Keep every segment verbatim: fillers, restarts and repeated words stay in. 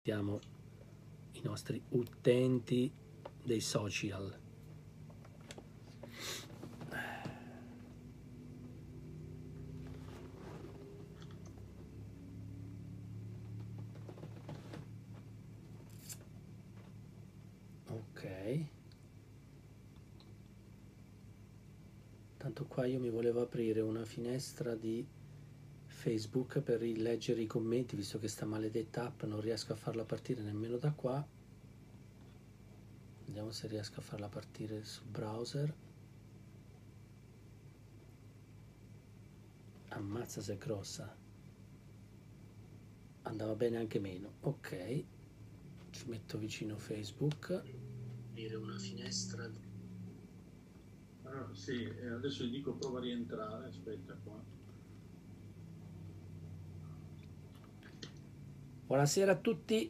Siamo i nostri utenti dei social. Ok. Tanto qua io mi volevo aprire una finestra di Facebook per leggere i commenti, visto che sta maledetta app non riesco a farla partire nemmeno da qua. Vediamo se riesco a farla partire sul browser. Ammazza se è grossa. Andava bene anche meno. Ok, ci metto vicino Facebook. Aprire una finestra. Ah, sì, adesso gli dico prova a rientrare. Aspetta qua. Buonasera a tutti.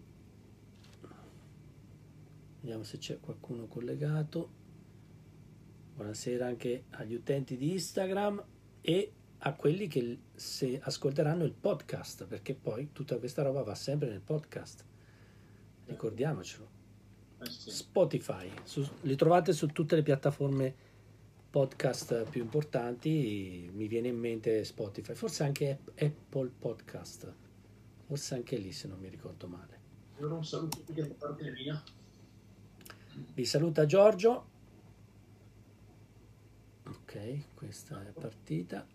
Vediamo se c'è qualcuno collegato. Buonasera anche agli utenti di Instagram e a quelli che se ascolteranno il podcast, perché poi tutta questa roba va sempre nel podcast. Ricordiamocelo. Eh sì. Spotify, su, li trovate su tutte le piattaforme podcast più importanti. Mi viene in mente Spotify, forse anche Apple Podcast, forse anche lì se non mi ricordo male. Allora un saluto da parte mia. Vi saluta Giorgio. Ok, questa è partita.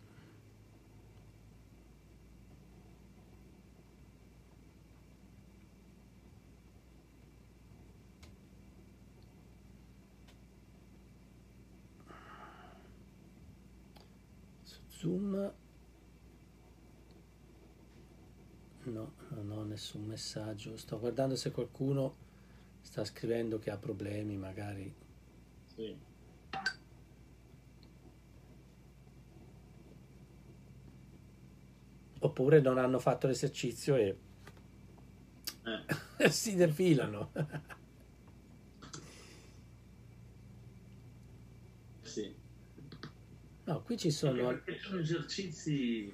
Su Zoom no, non ho nessun messaggio. Sto guardando se qualcuno sta scrivendo che ha problemi, magari. Sì. Oppure non hanno fatto l'esercizio e Eh. si defilano. Sì. No, qui ci sono... Anche perché sono esercizi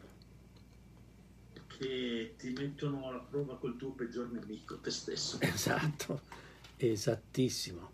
che ti mettono alla prova col tuo peggior nemico, te stesso. Esatto, esattissimo.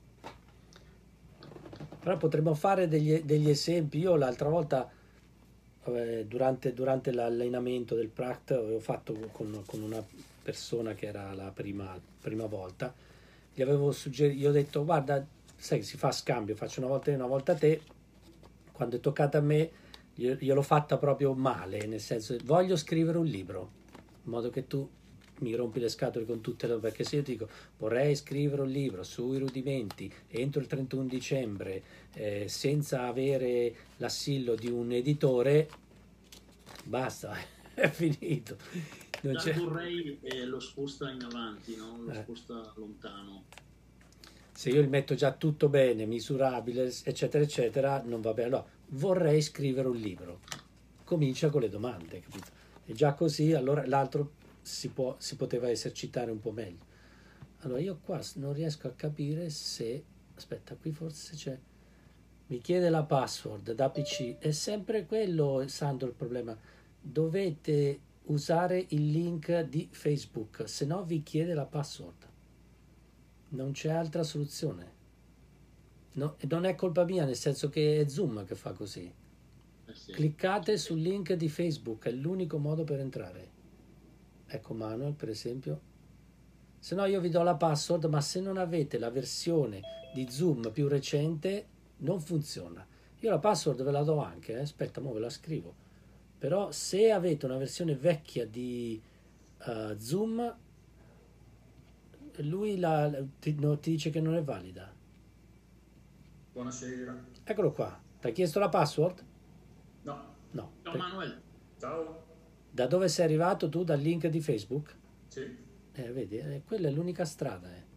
Però potremmo fare degli, degli esempi. Io l'altra volta, eh, durante, durante l'allenamento del Pract, avevo fatto con, con una persona che era la prima, prima volta, gli avevo suggerito, gli ho detto, guarda, sai che si fa scambio, faccio una volta io, una volta te. Quando è toccata a me, io, io l'ho fatta proprio male, nel senso, voglio scrivere un libro, in modo che tu mi rompi le scatole con tutte le... perché se io ti dico vorrei scrivere un libro sui rudimenti entro il trentuno dicembre eh, senza avere l'assillo di un editore, basta, è finito. Non Già c'è... vorrei eh, lo sposta in avanti, no? Lo Eh. sposta lontano. Se io il metto già tutto bene, misurabile, eccetera, eccetera, non va bene. Allora, vorrei scrivere un libro. Comincia con le domande, capito? E già così, allora l'altro si, può, si poteva esercitare un po' meglio. Allora, io qua non riesco a capire se... Aspetta, qui forse c'è... Mi chiede la password da P C. È sempre quello, Sandro, il problema. Dovete usare il link di Facebook, se no vi chiede la password. Non c'è altra soluzione. No, e non è colpa mia, nel senso che è Zoom che fa così. Eh sì. Cliccate sul link di Facebook, è l'unico modo per entrare. Ecco Manuel, per esempio. Se no io vi do la password, ma se non avete la versione di Zoom più recente, non funziona. Io la password ve la do anche, eh? Aspetta, mo ve la scrivo. Però se avete una versione vecchia di uh, Zoom, lui la, ti, no, ti dice che non è valida. Buonasera. Eccolo qua. Ti ha chiesto la password? No. No. Ciao Per... Manuel. Ciao. Da dove sei arrivato tu? Dal link di Facebook? Sì. Eh, vedi, eh, quella è l'unica strada. Eh.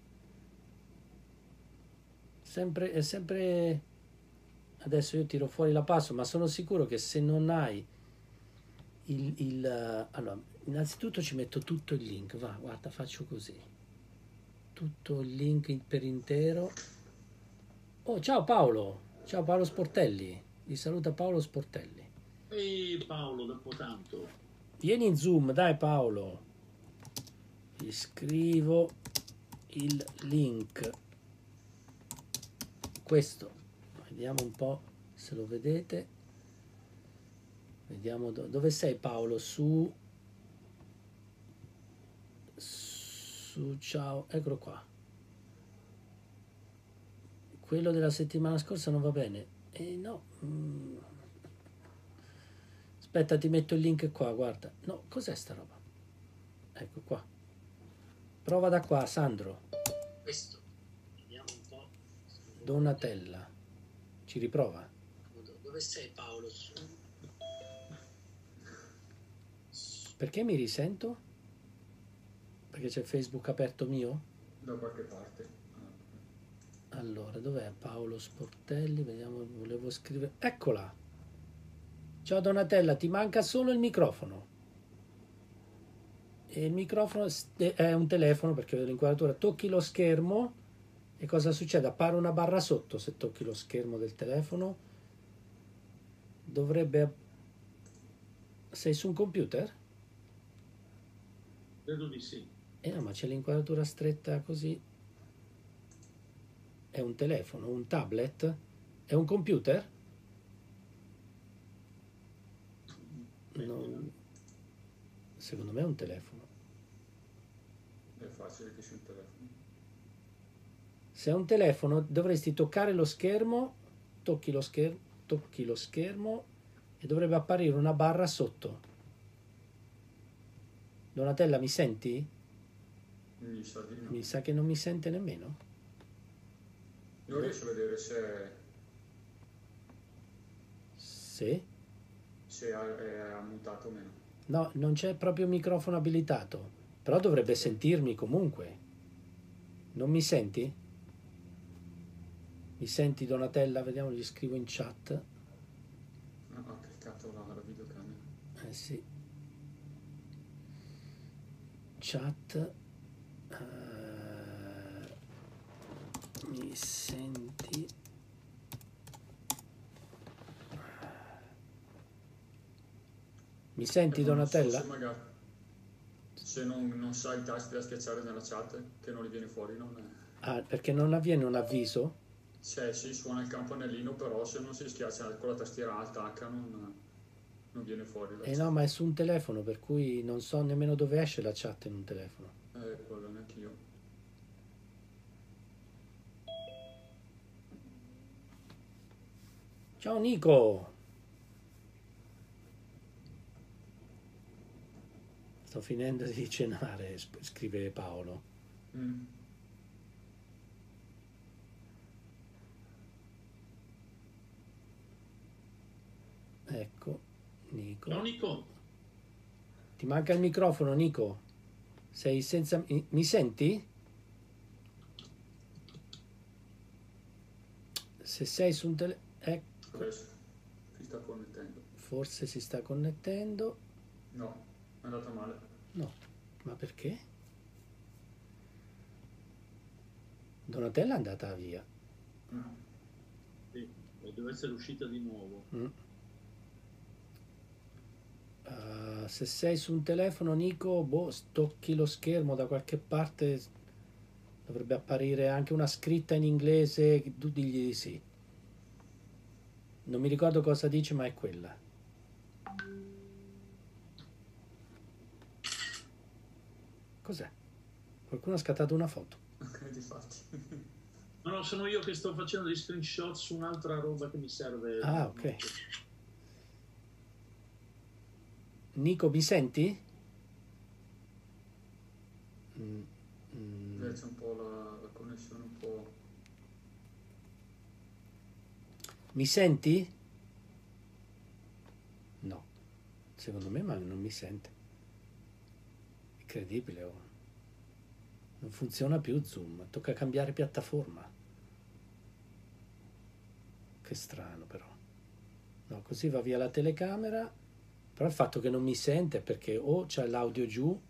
Sempre, è sempre... Adesso io tiro fuori la password, ma sono sicuro che se non hai il... il uh, allora, innanzitutto ci metto tutto il link. Va, guarda, faccio così. Tutto il link per intero. Oh, ciao Paolo. Ciao Paolo Sportelli. Vi saluta Paolo Sportelli. Ehi Paolo, dopo tanto. Vieni in Zoom, dai Paolo. gli scrivo il link, questo, vediamo un po' se lo vedete, vediamo do- dove sei Paolo, su su ciao, eccolo qua, quello della settimana scorsa non va bene, e eh, no, mm. Aspetta, ti metto il link qua, guarda, no, cos'è sta roba, ecco qua, prova da qua Sandro, questo, vediamo un po', Donatella, ci riprova, dove sei Paolo, su, perché mi risento? Perché c'è Facebook aperto mio? Da qualche parte. Allora, dov'è Paolo Sportelli? Vediamo, volevo scrivere. Eccola! Ciao Donatella, ti manca solo il microfono. E il microfono è un telefono perché vedo l'inquadratura. Tocchi lo schermo e cosa succede? Appare una barra sotto se tocchi lo schermo del telefono. Dovrebbe... Sei su un computer? Credo di sì. Eh no, ma c'è l'inquadratura stretta così. È un telefono, un tablet? È un computer? No. Secondo me è un telefono. È facile che sia un telefono. Se è un telefono dovresti toccare lo schermo, tocchi lo schermo, tocchi lo schermo e dovrebbe apparire una barra sotto. Donatella, mi senti? Mi sa di no. Mi sa che non mi sente nemmeno. Non riesco a vedere se... Se? Se è mutato o meno. No, non c'è proprio microfono abilitato, però dovrebbe sentirmi comunque. Non mi senti? Mi senti Donatella? Vediamo, gli scrivo in chat. Ah, ho cliccato la, la videocamera. Eh sì. Chat. Uh, mi senti? Mi senti eh, Donatella? So se magari se non, non sai i tasti da schiacciare nella chat, che non li viene fuori, non è... Ah, perché non avviene un avviso? Cioè, sì, suona il campanellino, però se non si schiaccia con la tastiera alta H non, non viene fuori la Eh chat. no, ma è su un telefono, per cui non so nemmeno dove esce la chat in un telefono. Eh, quello neanche io. Ciao Nico! Sto finendo di cenare, scrive Paolo. Mm. Ecco, Nico. Ciao Nico. Ti manca il microfono, Nico? Sei senza... Mi senti? Se sei su un telefono... Ecco. Adesso si sta connettendo. Forse si sta connettendo. No, è andata male. No, ma perché? Donatella è andata via. Mm. Sì, deve essere uscita di nuovo. Mm. Uh, se sei su un telefono, Nico, boh, tocchi lo schermo da qualche parte, dovrebbe apparire anche una scritta in inglese, tu digli di sì. Non mi ricordo cosa dice, ma è quella. Cos'è? Qualcuno ha scattato una foto. Ok, difatti. No, no, sono io che sto facendo degli screenshot su un'altra roba che mi serve. Ah, ok. Nico, mi senti? Mm. Mm. C'è un po' la, la connessione un po'... Mi senti? No, secondo me ma non mi sente. Incredibile, oh. Non funziona più Zoom, tocca cambiare piattaforma. Che strano però. No, così va via la telecamera, però il fatto che non mi sente è perché o c'è l'audio giù,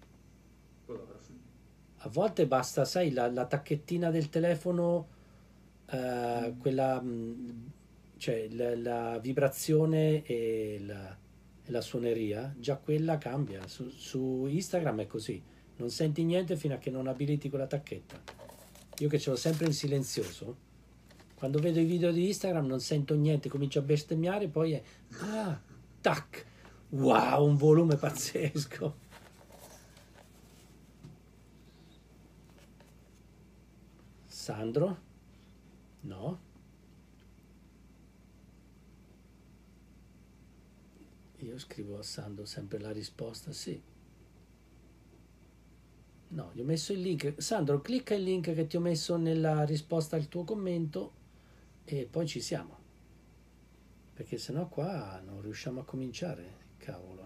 a volte basta, sai, la, la tacchettina del telefono, eh, mm. quella, cioè la, la vibrazione e la, e la suoneria, già quella cambia. Su, su Instagram è così. Non senti niente fino a che non abiliti quella tacchetta. Io che ce l'ho sempre in silenzioso, quando vedo i video di Instagram non sento niente, comincio a bestemmiare, poi è ah, tac, wow, un volume pazzesco. Sandro? No? Io scrivo a Sandro sempre la risposta, sì. No, gli ho messo il link. Sandro, clicca il link che ti ho messo nella risposta al tuo commento e poi ci siamo. Perché sennò qua non riusciamo a cominciare, cavolo.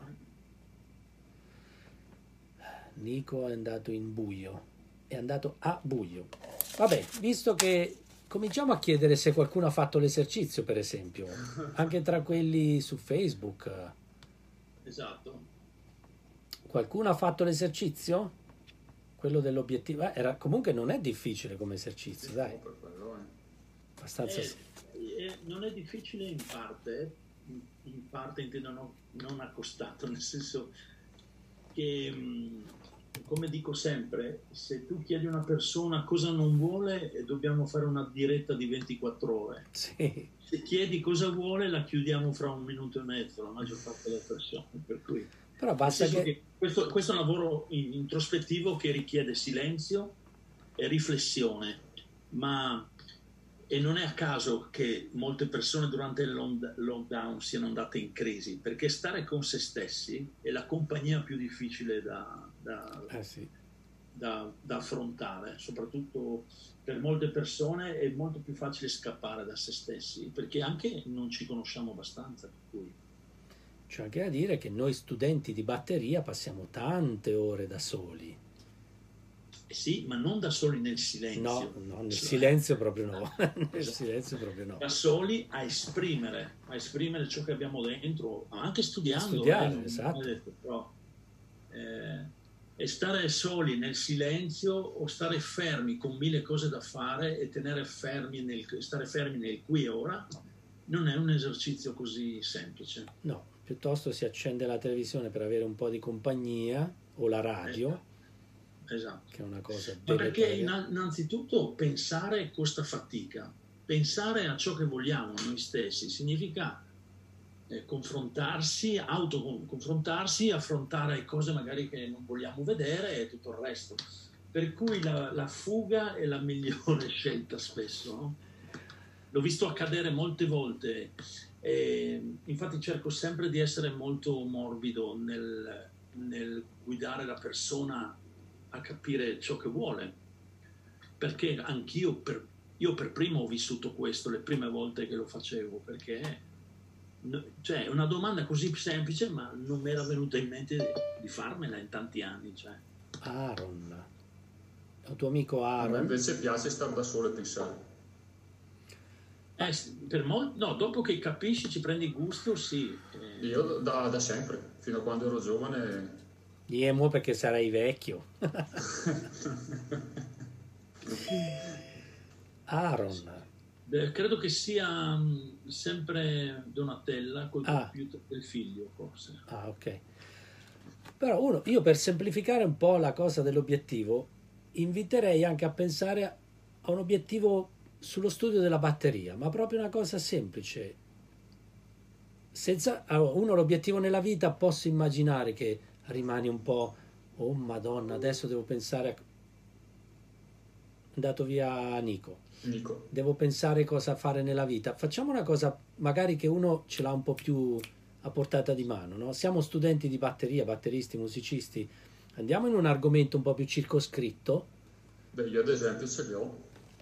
Nico è andato in buio, è andato a buio. Vabbè, visto che cominciamo a chiedere se qualcuno ha fatto l'esercizio, per esempio, anche tra quelli su Facebook. Esatto. Qualcuno ha fatto l'esercizio? Quello dell'obiettivo. Eh, era, comunque non è difficile come esercizio, dai. Abbastanza. Eh, eh, non è difficile in parte, in parte intendo non, non accostato, nel senso che, come dico sempre, se tu chiedi a una persona cosa non vuole, dobbiamo fare una diretta di ventiquattro ore. Sì. Se chiedi cosa vuole, la chiudiamo fra un minuto e mezzo, la maggior parte delle persone. Per cui, però basta che... che questo, questo è un lavoro introspettivo che richiede silenzio e riflessione, ma e non è a caso che molte persone durante il lockdown siano andate in crisi, perché stare con se stessi è la compagnia più difficile da, da, eh sì. da, da affrontare, soprattutto per molte persone è molto più facile scappare da se stessi, perché anche non ci conosciamo abbastanza. Per cui... C'è anche da dire che noi studenti di batteria passiamo tante ore da soli. Sì, ma non da soli nel silenzio. No, no nel cioè, silenzio proprio no. Esatto. Nel silenzio proprio no. Da soli a esprimere, a esprimere ciò che abbiamo dentro, anche studiando. Studiare, eh, esatto. Detto, però, eh, e stare soli nel silenzio o stare fermi con mille cose da fare e tenere fermi nel, stare fermi nel qui e ora non è un esercizio così semplice. No, piuttosto si accende la televisione per avere un po' di compagnia o la radio. Eh, Esatto. Che è una cosa ma perché innanzitutto pensare costa fatica, pensare a ciò che vogliamo noi stessi significa eh, confrontarsi, autoconfrontarsi, affrontare cose magari che non vogliamo vedere e tutto il resto, per cui la, la fuga è la migliore scelta spesso, no? L'ho visto accadere molte volte e infatti cerco sempre di essere molto morbido nel, nel guidare la persona a capire ciò che vuole, perché anch'io per, io per primo ho vissuto questo le prime volte che lo facevo, perché cioè, è una domanda così semplice ma non mi era venuta in mente di, di farmela in tanti anni. Cioè. Aaron, il tuo amico Aaron. A me invece piace stare da solo e pensare. Eh, per molti, no, dopo che capisci, ci prendi gusto, sì. Eh. Io da, da sempre, fino a quando ero giovane. Diemo perché sarai vecchio. Aaron. Beh, credo che sia um, sempre Donatella col ah. computer del figlio, forse. Ah, ok. Però uno, io per semplificare un po' la cosa dell'obiettivo, inviterei anche a pensare a un obiettivo sullo studio della batteria, ma proprio una cosa semplice. Senza allora, uno l'obiettivo nella vita, posso immaginare che rimani un po', oh madonna, adesso devo pensare a... è andato via Nico. Nico. Devo pensare cosa fare nella vita. Facciamo una cosa magari che uno ce l'ha un po' più a portata di mano, no? Siamo studenti di batteria, batteristi, musicisti, andiamo in un argomento un po' più circoscritto. Beh, io ad esempio ce li ho.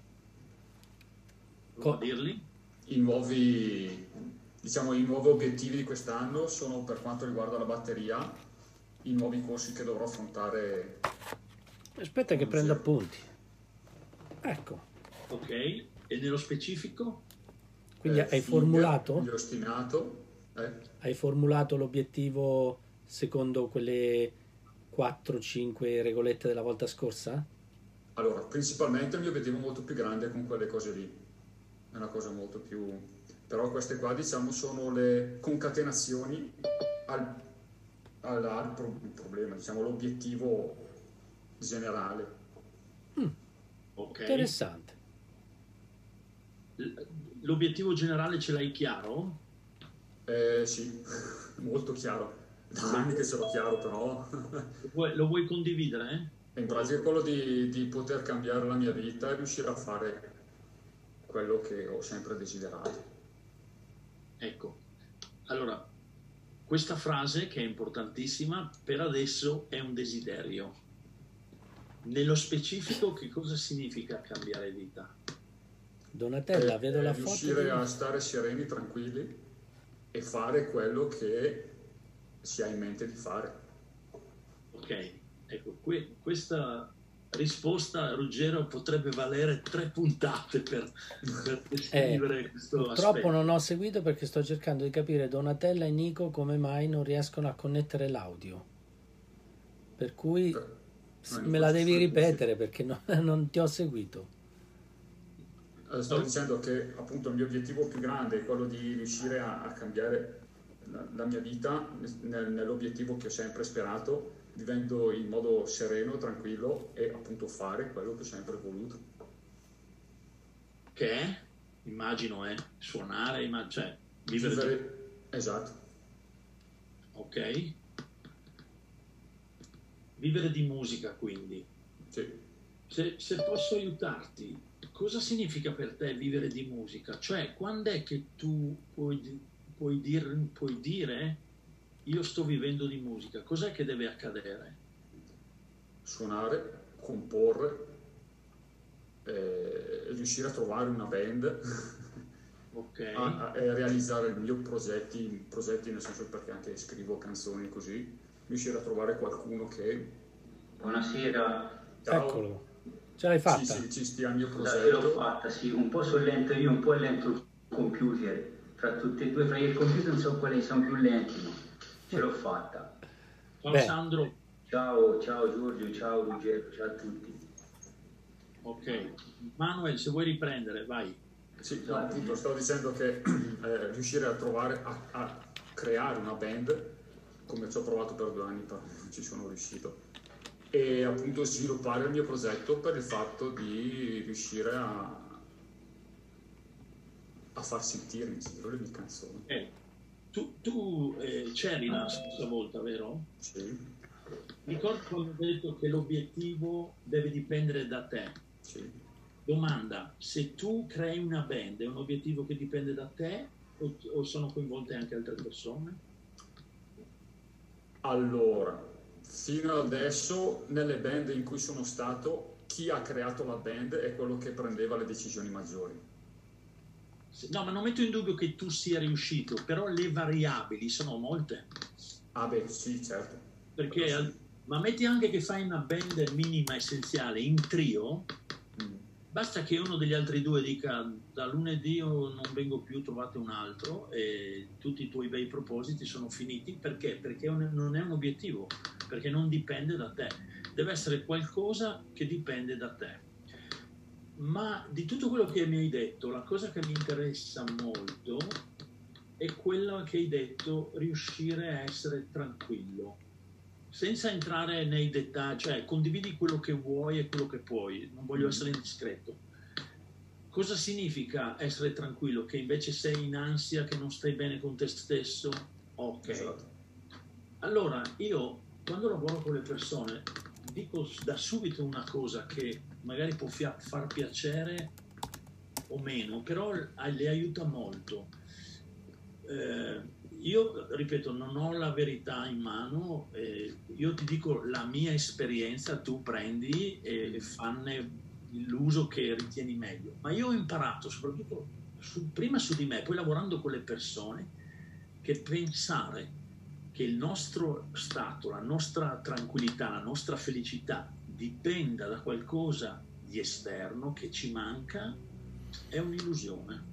Co- dirli? I nuovi, diciamo, i nuovi obiettivi di quest'anno sono, per quanto riguarda la batteria, i nuovi corsi che dovrò affrontare. Aspetta che prenda appunti. Ecco. Ok, e nello specifico? Quindi eh, hai formulato? Gli ho stimato. Eh? Hai formulato l'obiettivo secondo quelle quattro cinque regolette della volta scorsa? Allora, principalmente il mio obiettivo è molto più grande con quelle cose lì. È una cosa molto più... Però queste qua, diciamo, sono le concatenazioni al, al, al pro- problema, diciamo, l'obiettivo generale. Mm, Ok. interessante. L- L'obiettivo generale ce l'hai chiaro? Eh, sì, molto chiaro. Da anni che ce l'ho chiaro, però Lo vuoi, lo vuoi condividere? è in O- pratica quello di, di poter cambiare la mia vita e riuscire a fare quello che ho sempre desiderato. Ecco, allora, questa frase che è importantissima, per adesso è un desiderio. Nello specifico, che cosa significa cambiare vita? Donatella, E, vedo e la foto riuscire di... a stare sereni, tranquilli e fare quello che si ha in mente di fare. Ok, ecco, que- questa risposta, Ruggero, potrebbe valere tre puntate per, per Eh, descrivere questo purtroppo aspetto. non ho seguito perché sto cercando di capire Donatella e Nico come mai non riescono a connettere l'audio. Per cui Per- s- no, me la Nico, devi sulle cuffie. ripetere perché no- non ti ho seguito. Eh, Stavo dicendo che appunto il mio obiettivo più grande è quello di riuscire a, a cambiare la, la mia vita nel- nell'obiettivo che ho sempre sperato, vivendo in modo sereno, tranquillo e appunto fare quello che ho sempre voluto. Che è, immagino, è suonare, imma- cioè vivere di... Vivere, esatto, Ok? Vivere di musica, quindi. sì. Se, se posso aiutarti, cosa significa per te vivere di musica? Cioè, quando è che tu puoi, di- puoi dir- puoi dire io sto vivendo di musica? Cos'è che deve accadere? Suonare, comporre, eh, riuscire a trovare una band, Ok? a, a- e realizzare i miei progetti, progetti nel senso perché anche scrivo canzoni così, riuscire a trovare qualcuno che, Buonasera, ciao, Eccolo, ce l'hai ci, fatta? ci, ci stia il mio scusa se l'ho progetto. fatta, sì, un po' sono lento io, un po' è lento il computer, fra tutte e due, fra io e il computer non so quali sono più lenti, ma ce l'ho fatta. Ciao Beh. Sandro. Ciao, ciao Giorgio, ciao Ruggero, ciao a tutti. Ok. Manuel, se vuoi riprendere, vai. Sì, no, appunto stavo dicendo che eh, riuscire a trovare, a, a creare una band, come ci ho provato per due anni, però non ci sono riuscito, e appunto sviluppare il mio progetto per il fatto di riuscire a, a far sentire in giro le mie canzoni. Eh, tu tu eh, c'eri la scorsa volta, vero? Sì, Ricordi quando ho detto che l'obiettivo deve dipendere da te. sì. Domanda, se tu crei una band, è un obiettivo che dipende da te o, o sono coinvolte anche altre persone? Allora, fino adesso nelle band in cui sono stato, chi ha creato la band è quello che prendeva le decisioni maggiori. Se- No, ma non metto in dubbio che tu sia riuscito, però le variabili sono molte. Ah beh, sì, certo. Perché, Quello al- ma metti anche che fai una band minima essenziale in trio, sì. Mm. basta che uno degli altri due dica da lunedì io non vengo più, trovate un altro e tutti i tuoi bei propositi sono finiti. Perché? Perché un- non è un obiettivo, perché non dipende da te. Deve essere qualcosa che dipende da te. Ma di tutto quello che mi hai detto, la cosa che mi interessa molto è quella che hai detto, riuscire a essere tranquillo. Senza entrare nei dettagli, cioè condividi quello che vuoi e quello che puoi, non voglio Mm. essere indiscreto. Cosa significa essere tranquillo? Che invece sei in ansia, che non stai bene con te stesso? Ok. Esatto. Allora, io quando lavoro con le persone dico da subito una cosa che magari può fia- far piacere o meno, però le aiuta molto. Eh, io, ripeto, non ho la verità in mano, eh, io ti dico la mia esperienza, tu prendi e fanne l'uso che ritieni meglio. Ma io ho imparato, soprattutto su- prima su di me, poi lavorando con le persone, che pensare che il nostro stato, la nostra tranquillità, la nostra felicità dipenda da qualcosa di esterno che ci manca è un'illusione.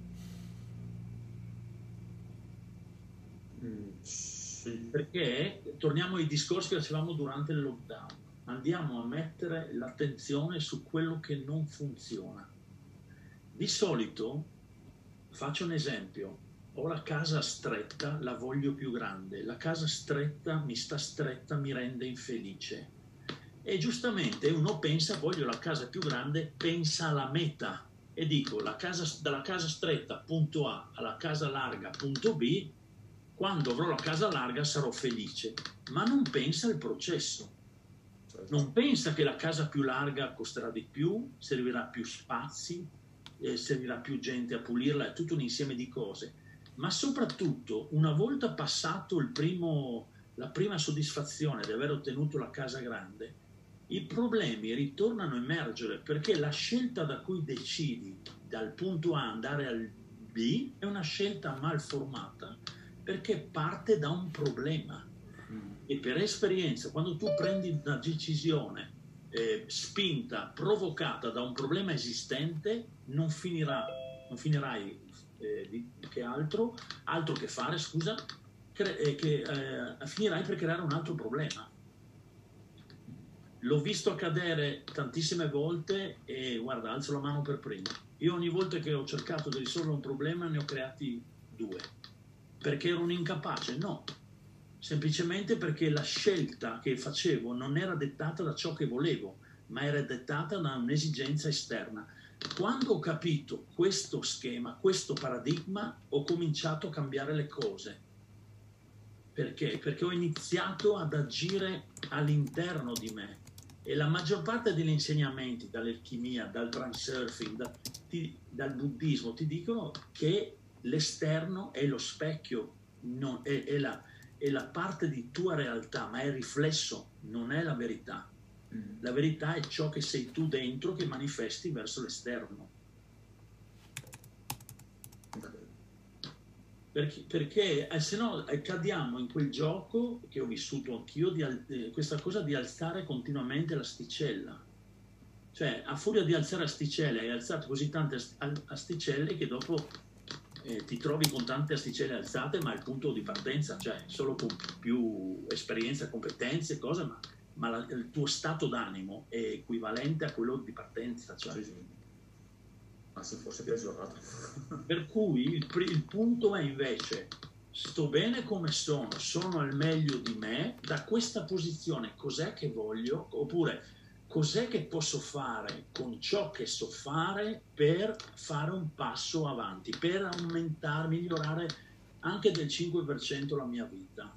Mm, sì. Perché torniamo ai discorsi che facevamo durante il lockdown, andiamo a mettere l'attenzione su quello che non funziona. Di solito, faccio un esempio, ho la casa stretta, la voglio più grande, la casa stretta mi sta stretta, mi rende infelice. E giustamente uno pensa, voglio la casa più grande, pensa alla meta. E dico, la casa, dalla casa stretta, punto A, alla casa larga, punto B, quando avrò la casa larga sarò felice. Ma non pensa al processo. Non pensa che la casa più larga costerà di più, servirà più spazi, eh, servirà più gente a pulirla, è tutto un insieme di cose. Ma soprattutto, una volta passato il primo, la prima soddisfazione di aver ottenuto la casa grande, i problemi ritornano a emergere, perché la scelta da cui decidi dal punto A andare al B è una scelta mal formata, perché parte da un problema. E per esperienza, quando tu prendi una decisione eh, spinta, provocata da un problema esistente, non finirà, non finirai eh, di, che altro, altro che fare, scusa, cre- eh, che eh, finirai per creare un altro problema. L'ho visto accadere tantissime volte e guarda, alzo la mano per primo. Io ogni volta che ho cercato di risolvere un problema ne ho creati due. Perché ero un incapace? No. Semplicemente perché la scelta che facevo non era dettata da ciò che volevo, ma era dettata da un'esigenza esterna. Quando ho capito questo schema, questo paradigma, ho cominciato a cambiare le cose. Perché? Perché ho iniziato ad agire all'interno di me. E la maggior parte degli insegnamenti, dall'alchimia, dal transurfing, da, ti, dal buddismo, ti dicono che l'esterno è lo specchio, non, è, è, la, è la parte di tua realtà, ma è il riflesso, non è la verità. La verità è ciò che sei tu dentro che manifesti verso l'esterno. Perché, perché eh, se no eh, cadiamo in quel gioco che ho vissuto anch'io, di al- eh, questa cosa di alzare continuamente l'asticella. Cioè, a furia di alzare asticelle, hai alzato così tante ast- asticelle che dopo eh, ti trovi con tante asticelle alzate, ma il punto di partenza, cioè solo con più esperienza, competenze, cose, ma, ma la- il tuo stato d'animo è equivalente a quello di partenza. Cioè. Sì, sì. Anzi, forse peggiorato. Per cui il, pr- il punto è invece, sto bene come sono, sono al meglio di me, da questa posizione cos'è che voglio, oppure cos'è che posso fare con ciò che so fare per fare un passo avanti, per aumentare, migliorare anche del cinque per cento la mia vita.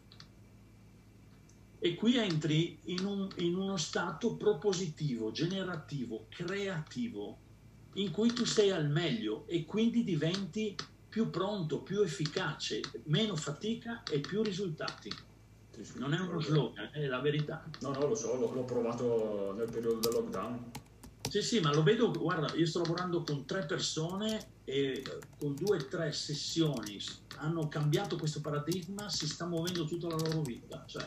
E qui entri in, un, in uno stato propositivo, generativo, creativo, in cui tu sei al meglio e quindi diventi più pronto, più efficace, meno fatica e più risultati. Sì, sì, Non è uno slogan, è la verità. No, no, lo so, l'ho, l'ho provato nel periodo del lockdown. Sì, sì, ma lo vedo, guarda, io sto lavorando con tre persone e con due o tre sessioni hanno cambiato questo paradigma, si sta muovendo tutta la loro vita. Cioè.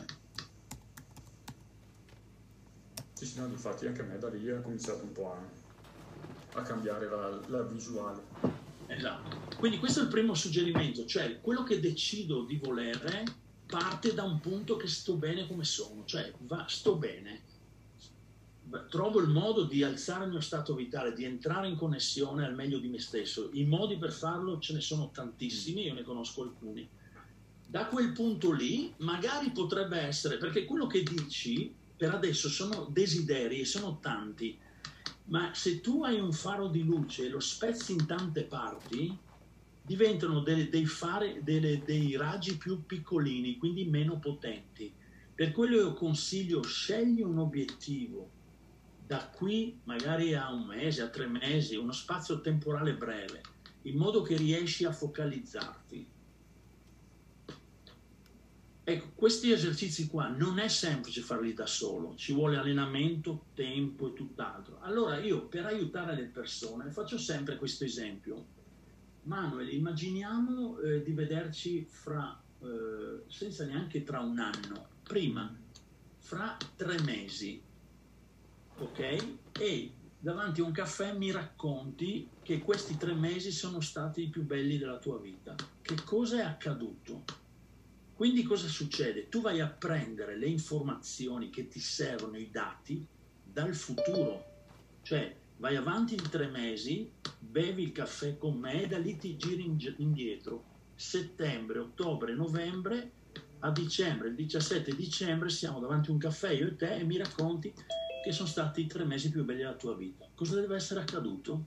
Sì, sì, no, infatti anche a me da lì ha cominciato un po' a... a cambiare la, la visuale. Esatto. Quindi questo è il primo suggerimento, cioè quello che decido di volere parte da un punto che sto bene come sono, cioè va, sto bene, trovo il modo di alzare il mio stato vitale, di entrare in connessione al meglio di me stesso. I modi per farlo ce ne sono tantissimi, io ne conosco alcuni. Da quel punto lì magari potrebbe essere, perché quello che dici per adesso sono desideri e sono tanti, ma se tu hai un faro di luce e lo spezzi in tante parti, diventano dei, dei, fari, dei, dei raggi più piccolini, quindi meno potenti. Per quello io consiglio, scegli un obiettivo, da qui magari a un mese, a tre mesi, uno spazio temporale breve, in modo che riesci a focalizzarti. Ecco, questi esercizi qua non è semplice farli da solo, ci vuole allenamento, tempo e tutt'altro. Allora io per aiutare le persone faccio sempre questo esempio. Manuel, immaginiamo eh, di vederci fra, eh, senza neanche tra un anno, prima, fra tre mesi, ok? E davanti a un caffè mi racconti che questi tre mesi sono stati i più belli della tua vita. Che cosa è accaduto? Quindi cosa succede? Tu vai a prendere le informazioni che ti servono, i dati, dal futuro. Cioè, vai avanti di tre mesi, bevi il caffè con me e da lì ti giri indietro. Settembre, ottobre, novembre, a dicembre, il diciassette dicembre siamo davanti a un caffè io e te e mi racconti che sono stati i tre mesi più belli della tua vita. Cosa deve essere accaduto?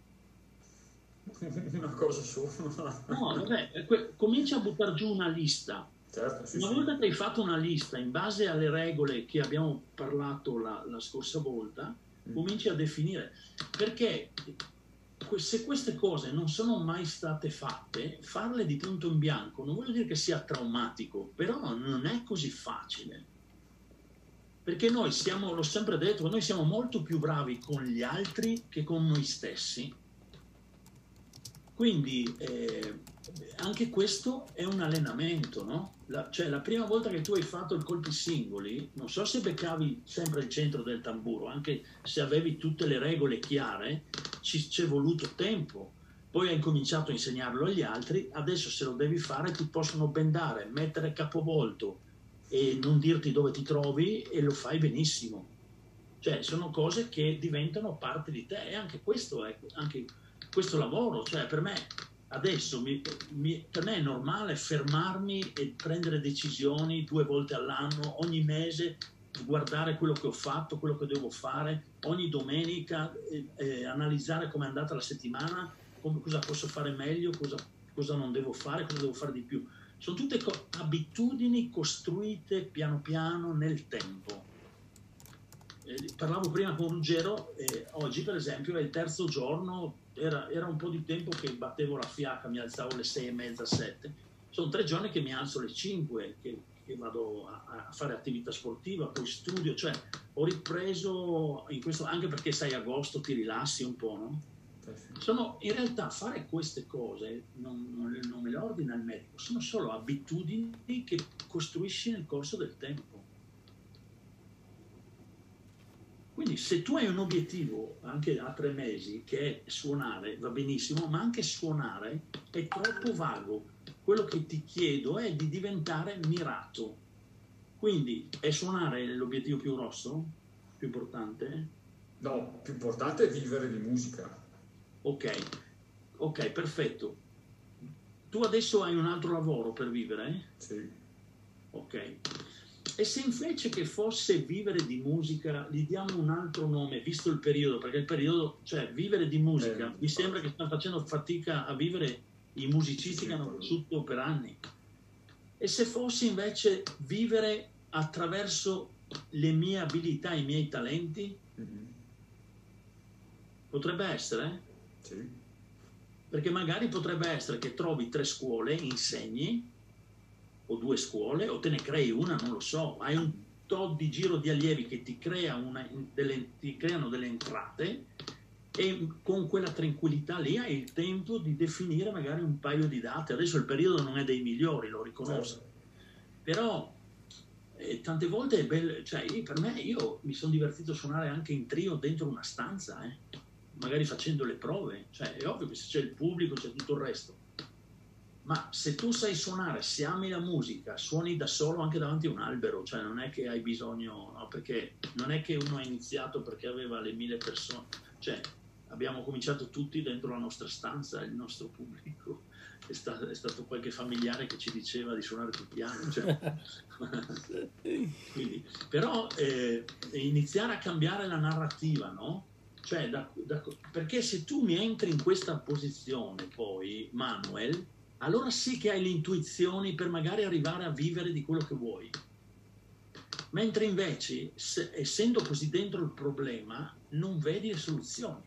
Una cosa sola. No, vabbè, que- comincia a buttare giù una lista. Certo, sì, Una sì. volta che hai fatto una lista in base alle regole che abbiamo parlato la, la scorsa volta, Mm. cominci a definire. Perché que- se queste cose non sono mai state fatte, farle di punto in bianco non vuol dire che sia traumatico, però non è così facile. Perché noi siamo, l'ho sempre detto, noi siamo molto più bravi con gli altri che con noi stessi. Quindi eh, anche questo è un allenamento, no? La, cioè la prima volta che tu hai fatto il colpi singoli, non so se beccavi sempre il centro del tamburo, anche se avevi tutte le regole chiare, ci c'è voluto tempo. Poi hai cominciato a insegnarlo agli altri, adesso se lo devi fare ti possono bendare, mettere capovolto e non dirti dove ti trovi e lo fai benissimo. Cioè sono cose che diventano parte di te e anche questo è anche questo lavoro, cioè per me adesso mi, mi, per me è normale fermarmi e prendere decisioni due volte all'anno, ogni mese guardare quello che ho fatto, quello che devo fare, ogni domenica eh, eh, analizzare come è andata la settimana, come, cosa posso fare meglio, cosa, cosa non devo fare, cosa devo fare di più. Sono tutte co- abitudini costruite piano piano nel tempo. Eh, parlavo prima con Ruggero, eh, oggi per esempio è il terzo giorno, era, era un po' di tempo che battevo la fiacca, mi alzavo alle sei e mezza, sette. Sono tre giorni che mi alzo alle cinque, che, che vado a, a fare attività sportiva, poi studio, cioè ho ripreso in questo, anche perché sai agosto ti rilassi un po', no? Sono, in realtà fare queste cose non, non, non me le ordina il medico, sono solo abitudini che costruisci nel corso del tempo. Quindi se tu hai un obiettivo anche a tre mesi che è suonare, va benissimo, ma anche suonare è troppo vago. Quello che ti chiedo è di diventare mirato. Quindi è suonare l'obiettivo più grosso, più importante? No, più importante è vivere di musica. Ok, ok, perfetto. Tu adesso hai un altro lavoro per vivere? Sì. Ok. E se invece che fosse vivere di musica, gli diamo un altro nome, visto il periodo, perché il periodo, cioè vivere di musica, Eh, mi sembra che stanno facendo fatica a vivere i musicisti che hanno vissuto per anni. E se fosse invece vivere attraverso le mie abilità, i miei talenti? Mm-hmm. Potrebbe essere? Sì. Perché magari potrebbe essere che trovi tre scuole, insegni, o due scuole, o te ne crei una, non lo so, hai un tot di giro di allievi che ti, crea una, delle, ti creano delle entrate e con quella tranquillità lì hai il tempo di definire magari un paio di date. Adesso il periodo non è dei migliori, lo riconosco, certo. Però eh, tante volte è bello, cioè io, per me io mi sono divertito a suonare anche in trio dentro una stanza, eh, magari facendo le prove, cioè è ovvio che se c'è il pubblico c'è tutto il resto. Ma se tu sai suonare, se ami la musica, suoni da solo anche davanti a un albero, cioè non è che hai bisogno, no, perché non è che uno ha iniziato perché aveva le mille persone, cioè abbiamo cominciato tutti dentro la nostra stanza, il nostro pubblico, è stato, è stato qualche familiare che ci diceva di suonare sul piano, cioè. Quindi, però eh, iniziare a cambiare la narrativa, no? Cioè, da, da, perché se tu mi entri in questa posizione poi, Manuel, allora sì che hai le intuizioni per magari arrivare a vivere di quello che vuoi. Mentre invece, se, essendo così dentro il problema, non vedi le soluzioni.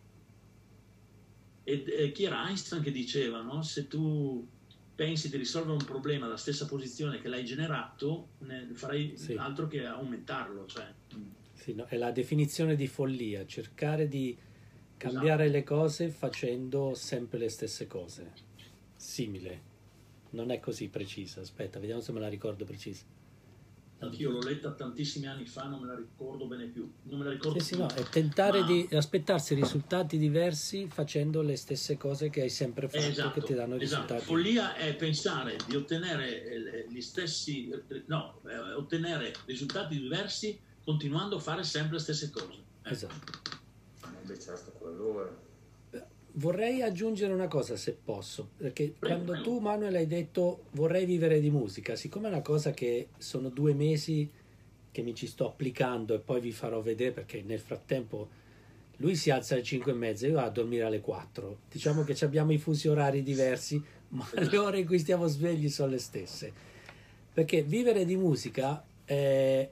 E, e chi era Einstein che diceva, no? Se tu pensi di risolvere un problema dalla stessa posizione che l'hai generato, ne farai sì. altro che aumentarlo. Cioè. Sì, no, è la definizione di follia, cercare di cambiare esatto. le cose facendo sempre le stesse cose. Simile, non è così precisa. Aspetta, vediamo se me la ricordo precisa. Anch'io l'ho letta tantissimi anni fa, non me la ricordo bene più. Non me la ricordo sì, più. sì, no, è tentare Ma... di aspettarsi risultati diversi facendo le stesse cose che hai sempre fatto, esatto, che ti danno i esatto. risultati. Follia è pensare di ottenere gli stessi, no, ottenere risultati diversi continuando a fare sempre le stesse cose. Eh. Esatto. Beh, certo, quello è... Vorrei aggiungere una cosa se posso, perché prego, quando prego. tu Manuel hai detto vorrei vivere di musica, siccome è una cosa che sono due mesi che mi ci sto applicando, e poi vi farò vedere, perché nel frattempo lui si alza alle cinque e mezza, io vado a dormire alle quattro. Diciamo che abbiamo i fusi orari diversi, ma le ore in cui stiamo svegli sono le stesse. Perché vivere di musica, è,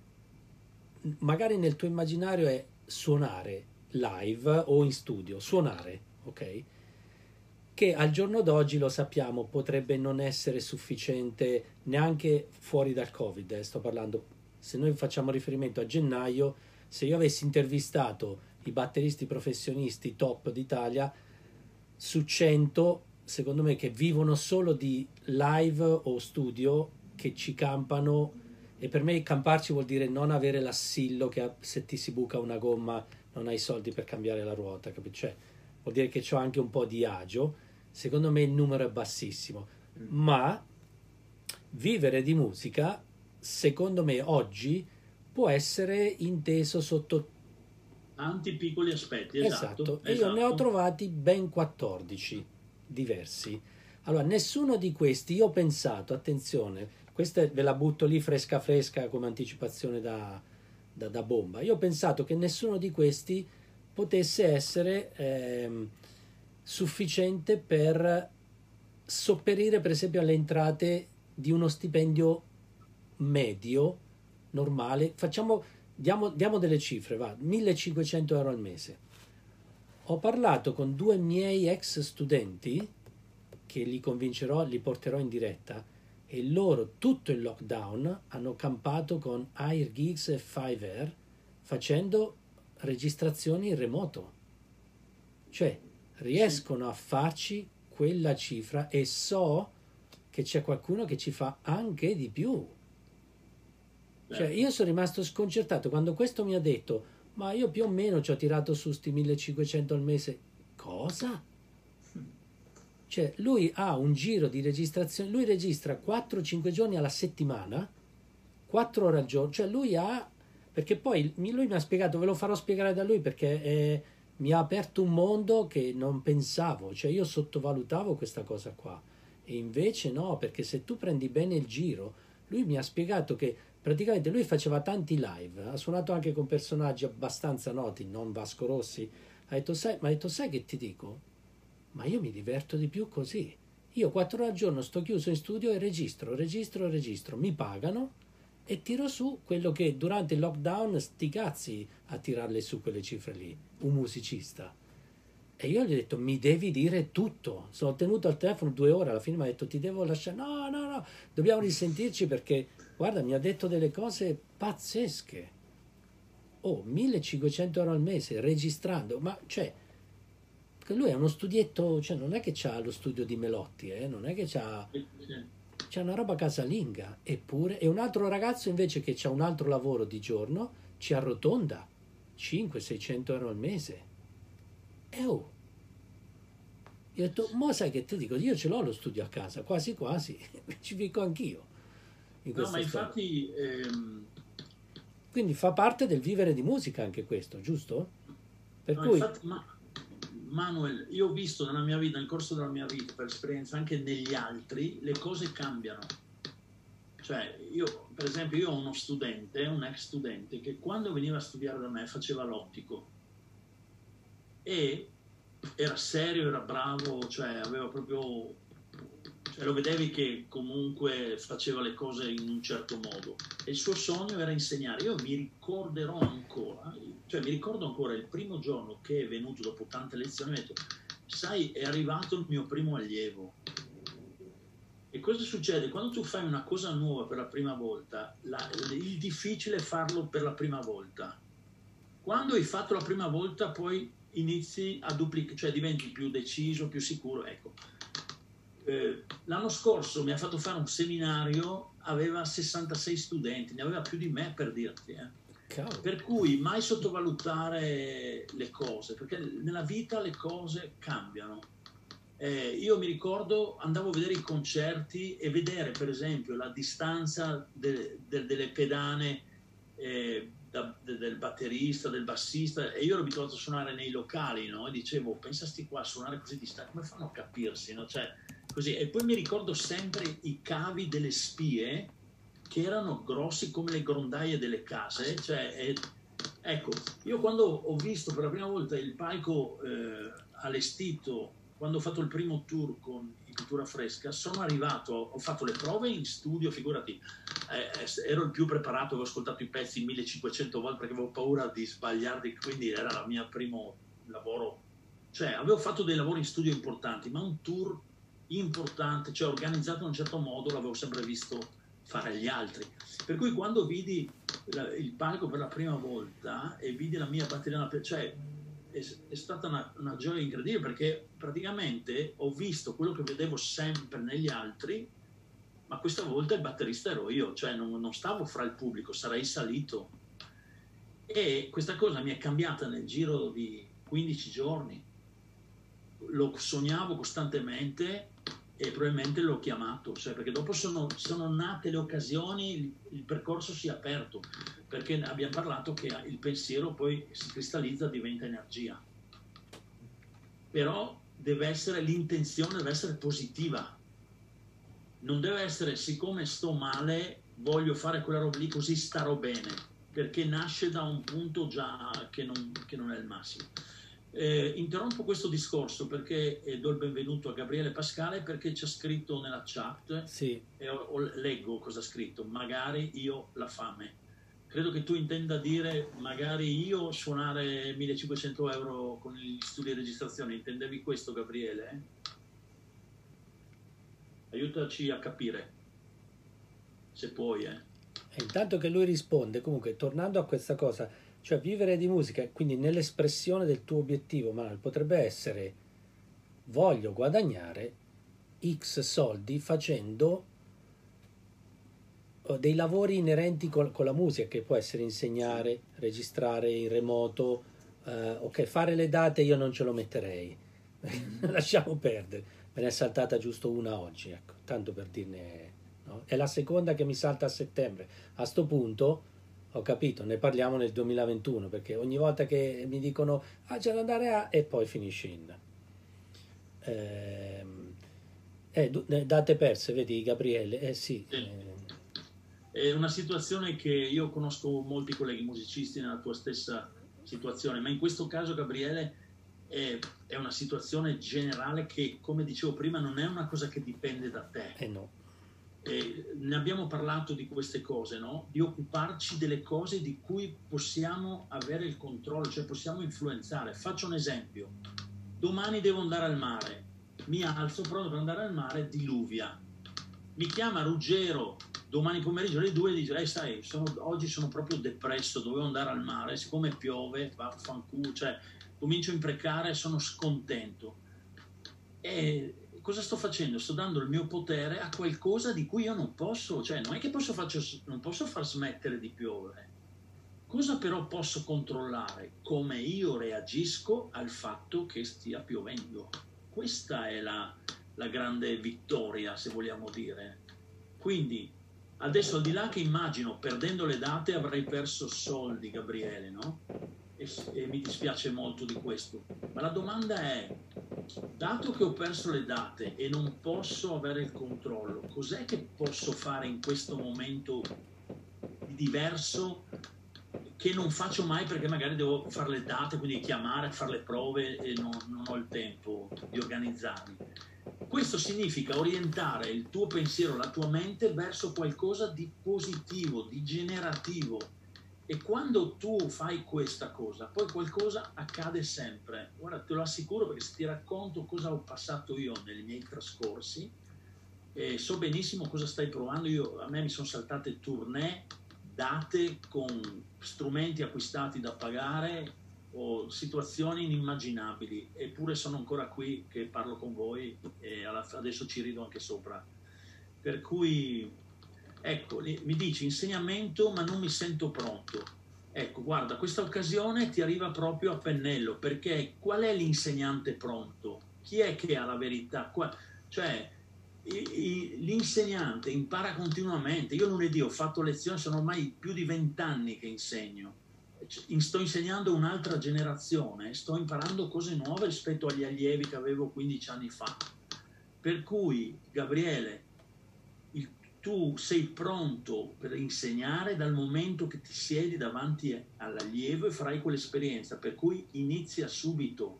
magari nel tuo immaginario, è suonare live o in studio, suonare, ok? Che al giorno d'oggi, lo sappiamo, potrebbe non essere sufficiente neanche fuori dal Covid. Eh, sto parlando, se noi facciamo riferimento a gennaio, se io avessi intervistato i batteristi professionisti top d'Italia, su cento, secondo me, che vivono solo di live o studio, che ci campano, e per me camparci vuol dire non avere l'assillo che se ti si buca una gomma non hai soldi per cambiare la ruota, capito? Cioè, vuol dire che c'ho anche un po' di agio. Secondo me il numero è bassissimo, ma vivere di musica, secondo me oggi, può essere inteso sotto tanti piccoli aspetti. Esatto, esatto. E esatto. io ne ho trovati ben quattordici diversi. Allora, nessuno di questi, io ho pensato, attenzione, questa ve la butto lì fresca fresca come anticipazione da, da, da bomba, io ho pensato che nessuno di questi potesse essere ehm, sufficiente per sopperire per esempio alle entrate di uno stipendio medio normale. Facciamo, diamo, diamo delle cifre, va, millecinquecento euro al mese. Ho parlato con due miei ex studenti, che li convincerò, li porterò in diretta, e loro tutto il lockdown hanno campato con Airgigs e Fiverr facendo registrazioni in remoto, cioè riescono a farci quella cifra, e so che c'è qualcuno che ci fa anche di più. Cioè, io sono rimasto sconcertato quando questo mi ha detto: ma io più o meno ci ho tirato su sti millecinquecento al mese. Cosa? Cioè, lui ha un giro di registrazione, lui registra quattro cinque giorni alla settimana, quattro ore al giorno, cioè lui ha, perché poi lui mi ha spiegato, ve lo farò spiegare da lui, perché eh, mi ha aperto un mondo che non pensavo, cioè io sottovalutavo questa cosa qua, e invece no, perché se tu prendi bene il giro, lui mi ha spiegato che praticamente lui faceva tanti live, ha suonato anche con personaggi abbastanza noti, non Vasco Rossi, ha detto, sai, ma ha detto, sai che ti dico? Ma io mi diverto di più così. Io quattro ore al giorno sto chiuso in studio e registro, registro, registro, mi pagano e tiro su quello che durante il lockdown sti cazzi a tirarle su quelle cifre lì, un musicista. E io gli ho detto, mi devi dire tutto. Sono tenuto al telefono due ore, alla fine mi ha detto, ti devo lasciare, no, no, no, dobbiamo risentirci perché, guarda, mi ha detto delle cose pazzesche. Oh, millecinquecento euro al mese registrando, ma cioè, lui è uno studietto, cioè non è che c'ha lo studio di Melotti, eh? Non è che c'ha, c'ha una roba casalinga, eppure, e un altro ragazzo invece che c'ha un altro lavoro di giorno ci arrotonda cinquecento seicento euro al mese. E oh, io ho detto, mo sai che ti dico, io ce l'ho lo studio a casa, quasi quasi, ci fico anch'io. In no, ma storia. infatti... Ehm... Quindi fa parte del vivere di musica anche questo, giusto? Per no, cui... infatti, ma... Manuel, io ho visto nella mia vita, nel corso della mia vita, per esperienza anche negli altri, le cose cambiano. Cioè, io, per esempio, io ho uno studente, un ex studente, che quando veniva a studiare da me faceva l'ottico. E era serio, era bravo, cioè aveva proprio... Cioè, lo vedevi che comunque faceva le cose in un certo modo. E il suo sogno era insegnare. Io mi ricorderò ancora, cioè mi ricordo ancora il primo giorno che è venuto dopo tante lezioni, mi ha detto, sai, è arrivato il mio primo allievo. E cosa succede? Quando tu fai una cosa nuova per la prima volta, la, il difficile è farlo per la prima volta. Quando hai fatto la prima volta, poi inizi a duplicare, cioè diventi più deciso, più sicuro, ecco. Eh, l'anno scorso mi ha fatto fare un seminario, aveva sessantasei studenti, ne aveva più di me, per dirti, eh. Per cui mai sottovalutare le cose, perché nella vita le cose cambiano. Eh, io mi ricordo, andavo a vedere i concerti e vedere per esempio la distanza de, de, delle pedane eh, da, de, del batterista, del bassista, e io ero abituato a suonare nei locali, no? E dicevo, pensa sti qua a suonare così distanti, come fanno a capirsi, no? Cioè, così. E poi mi ricordo sempre i cavi delle spie che erano grossi come le grondaie delle case, cioè, è, ecco, io quando ho visto per la prima volta il palco eh, allestito, quando ho fatto il primo tour con in Pittura Fresca, sono arrivato, ho fatto le prove in studio, figurati, eh, ero il più preparato, avevo ascoltato i pezzi millecinquecento volte perché avevo paura di sbagliarli, quindi era il mio primo lavoro, cioè avevo fatto dei lavori in studio importanti, ma un tour importante, cioè organizzato in un certo modo, l'avevo sempre visto fare gli altri, per cui quando vidi la, il palco per la prima volta e vidi la mia batteria, cioè è, è stata una, una gioia incredibile, perché praticamente ho visto quello che vedevo sempre negli altri, ma questa volta il batterista ero io, cioè non, non stavo fra il pubblico, sarei salito, e questa cosa mi è cambiata nel giro di quindici giorni, lo sognavo costantemente e probabilmente l'ho chiamato, cioè perché dopo sono, sono nate le occasioni, il, il percorso si è aperto, perché abbiamo parlato che il pensiero poi si cristallizza, diventa energia, però deve essere, l'intenzione deve essere positiva, non deve essere siccome sto male voglio fare quella roba lì così starò bene, perché nasce da un punto già che non, che non è il massimo. Eh, interrompo questo discorso perché eh, do il benvenuto a Gabriele Pascale, perché c'è scritto nella chat, sì. e ho, ho, leggo cosa ha scritto: magari io la fame. Credo che tu intenda dire magari io suonare millecinquecento euro con gli studi di registrazione. Intendevi questo, Gabriele? Aiutaci a capire, se puoi. Eh. E intanto che lui risponde, comunque, tornando a questa cosa, cioè vivere di musica, quindi nell'espressione del tuo obiettivo, Manuel, potrebbe essere: voglio guadagnare X soldi facendo dei lavori inerenti con, con la musica, che può essere insegnare, registrare in remoto, eh, ok, fare le date io non ce lo metterei, lasciamo perdere, me ne è saltata giusto una oggi, ecco, tanto per dirne, no? È la seconda che mi salta a settembre, a sto punto ho capito, ne parliamo nel duemilaventuno, perché ogni volta che mi dicono ah c'è da andare a, e poi finisce in eh, eh, date perse, vedi Gabriele, eh sì, sì. Eh. È una situazione che io conosco molti colleghi musicisti nella tua stessa situazione, ma in questo caso, Gabriele, è, è una situazione generale che, come dicevo prima, non è una cosa che dipende da te. Eh no. Eh, ne abbiamo parlato di queste cose, no? Di occuparci delle cose di cui possiamo avere il controllo, cioè possiamo influenzare. Faccio un esempio: domani devo andare al mare, mi alzo pronto per andare al mare, diluvia, mi chiama Ruggero domani pomeriggio alle due e dice eh, sai, sono, oggi sono proprio depresso, dovevo andare al mare, siccome piove, vaffanculo, cioè comincio a imprecare, sono scontento. E cosa sto facendo? Sto dando il mio potere a qualcosa di cui io non posso, cioè non è che posso faccio, non posso far smettere di piovere. Cosa però posso controllare? Come io reagisco al fatto che stia piovendo. Questa è la, la grande vittoria, se vogliamo dire. Quindi adesso, al di là che immagino, perdendo le date avrei perso soldi, Gabriele, no? E, e mi dispiace molto di questo, ma la domanda è: dato che ho perso le date e non posso avere il controllo, cos'è che posso fare in questo momento di diverso che non faccio mai, perché magari devo fare le date, quindi chiamare, fare le prove e non, non ho il tempo di organizzarmi? Questo significa orientare il tuo pensiero, la tua mente verso qualcosa di positivo, di generativo. E quando tu fai questa cosa, poi qualcosa accade sempre. Guarda, te lo assicuro, perché se ti racconto cosa ho passato io nei miei trascorsi, e so benissimo cosa stai provando. Io, a me mi sono saltate tournée, date con strumenti acquistati da pagare, o situazioni inimmaginabili, eppure sono ancora qui che parlo con voi e adesso ci rido anche sopra. Per cui, ecco, mi dici insegnamento ma non mi sento pronto. Ecco, guarda, questa occasione ti arriva proprio a pennello, perché qual è l'insegnante pronto? Chi è che ha la verità? Qua, cioè, l'insegnante impara continuamente. Io lunedì ho fatto lezioni, sono ormai più di vent'anni che insegno. Sto insegnando un'altra generazione, sto imparando cose nuove rispetto agli allievi che avevo quindici anni fa. Per cui, Gabriele, il tu sei pronto per insegnare dal momento che ti siedi davanti all'allievo e farai quell'esperienza, per cui inizia subito.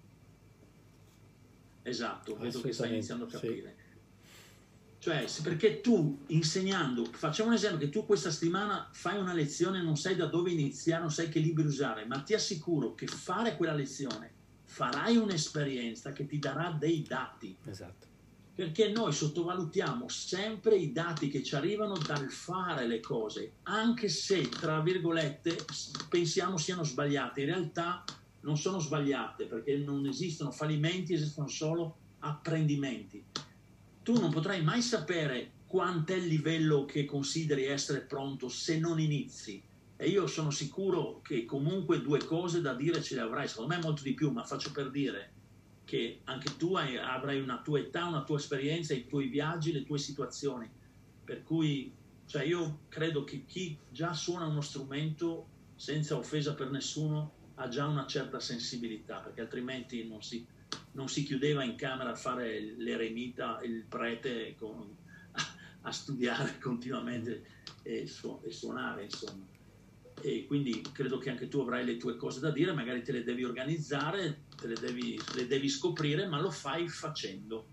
Esatto, vedo che stai iniziando a capire. Sì. Cioè, perché tu insegnando, facciamo un esempio che tu questa settimana fai una lezione, non sai da dove iniziare, non sai che libri usare, ma ti assicuro che fare quella lezione farai un'esperienza che ti darà dei dati. Esatto. Perché noi sottovalutiamo sempre i dati che ci arrivano dal fare le cose, anche se, tra virgolette, pensiamo siano sbagliate. In realtà non sono sbagliate, perché non esistono fallimenti, esistono solo apprendimenti. Tu non potrai mai sapere quant'è il livello che consideri essere pronto se non inizi. E io sono sicuro che comunque due cose da dire ce le avrai, secondo me molto di più, ma faccio per dire che anche tu hai, avrai una tua età, una tua esperienza, i tuoi viaggi, le tue situazioni. Per cui, cioè io credo che chi già suona uno strumento, senza offesa per nessuno, ha già una certa sensibilità, perché altrimenti non si... non si chiudeva in camera a fare l'eremita, il prete con, a, a studiare continuamente e, su, e suonare, insomma. E quindi credo che anche tu avrai le tue cose da dire, magari te le devi organizzare, te le devi, le devi scoprire, ma lo fai facendo.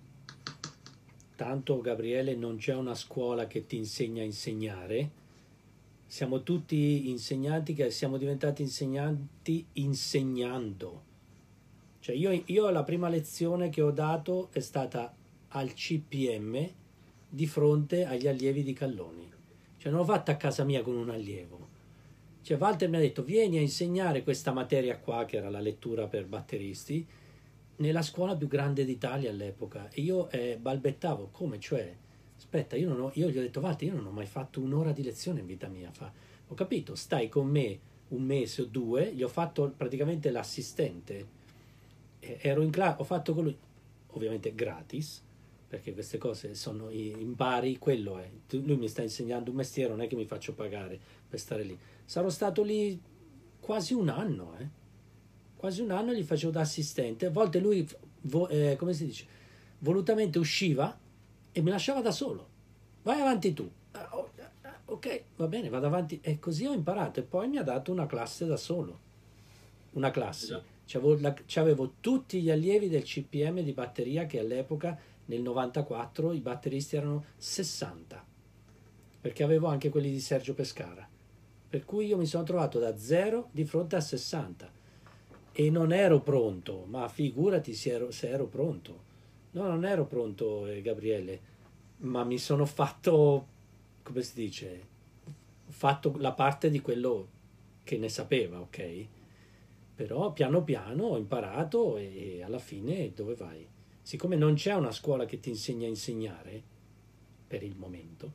Tanto, Gabriele, non c'è una scuola che ti insegna a insegnare, siamo tutti insegnanti che siamo diventati insegnanti insegnando. Cioè io, io la prima lezione che ho dato è stata al C P M di fronte agli allievi di Calloni. Cioè non l'ho fatta a casa mia con un allievo. Cioè Walter mi ha detto vieni a insegnare questa materia qua, che era la lettura per batteristi, nella scuola più grande d'Italia all'epoca. E io eh, balbettavo, come? Cioè, aspetta, io, non ho, io gli ho detto Walter, io non ho mai fatto un'ora di lezione in vita mia. Fa, ho capito, stai con me un mese o due, gli ho fatto praticamente l'assistente. Ero in classe, ho fatto con lui, ovviamente gratis, perché queste cose sono, impari, quello è. Lui mi sta insegnando un mestiere, non è che mi faccio pagare per stare lì. Sarò stato lì quasi un anno, eh. Quasi un anno gli facevo da assistente. A volte lui, vo, eh, come si dice, volutamente usciva e mi lasciava da solo. Vai avanti tu. Ah, oh, ah, ok, va bene, vado avanti. E così ho imparato. E poi mi ha dato una classe da solo. Una classe. Esatto. C'avevo, la, c'avevo tutti gli allievi del C P M di batteria, che all'epoca nel novantaquattro i batteristi erano sessanta, perché avevo anche quelli di Sergio Pescara, per cui io mi sono trovato da zero di fronte a sessanta e non ero pronto, ma figurati se ero, se ero pronto. No, non ero pronto, eh, Gabriele, ma mi sono fatto, come si dice, ho fatto la parte di quello che ne sapeva, ok? Però piano piano ho imparato e alla fine dove vai? Siccome non c'è una scuola che ti insegna a insegnare, per il momento,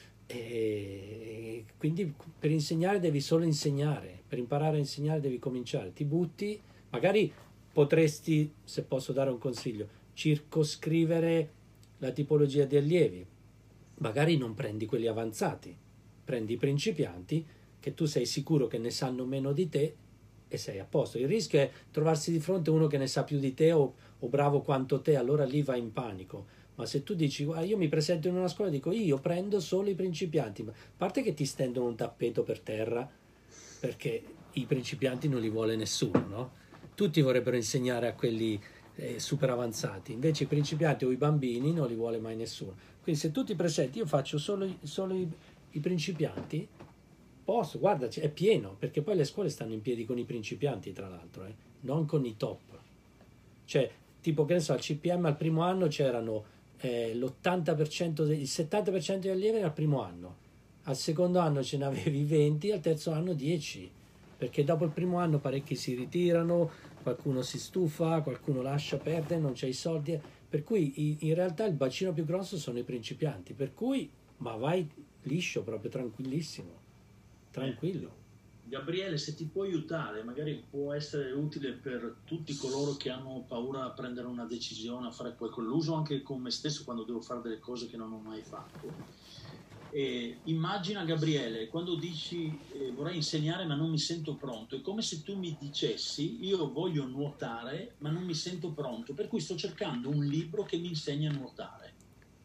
e quindi per insegnare devi solo insegnare, per imparare a insegnare devi cominciare, ti butti, magari potresti, se posso dare un consiglio, circoscrivere la tipologia di allievi, magari non prendi quelli avanzati, prendi i principianti che tu sei sicuro che ne sanno meno di te e sei a posto. Il rischio è trovarsi di fronte a uno che ne sa più di te o, o bravo quanto te, allora lì vai in panico. Ma se tu dici, guarda, io mi presento in una scuola e dico, io prendo solo i principianti, ma a parte che ti stendono un tappeto per terra, perché i principianti non li vuole nessuno, no? Tutti vorrebbero insegnare a quelli eh, super avanzati, invece i principianti o i bambini non li vuole mai nessuno. Quindi se tu ti presenti, io faccio solo, solo i, i principianti, posso, guarda, è pieno, perché poi le scuole stanno in piedi con i principianti, tra l'altro, eh, non con i top. Cioè, tipo, che ne so, al C P M al primo anno c'erano eh, l'ottanta per cento, il settanta per cento degli allievi al primo anno, al secondo anno ce ne avevi venti, al terzo anno dieci, perché dopo il primo anno parecchi si ritirano, qualcuno si stufa, qualcuno lascia perdere, non c'è i soldi, per cui in realtà il bacino più grosso sono i principianti, per cui, ma vai liscio, proprio tranquillissimo, tranquillo. Gabriele, se ti può aiutare, magari può essere utile per tutti coloro che hanno paura a prendere una decisione, a fare qualcosa. Lo uso anche con me stesso quando devo fare delle cose che non ho mai fatto. E immagina, Gabriele, quando dici eh, vorrei insegnare ma non mi sento pronto, è come se tu mi dicessi io voglio nuotare ma non mi sento pronto, per cui sto cercando un libro che mi insegna a nuotare.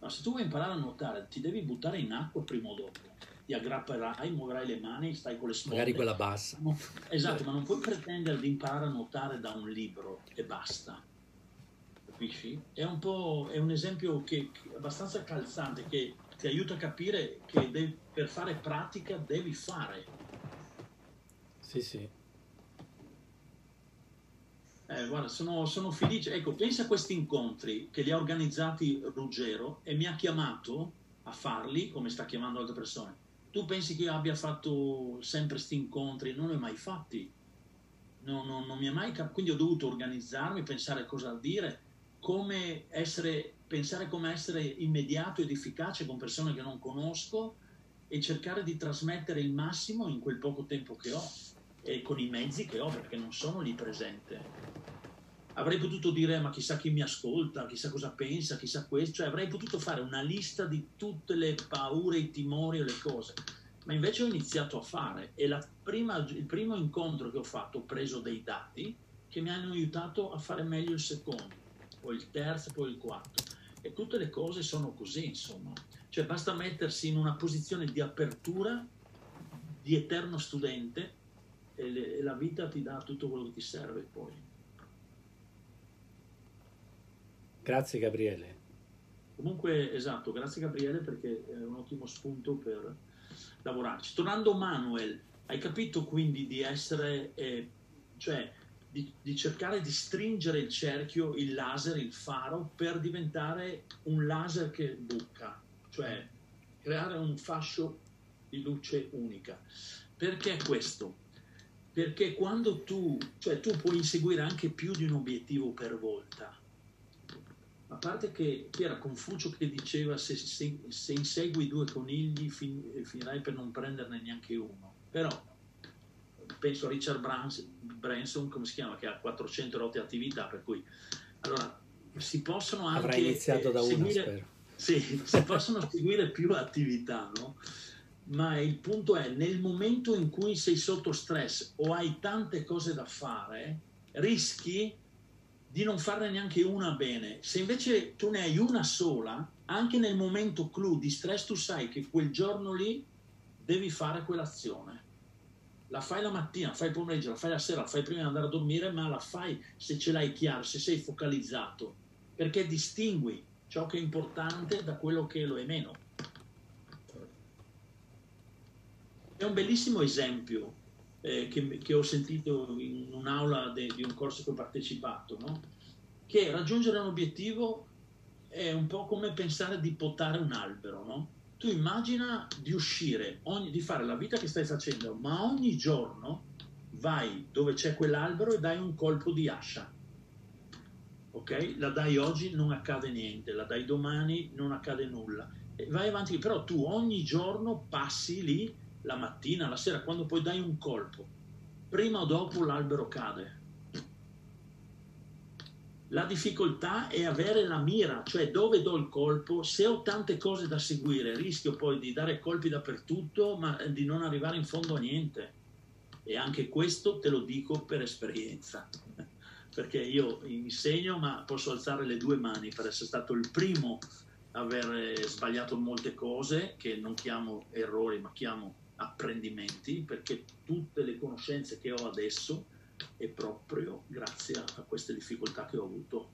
Ma se tu vuoi imparare a nuotare, ti devi buttare in acqua prima o dopo. Ti aggrapperai, muoverai le mani, stai con le sponde. Magari quella bassa. No, esatto, ma non puoi pretendere di imparare a nuotare da un libro e basta. Capisci? È un po', è un esempio che, che è abbastanza calzante, che ti aiuta a capire che devi, per fare pratica devi fare. Sì, sì. Eh, guarda, sono, sono felice. Ecco, pensa a questi incontri che li ha organizzati Ruggero e mi ha chiamato a farli, come sta chiamando altre persone. Tu pensi che io abbia fatto sempre questi incontri? Non li ho mai fatti. No, no, non mi è mai cap- Quindi ho dovuto organizzarmi, pensare cosa dire, come essere, pensare come essere immediato ed efficace con persone che non conosco e cercare di trasmettere il massimo in quel poco tempo che ho e con i mezzi che ho, perché non sono lì presente. Avrei potuto dire, ma chissà chi mi ascolta, chissà cosa pensa, chissà questo, cioè avrei potuto fare una lista di tutte le paure, i timori e le cose, ma invece ho iniziato a fare e la prima, il primo incontro che ho fatto ho preso dei dati che mi hanno aiutato a fare meglio il secondo, poi il terzo, poi il quarto, e tutte le cose sono così, insomma, cioè basta mettersi in una posizione di apertura, di eterno studente e, le, e la vita ti dà tutto quello che ti serve poi. Grazie Gabriele. Comunque, esatto, grazie Gabriele perché è un ottimo spunto per lavorarci. Tornando Manuel, hai capito quindi di essere, eh, cioè di, di cercare di stringere il cerchio, il laser, il faro, per diventare un laser che buca, cioè creare un fascio di luce unica. Perché questo? Perché quando tu, cioè tu puoi inseguire anche più di un obiettivo per volta. A parte che era Confucio che diceva se, se, se insegui due conigli fin, finirai per non prenderne neanche uno. Però penso a Richard Branson, come si chiama, che ha quattrocento rotte attività, per cui allora si possono anche avrà iniziato da seguire, una, spero. Sì, si possono seguire più attività, no? Ma il punto è, nel momento in cui sei sotto stress o hai tante cose da fare, rischi di non farne neanche una bene. Se invece tu ne hai una sola, anche nel momento clou di stress tu sai che quel giorno lì devi fare quell'azione. La fai la mattina, la fai il pomeriggio, la fai la sera, la fai prima di andare a dormire, ma la fai se ce l'hai chiaro, se sei focalizzato, perché distingui ciò che è importante da quello che lo è meno. È un bellissimo esempio Eh, che, che ho sentito in un'aula de, di un corso che ho partecipato, no? Che raggiungere un obiettivo è un po' come pensare di potare un albero, no? Tu immagina di uscire, ogni, di fare la vita che stai facendo, ma ogni giorno vai dove c'è quell'albero e dai un colpo di ascia, ok? La dai oggi, non accade niente, la dai domani, non accade nulla, e vai avanti, però tu ogni giorno passi lì, la mattina, la sera, quando poi dai un colpo, prima o dopo l'albero cade. La difficoltà è avere la mira, cioè dove do il colpo. Se ho tante cose da seguire, rischio poi di dare colpi dappertutto, ma di non arrivare in fondo a niente. E anche questo te lo dico per esperienza, perché io insegno, ma posso alzare le due mani per essere stato il primo a aver sbagliato molte cose, che non chiamo errori, ma chiamo apprendimenti, perché tutte le conoscenze che ho adesso è proprio grazie a queste difficoltà che ho avuto.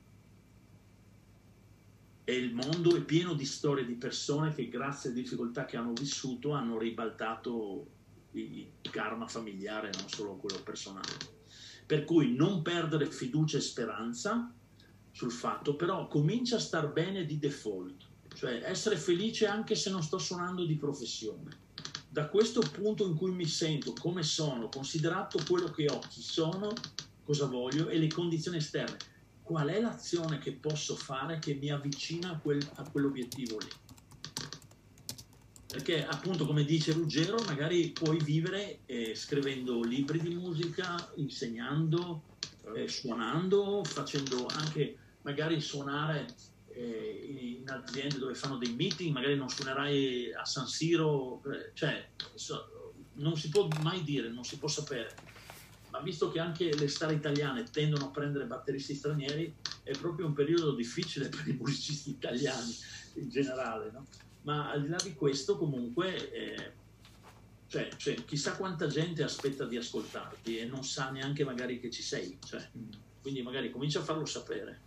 E il mondo è pieno di storie di persone che grazie alle difficoltà che hanno vissuto hanno ribaltato il karma familiare, non solo quello personale. Per cui non perdere fiducia e speranza sul fatto, però comincia a star bene di default, cioè essere felice anche se non sto suonando di professione. Da questo punto in cui mi sento come sono, considerato quello che ho, chi sono, cosa voglio e le condizioni esterne, qual è l'azione che posso fare che mi avvicina a, quel, a quell'obiettivo lì? Perché appunto, come dice Ruggero, magari puoi vivere eh, scrivendo libri di musica, insegnando, eh, suonando, facendo anche magari suonare in aziende dove fanno dei meeting, magari non suonerai a San Siro, cioè non si può mai dire, non si può sapere, ma visto che anche le star italiane tendono a prendere batteristi stranieri, è proprio un periodo difficile per i musicisti italiani in generale, no? Ma al di là di questo comunque eh, cioè, cioè, chissà quanta gente aspetta di ascoltarti e non sa neanche magari che ci sei, cioè, quindi magari comincia a farlo sapere,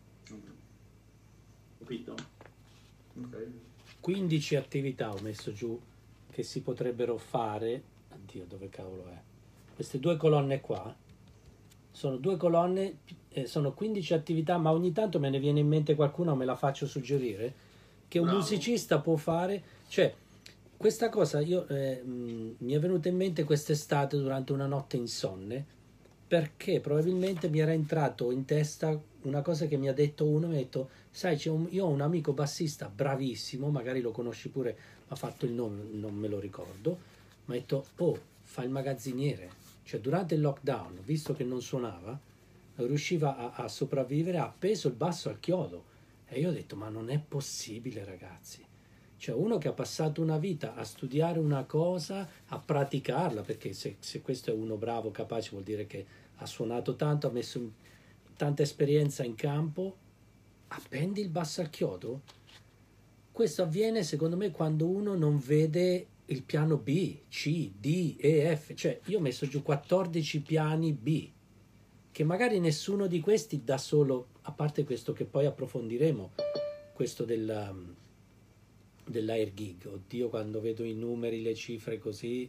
capito? Ok. quindici attività ho messo giù che si potrebbero fare. Addio, dove cavolo è? Queste due colonne qua sono due colonne, eh, sono quindici attività, ma ogni tanto me ne viene in mente qualcuna, me la faccio suggerire, che un Bravo. musicista può fare. Cioè, questa cosa io eh, mh, mi è venuta in mente quest'estate durante una notte insonne, perché probabilmente mi era entrato in testa una cosa che mi ha detto uno, mi ha detto, sai, c'è un, io ho un amico bassista bravissimo, magari lo conosci pure, ha fatto il nome, non me lo ricordo, mi ha detto, oh, fa il magazziniere. Cioè, durante il lockdown, visto che non suonava, riusciva a, a sopravvivere, ha appeso il basso al chiodo. E io ho detto, ma non è possibile, ragazzi. Cioè, uno che ha passato una vita a studiare una cosa, a praticarla, perché se, se questo è uno bravo, capace, vuol dire che ha suonato tanto, ha messo in, tanta esperienza in campo, appendi il basso al chiodo. Questo avviene, secondo me, quando uno non vede il piano B, C, D, E, F. Cioè, io ho messo giù quattordici piani B, che magari nessuno di questi da solo, a parte questo che poi approfondiremo, questo del, dell'air gig. Oddio, quando vedo i numeri, le cifre così,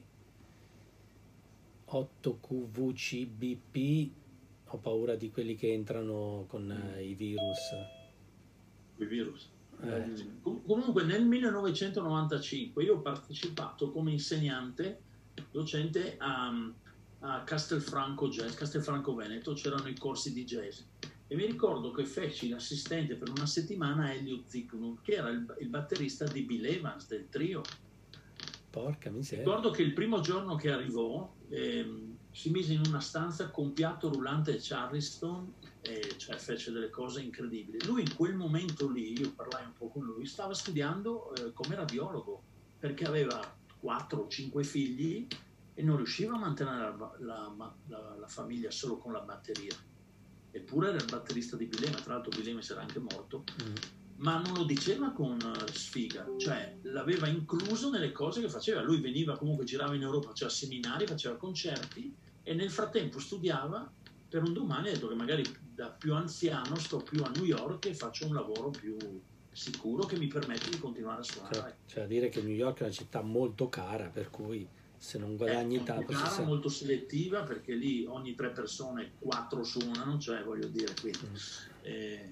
otto Q V C B P, ho paura di quelli che entrano con uh, i virus. I virus. Eh. Comunque nel millenovecentonovantacinque io ho partecipato come insegnante docente a, a Castelfranco Jazz, Castelfranco Veneto, c'erano i corsi di jazz e mi ricordo che feci l'assistente per una settimana a Elio Zignum, che era il, il batterista di Bill Evans del trio. Porca miseria. Ricordo che il primo giorno che arrivò ehm, si mise in una stanza con piatto rullante e Charleston, e cioè fece delle cose incredibili. Lui in quel momento lì, io parlai un po' con lui, stava studiando eh, come radiologo, perché aveva quattro o cinque figli e non riusciva a mantenere la, la, la, la famiglia solo con la batteria. Eppure era il batterista di Bilema, tra l'altro Bilema era anche morto, mm. ma non lo diceva con sfiga, cioè l'aveva incluso nelle cose che faceva. Lui veniva, comunque girava in Europa, faceva seminari, faceva concerti e nel frattempo studiava per un domani. Ha detto che magari da più anziano sto più a New York e faccio un lavoro più sicuro che mi permette di continuare a suonare. Cioè, cioè a dire che New York è una città molto cara, per cui se non guadagni è tanto... È cara, sa... molto selettiva, perché lì ogni tre persone quattro suonano, cioè voglio dire, quindi... Mm. Eh...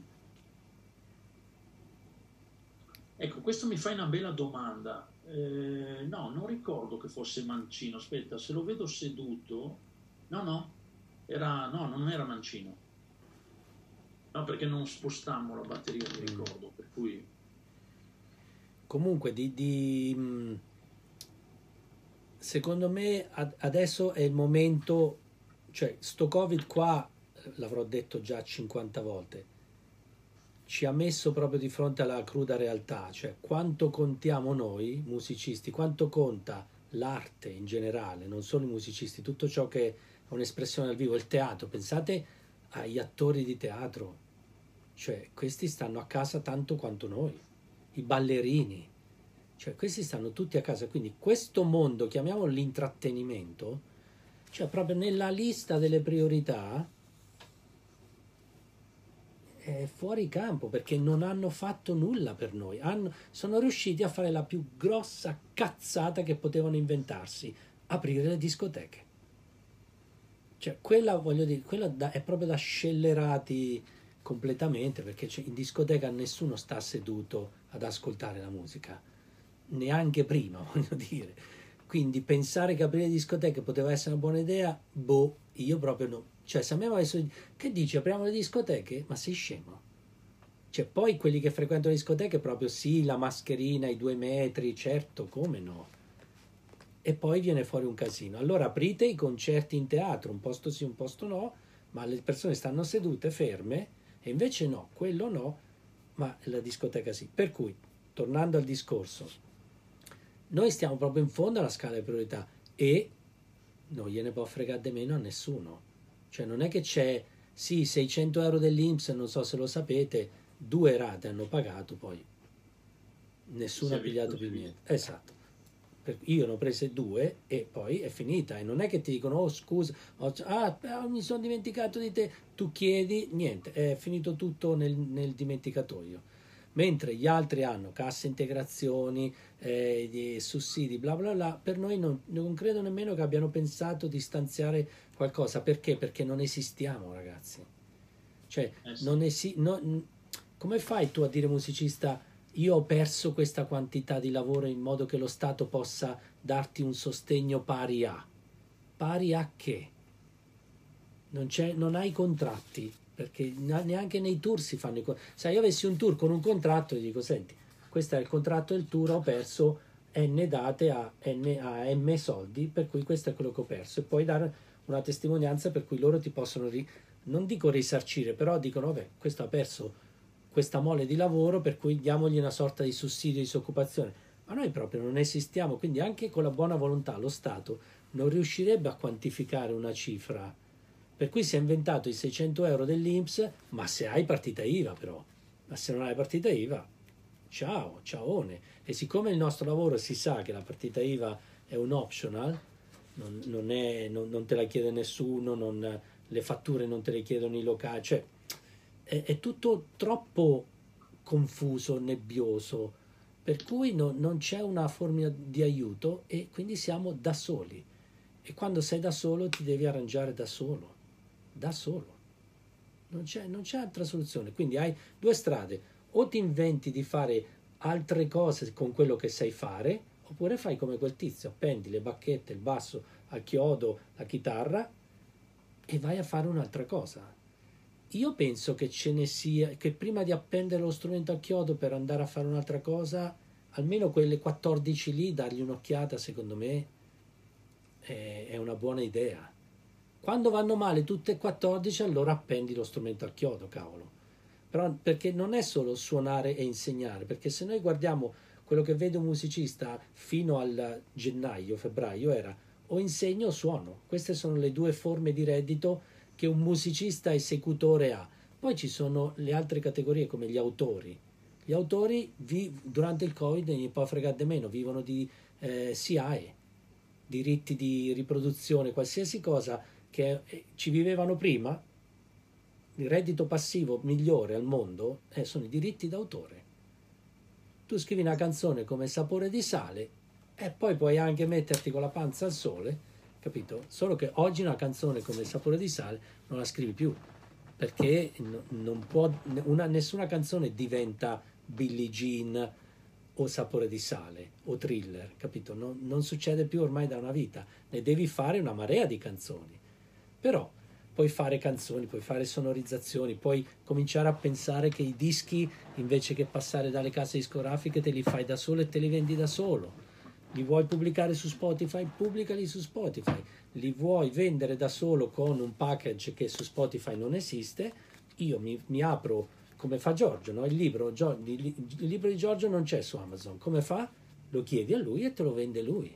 Ecco, questo mi fa una bella domanda. Eh, no, non ricordo che fosse Mancino. Aspetta, se lo vedo seduto... No, no, era... no, non era Mancino. No, perché non spostammo la batteria, mi ricordo, per cui... Comunque, di, di, secondo me ad, adesso è il momento, cioè sto Covid qua, l'avrò detto già cinquanta volte, ci ha messo proprio di fronte alla cruda realtà, cioè quanto contiamo noi musicisti, quanto conta l'arte in generale, non solo i musicisti, tutto ciò che è un'espressione dal vivo, il teatro. Pensate agli attori di teatro, cioè questi stanno a casa tanto quanto noi, i ballerini, cioè questi stanno tutti a casa, quindi questo mondo, chiamiamolo l'intrattenimento, cioè proprio nella lista delle priorità è fuori campo, perché non hanno fatto nulla per noi, hanno, sono riusciti a fare la più grossa cazzata che potevano inventarsi, aprire le discoteche. Cioè quella, voglio dire, quella da, è proprio da scellerati completamente, perché in discoteca nessuno sta seduto ad ascoltare la musica, neanche prima, voglio dire. Quindi pensare che aprire discoteche poteva essere una buona idea, boh, io proprio no. Cioè, se a me avessero detto, che dici, apriamo le discoteche? Ma sei scemo? Cioè, poi quelli che frequentano le discoteche proprio sì, la mascherina, i due metri, certo, come no? E poi viene fuori un casino. Allora aprite i concerti in teatro, un posto sì, un posto no, ma le persone stanno sedute, ferme, e invece no, quello no, ma la discoteca sì. Per cui, tornando al discorso, noi stiamo proprio in fondo alla scala di priorità e non gliene può fregare di meno a nessuno. Cioè non è che c'è, sì, seicento euro dell'I N P S, non so se lo sapete, due rate hanno pagato, poi nessuno ha pigliato più niente. Esatto. Io ne ho prese due e poi è finita, e non è che ti dicono oh scusa, oh, ah, mi sono dimenticato di te, tu chiedi, niente, è finito tutto nel, nel dimenticatoio, mentre gli altri hanno casse integrazioni, eh, sussidi, bla bla bla. Per noi non, non credo nemmeno che abbiano pensato di stanziare qualcosa. Perché? Perché non esistiamo, ragazzi. Cioè eh sì. non esi- no, come fai tu a dire musicista io ho perso questa quantità di lavoro in modo che lo Stato possa darti un sostegno pari a? Pari a che? Non, c'è, non hai contratti, perché neanche nei tour si fanno i contratti. Se io avessi un tour con un contratto, gli dico, senti, questo è il contratto del tour, ho perso N date a, N, a M soldi, per cui questo è quello che ho perso. E poi dare una testimonianza per cui loro ti possono, ri, non dico risarcire, però dicono, vabbè, questo ha perso questa mole di lavoro, per cui diamogli una sorta di sussidio di disoccupazione. Ma noi proprio non esistiamo, quindi anche con la buona volontà lo Stato non riuscirebbe a quantificare una cifra, per cui si è inventato i seicento euro dell'I N P S, ma se hai partita I V A però, ma se non hai partita I V A, ciao, ciaone. E siccome il nostro lavoro si sa che la partita I V A è un optional, non, non, è, non, non te la chiede nessuno, non, le fatture non te le chiedono i locali, cioè è, è tutto troppo confuso, nebbioso, per cui no, non c'è una formula di aiuto e quindi siamo da soli. E quando sei da solo ti devi arrangiare da solo, da solo. Non c'è, non c'è altra soluzione. Quindi hai due strade: o ti inventi di fare altre cose con quello che sai fare, oppure fai come quel tizio, appendi le bacchette, il basso al chiodo, la chitarra e vai a fare un'altra cosa. Io penso che ce ne sia, che prima di appendere lo strumento al chiodo per andare a fare un'altra cosa, almeno quelle quattordici lì, dargli un'occhiata, secondo me è, è una buona idea. Quando vanno male tutte e quattordici, allora appendi lo strumento al chiodo, cavolo. Però perché non è solo suonare e insegnare, perché se noi guardiamo quello che vede un musicista fino al gennaio, febbraio, era o insegno o suono. Queste sono le due forme di reddito che un musicista esecutore ha. Poi ci sono le altre categorie come gli autori. Gli autori vi, durante il Covid ne può fregare di meno, vivono di eh, S I A E, diritti di riproduzione, qualsiasi cosa che eh, ci vivevano prima. Il reddito passivo migliore al mondo eh, sono i diritti d'autore. Tu scrivi una canzone come Sapore di sale e poi puoi anche metterti con la panza al sole, capito? Solo che oggi una canzone come Sapore di sale non la scrivi più, perché non può, una, nessuna canzone diventa Billie Jean o Sapore di sale o Thriller, capito? Non, non succede più ormai da una vita, ne devi fare una marea di canzoni, però puoi fare canzoni, puoi fare sonorizzazioni, puoi cominciare a pensare che i dischi, invece che passare dalle case discografiche, te li fai da solo e te li vendi da solo. Li vuoi pubblicare su Spotify? Pubblicali su Spotify. Li vuoi vendere da solo con un package che su Spotify non esiste? Io mi, mi apro, come fa Giorgio, no? Il libro, il, il libro di Giorgio non c'è su Amazon. Come fa? Lo chiedi a lui e te lo vende lui.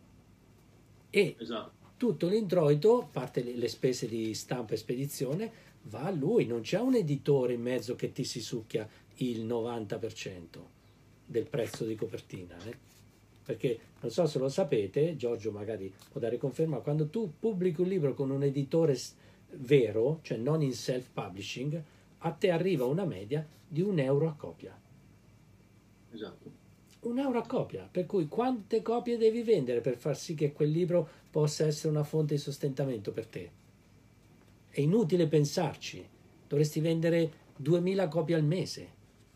E esatto. Tutto l'introito, a parte le, le spese di stampa e spedizione, va a lui. Non c'è un editore in mezzo che ti si succhia il novanta per cento del prezzo di copertina, eh? Perché non so se lo sapete, Giorgio magari può dare conferma, quando tu pubblichi un libro con un editore vero, cioè non in self-publishing, a te arriva una media di un euro a copia. Esatto. Un euro a copia, per cui quante copie devi vendere per far sì che quel libro possa essere una fonte di sostentamento per te? È inutile pensarci, dovresti vendere duemila copie al mese.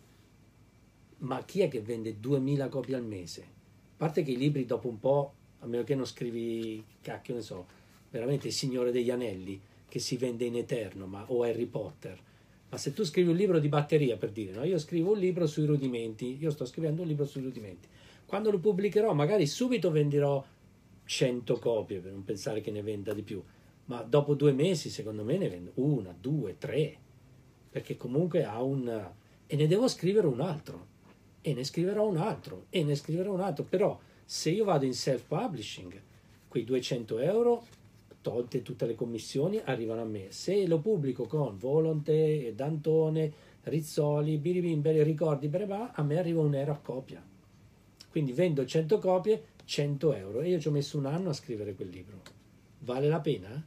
Ma chi è che vende duemila copie al mese? A parte che i libri dopo un po', a meno che non scrivi, cacchio ne so, veramente Il Signore degli Anelli, che si vende in eterno, ma, o Harry Potter. Ma se tu scrivi un libro di batteria, per dire, no? Io scrivo un libro sui rudimenti, io sto scrivendo un libro sui rudimenti. Quando lo pubblicherò, magari subito venderò cento copie, per non pensare che ne venda di più. Ma dopo due mesi, secondo me, ne vendo una, due, tre. Perché comunque ha un... E ne devo scrivere un altro. E ne scriverò un altro, e ne scriverò un altro. Però se io vado in self-publishing, quei duecento euro tolte tutte le commissioni, arrivano a me. Se lo pubblico con Volonte, Dantone, Rizzoli, Biribimberi, Ricordi, Breva, a me arriva un euro a copia. Quindi vendo cento copie, cento euro, e io ci ho messo un anno a scrivere quel libro. Vale la pena?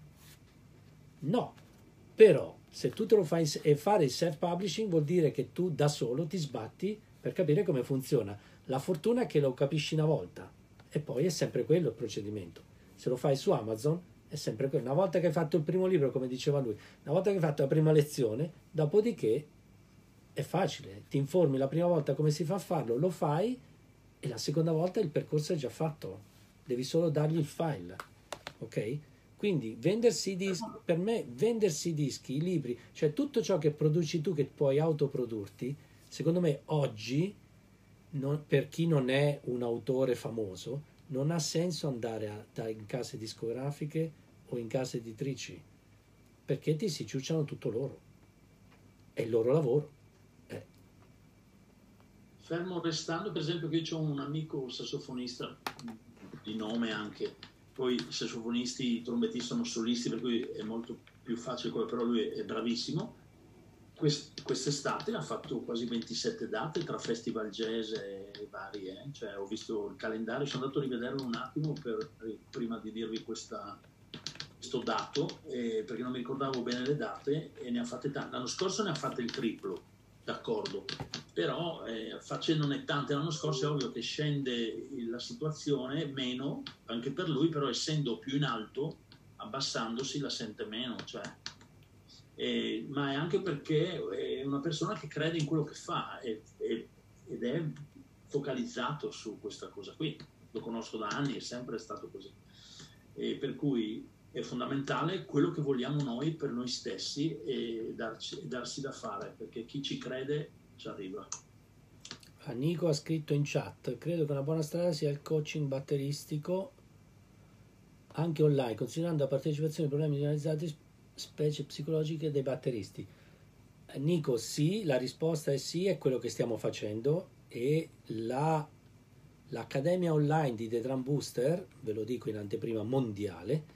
No. Però se tu te lo fai, e fare il self-publishing vuol dire che tu da solo ti sbatti per capire come funziona. La fortuna è che lo capisci una volta e poi è sempre quello il procedimento. Se lo fai su Amazon è sempre quello. Una volta che hai fatto il primo libro, come diceva lui, una volta che hai fatto la prima lezione, dopodiché è facile. Ti informi la prima volta come si fa a farlo, lo fai, e la seconda volta il percorso è già fatto. Devi solo dargli il file. Ok? Quindi vendersi i dischi, per me vendersi i dischi, i libri, cioè tutto ciò che produci tu, che puoi autoprodurti, secondo me oggi, non, per chi non è un autore famoso, non ha senso andare a, da, in case discografiche o in case editrici, perché ti si ciucciano tutto loro. È il loro lavoro. Eh. Fermo restando, per esempio, che io ho un amico sassofonista di nome anche, poi i sassofonisti, i trombettisti sono solisti, per cui è molto più facile, però lui è bravissimo. Quest, quest'estate ha fatto quasi ventisette date tra festival jazz e vari, eh? Cioè, ho visto il calendario, sono andato a rivederlo un attimo per, prima di dirvi questa, questo dato, eh, perché non mi ricordavo bene le date, e ne ha fatte tante. L'anno scorso ne ha fatte il triplo, d'accordo, però eh, facendone tante l'anno scorso è ovvio che scende la situazione meno, anche per lui, però essendo più in alto, abbassandosi la sente meno, cioè, eh, ma è anche perché è una persona che crede in quello che fa e, e, ed è focalizzato su questa cosa qui. Lo conosco da anni, è sempre stato così, e per cui è fondamentale quello che vogliamo noi per noi stessi e darci, darsi da fare, perché chi ci crede ci arriva. Nico ha scritto in chat: credo che una buona strada sia il coaching batteristico anche online, considerando la partecipazione ai problemi generalizzati, specie psicologiche dei batteristi. Nico, sì, la risposta è sì, è quello che stiamo facendo, e la, l'accademia online di The Drum Booster, ve lo dico in anteprima, mondiale,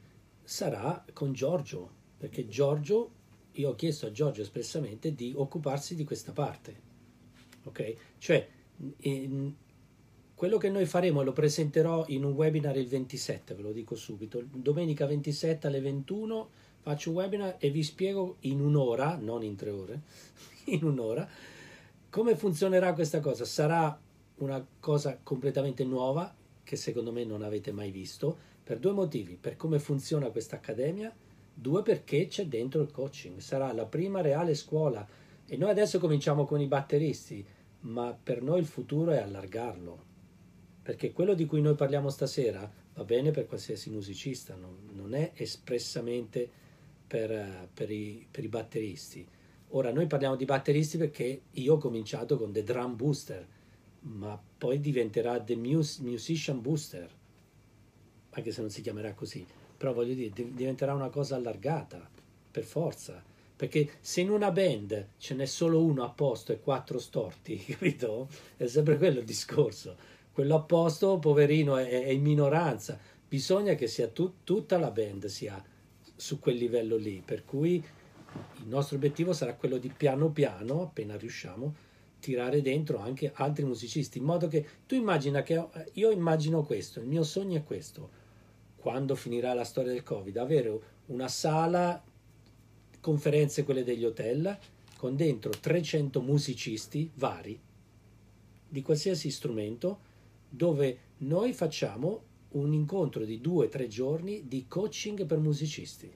sarà con Giorgio, perché Giorgio, io ho chiesto a Giorgio espressamente di occuparsi di questa parte, ok? Cioè in, quello che noi faremo, e lo presenterò in un webinar il ventisette, ve lo dico subito, domenica ventisette alle ventuno faccio un webinar e vi spiego in un'ora, non in tre ore, in un'ora, come funzionerà questa cosa. Sarà una cosa completamente nuova che secondo me non avete mai visto, per due motivi: per come funziona questa accademia, due perché c'è dentro il coaching, sarà la prima reale scuola, e noi adesso cominciamo con i batteristi, ma per noi il futuro è allargarlo, perché quello di cui noi parliamo stasera va bene per qualsiasi musicista, non, non è espressamente per, per, i, per i batteristi. Ora noi parliamo di batteristi perché io ho cominciato con The Drum Booster, ma poi diventerà The Mus- Musician Booster, anche se non si chiamerà così, però voglio dire, diventerà una cosa allargata, per forza, perché se in una band ce n'è solo uno a posto e quattro storti, capito? È sempre quello il discorso. Quello a posto, poverino, è, è in minoranza, bisogna che sia tu, tutta la band sia su quel livello lì, per cui il nostro obiettivo sarà quello di piano piano, appena riusciamo, tirare dentro anche altri musicisti, in modo che tu immagina che io immagino questo, il mio sogno è questo: quando finirà la storia del Covid, avere una sala conferenze, quelle degli hotel, con dentro trecento musicisti vari di qualsiasi strumento, dove noi facciamo un incontro di due o tre giorni di coaching per musicisti.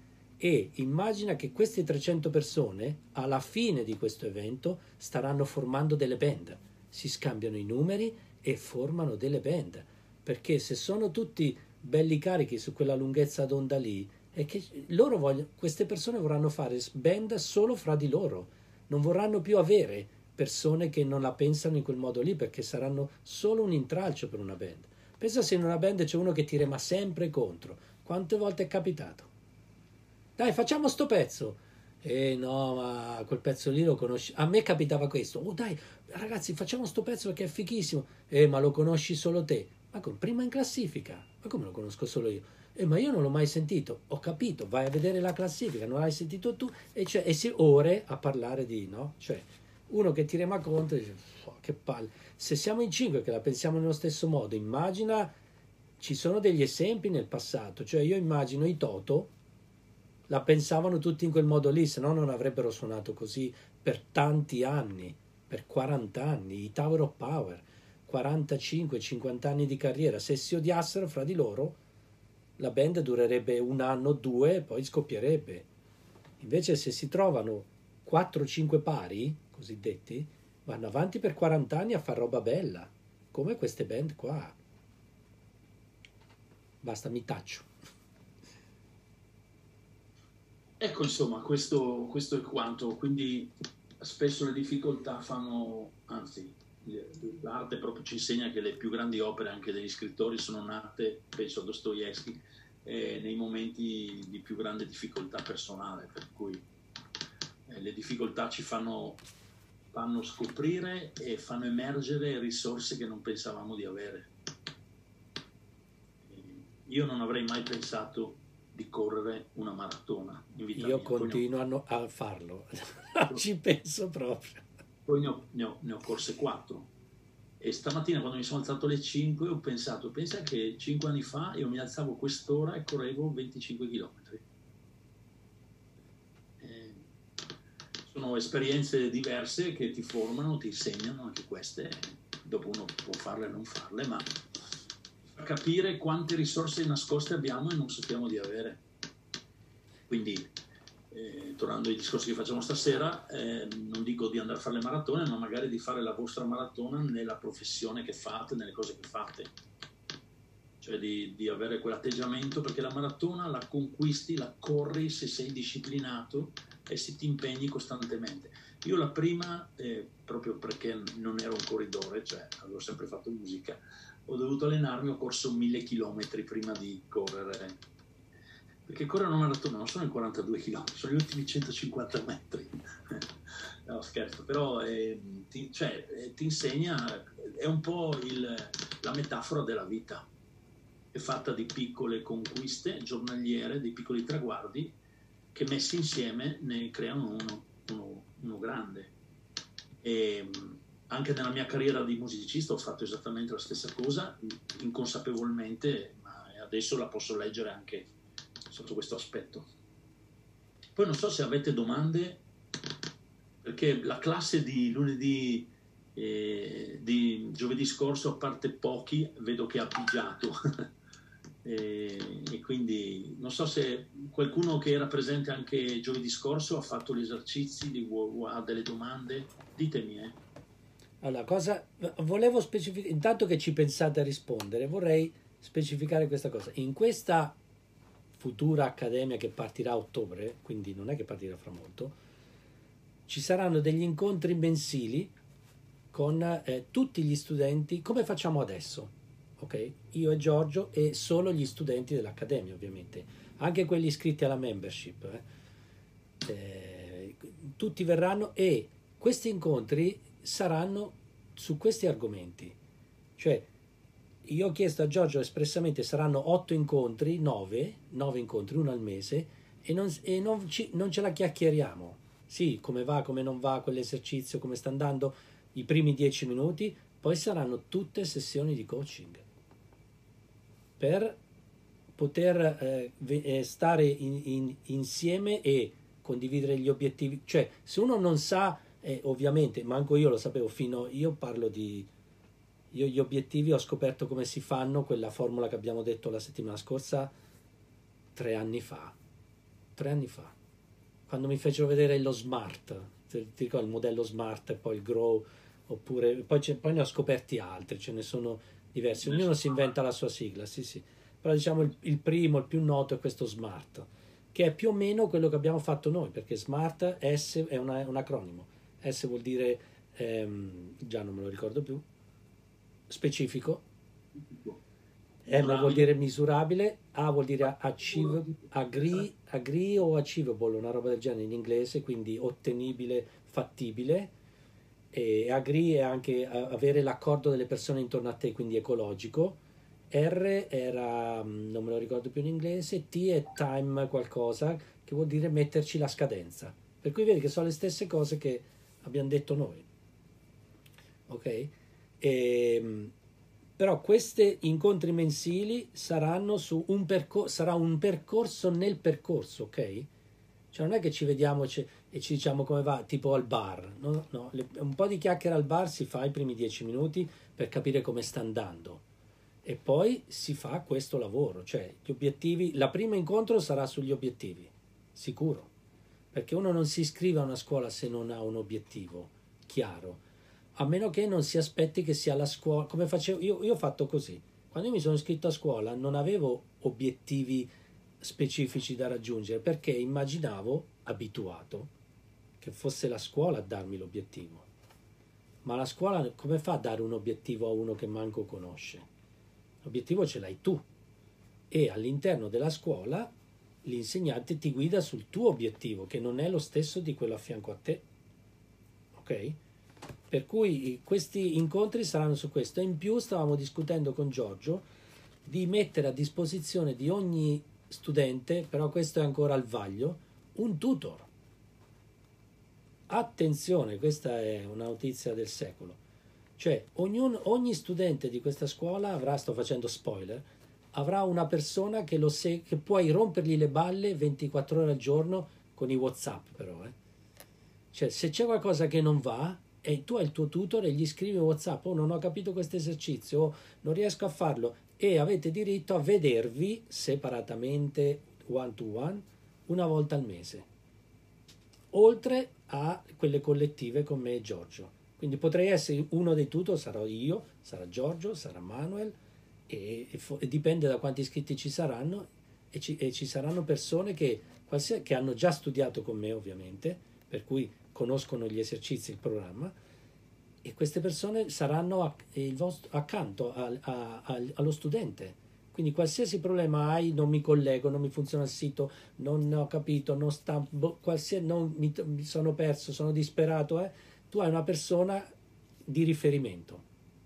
E immagina che queste trecento persone alla fine di questo evento staranno formando delle band, si scambiano i numeri e formano delle band, perché se sono tutti belli carichi su quella lunghezza d'onda lì, è che loro vogliono, queste persone vorranno fare band solo fra di loro, non vorranno più avere persone che non la pensano in quel modo lì, perché saranno solo un intralcio per una band. Pensa se in una band c'è uno che ti rema sempre contro. Quante volte è capitato? Dai, facciamo sto pezzo. Eh no, ma quel pezzo lì lo conosci. A me capitava questo. Oh dai, ragazzi, facciamo sto pezzo perché è fighissimo. Eh, ma lo conosci solo te. Ma come? Prima in classifica. Ma come lo conosco solo io? Eh, ma io non l'ho mai sentito. Ho capito, vai a vedere la classifica, non l'hai sentito tu, e, cioè, e si ore a parlare di, no? Cioè, uno che ti rema conto e dice, oh, che palle. Se siamo in cinque che la pensiamo nello stesso modo, immagina, ci sono degli esempi nel passato, cioè io immagino i Toto la pensavano tutti in quel modo lì, se no non avrebbero suonato così per tanti anni, per quaranta anni, i Tower of Power, quarantacinque cinquanta anni di carriera. Se si odiassero fra di loro, la band durerebbe un anno o due e poi scoppierebbe. Invece se si trovano quattro cinque pari, cosiddetti, vanno avanti per quaranta anni a far roba bella, come queste band qua. Basta, mi taccio. Ecco, insomma, questo, questo è quanto. Quindi spesso le difficoltà fanno, anzi, l'arte proprio ci insegna che le più grandi opere anche degli scrittori sono nate, penso a Dostoevskij, eh, nei momenti di più grande difficoltà personale, per cui eh, le difficoltà ci fanno, fanno scoprire e fanno emergere risorse che non pensavamo di avere. Io non avrei mai pensato di correre una maratona in vita Io mia. continuo a farlo, non ci penso proprio. Poi ne ho, ne ho, ne ho corse quattro. E stamattina quando mi sono alzato alle cinque ho pensato, pensa che cinque anni fa io mi alzavo quest'ora e correvo venticinque chilometri. Eh, sono esperienze diverse che ti formano, ti insegnano anche queste. Dopo uno può farle o non farle, ma capire quante risorse nascoste abbiamo e non sappiamo di avere. Quindi, eh, tornando ai discorsi che facciamo stasera, eh, non dico di andare a fare le maratone, ma magari di fare la vostra maratona nella professione che fate, nelle cose che fate. Cioè di, di avere quell'atteggiamento, perché la maratona la conquisti, la corri se sei disciplinato e se ti impegni costantemente. Io la prima, eh, proprio perché non ero un corridore, cioè avevo sempre fatto musica, ho dovuto allenarmi, ho corso mille chilometri prima di correre, perché correre una maratona non sono i quarantadue chilometri, sono gli ultimi centocinquanta metri. No, scherzo, però eh, ti, cioè, eh, ti insegna, è un po' il, la metafora della vita, è fatta di piccole conquiste giornaliere, di piccoli traguardi che messi insieme ne creano uno, uno, uno grande. E anche nella mia carriera di musicista ho fatto esattamente la stessa cosa, inconsapevolmente, ma adesso la posso leggere anche sotto questo aspetto. Poi non so se avete domande, perché la classe di lunedì, eh, di giovedì scorso, a parte pochi, vedo che ha pigiato. e, e quindi non so se qualcuno che era presente anche giovedì scorso ha fatto gli esercizi, di, ha delle domande, ditemi. Eh. Allora, cosa volevo specificare, intanto che ci pensate a rispondere, vorrei specificare questa cosa. In questa futura accademia che partirà a ottobre, quindi non è che partirà fra molto, ci saranno degli incontri mensili con eh, tutti gli studenti, come facciamo adesso, ok? Io e Giorgio e solo gli studenti dell'accademia, ovviamente, anche quelli iscritti alla membership. Eh. Eh, tutti verranno e questi incontri saranno su questi argomenti. Cioè, io ho chiesto a Giorgio espressamente, saranno otto incontri, nove, nove incontri, uno al mese, e non, e non, ci, non ce la chiacchieriamo. Sì, come va, come non va quell'esercizio, come sta andando i primi dieci minuti, poi saranno tutte sessioni di coaching per poter eh, eh, stare in, in, insieme e condividere gli obiettivi. Cioè, se uno non sa, eh, ovviamente, manco io lo sapevo fino, io parlo di, io gli obiettivi ho scoperto come si fanno, quella formula che abbiamo detto la settimana scorsa, tre anni fa, tre anni fa, quando mi fecero vedere lo smart, ti ricordi il modello smart e poi il grow, oppure, poi, poi ne ho scoperti altri, ce ne sono diversi, ognuno si inventa la sua sigla, sì sì, però diciamo il, il primo, il più noto è questo smart, che è più o meno quello che abbiamo fatto noi, perché smart, S è una, un acronimo, S vuol dire, ehm, già non me lo ricordo più, specifico, M vuol dire misurabile, A vuol dire achieve, agree, agree o achievable, una roba del genere in inglese, quindi ottenibile, fattibile, e agree è anche avere l'accordo delle persone intorno a te, quindi ecologico, R era, non me lo ricordo più in inglese, T è time qualcosa, che vuol dire metterci la scadenza. Per cui vedi che sono le stesse cose che abbiamo detto noi. Ok? E, però questi incontri mensili saranno su un percorso, sarà un percorso nel percorso, ok? Cioè non è che ci vediamo e ci diciamo come va, tipo al bar, no? No, le, un po' di chiacchiere al bar si fa i primi dieci minuti per capire come sta andando e poi si fa questo lavoro, cioè gli obiettivi, la prima incontro sarà sugli obiettivi, sicuro, perché uno non si iscrive a una scuola se non ha un obiettivo chiaro, a meno che non si aspetti che sia la scuola, come facevo io, io ho fatto così, quando io mi sono iscritto a scuola non avevo obiettivi specifici da raggiungere perché immaginavo, abituato, che fosse la scuola a darmi l'obiettivo. Ma la scuola come fa a dare un obiettivo a uno che manco conosce? L'obiettivo ce l'hai tu e all'interno della scuola l'insegnante ti guida sul tuo obiettivo che non è lo stesso di quello a fianco a te. Ok? Per cui questi incontri saranno su questo. E in più stavamo discutendo con Giorgio di mettere a disposizione di ogni studente, però questo è ancora al vaglio, un tutor. Attenzione, questa è una notizia del secolo. Cioè, ognuno, ogni studente di questa scuola avrà, sto facendo spoiler, avrà una persona che, lo se, che puoi rompergli le balle ventiquattro ore al giorno con i WhatsApp, però. Eh. Cioè, se c'è qualcosa che non va, e tu hai il tuo tutor e gli scrivi WhatsApp, oh non ho capito questo esercizio, oh, non riesco a farlo, e avete diritto a vedervi separatamente one to one una volta al mese, oltre a quelle collettive con me e Giorgio. Quindi potrei essere uno dei tutor, sarò io, sarà Giorgio, sarà Manuel e, e, e dipende da quanti iscritti ci saranno e ci, e ci saranno persone che, che hanno già studiato con me ovviamente, per cui conoscono gli esercizi, il programma, e queste persone saranno a, il vostro, accanto a, a, a, allo studente. Quindi qualsiasi problema hai, non mi collego, non mi funziona il sito, non ho capito, non sta, qualsiasi, non, mi, mi sono perso, sono disperato, eh, tu hai una persona di riferimento.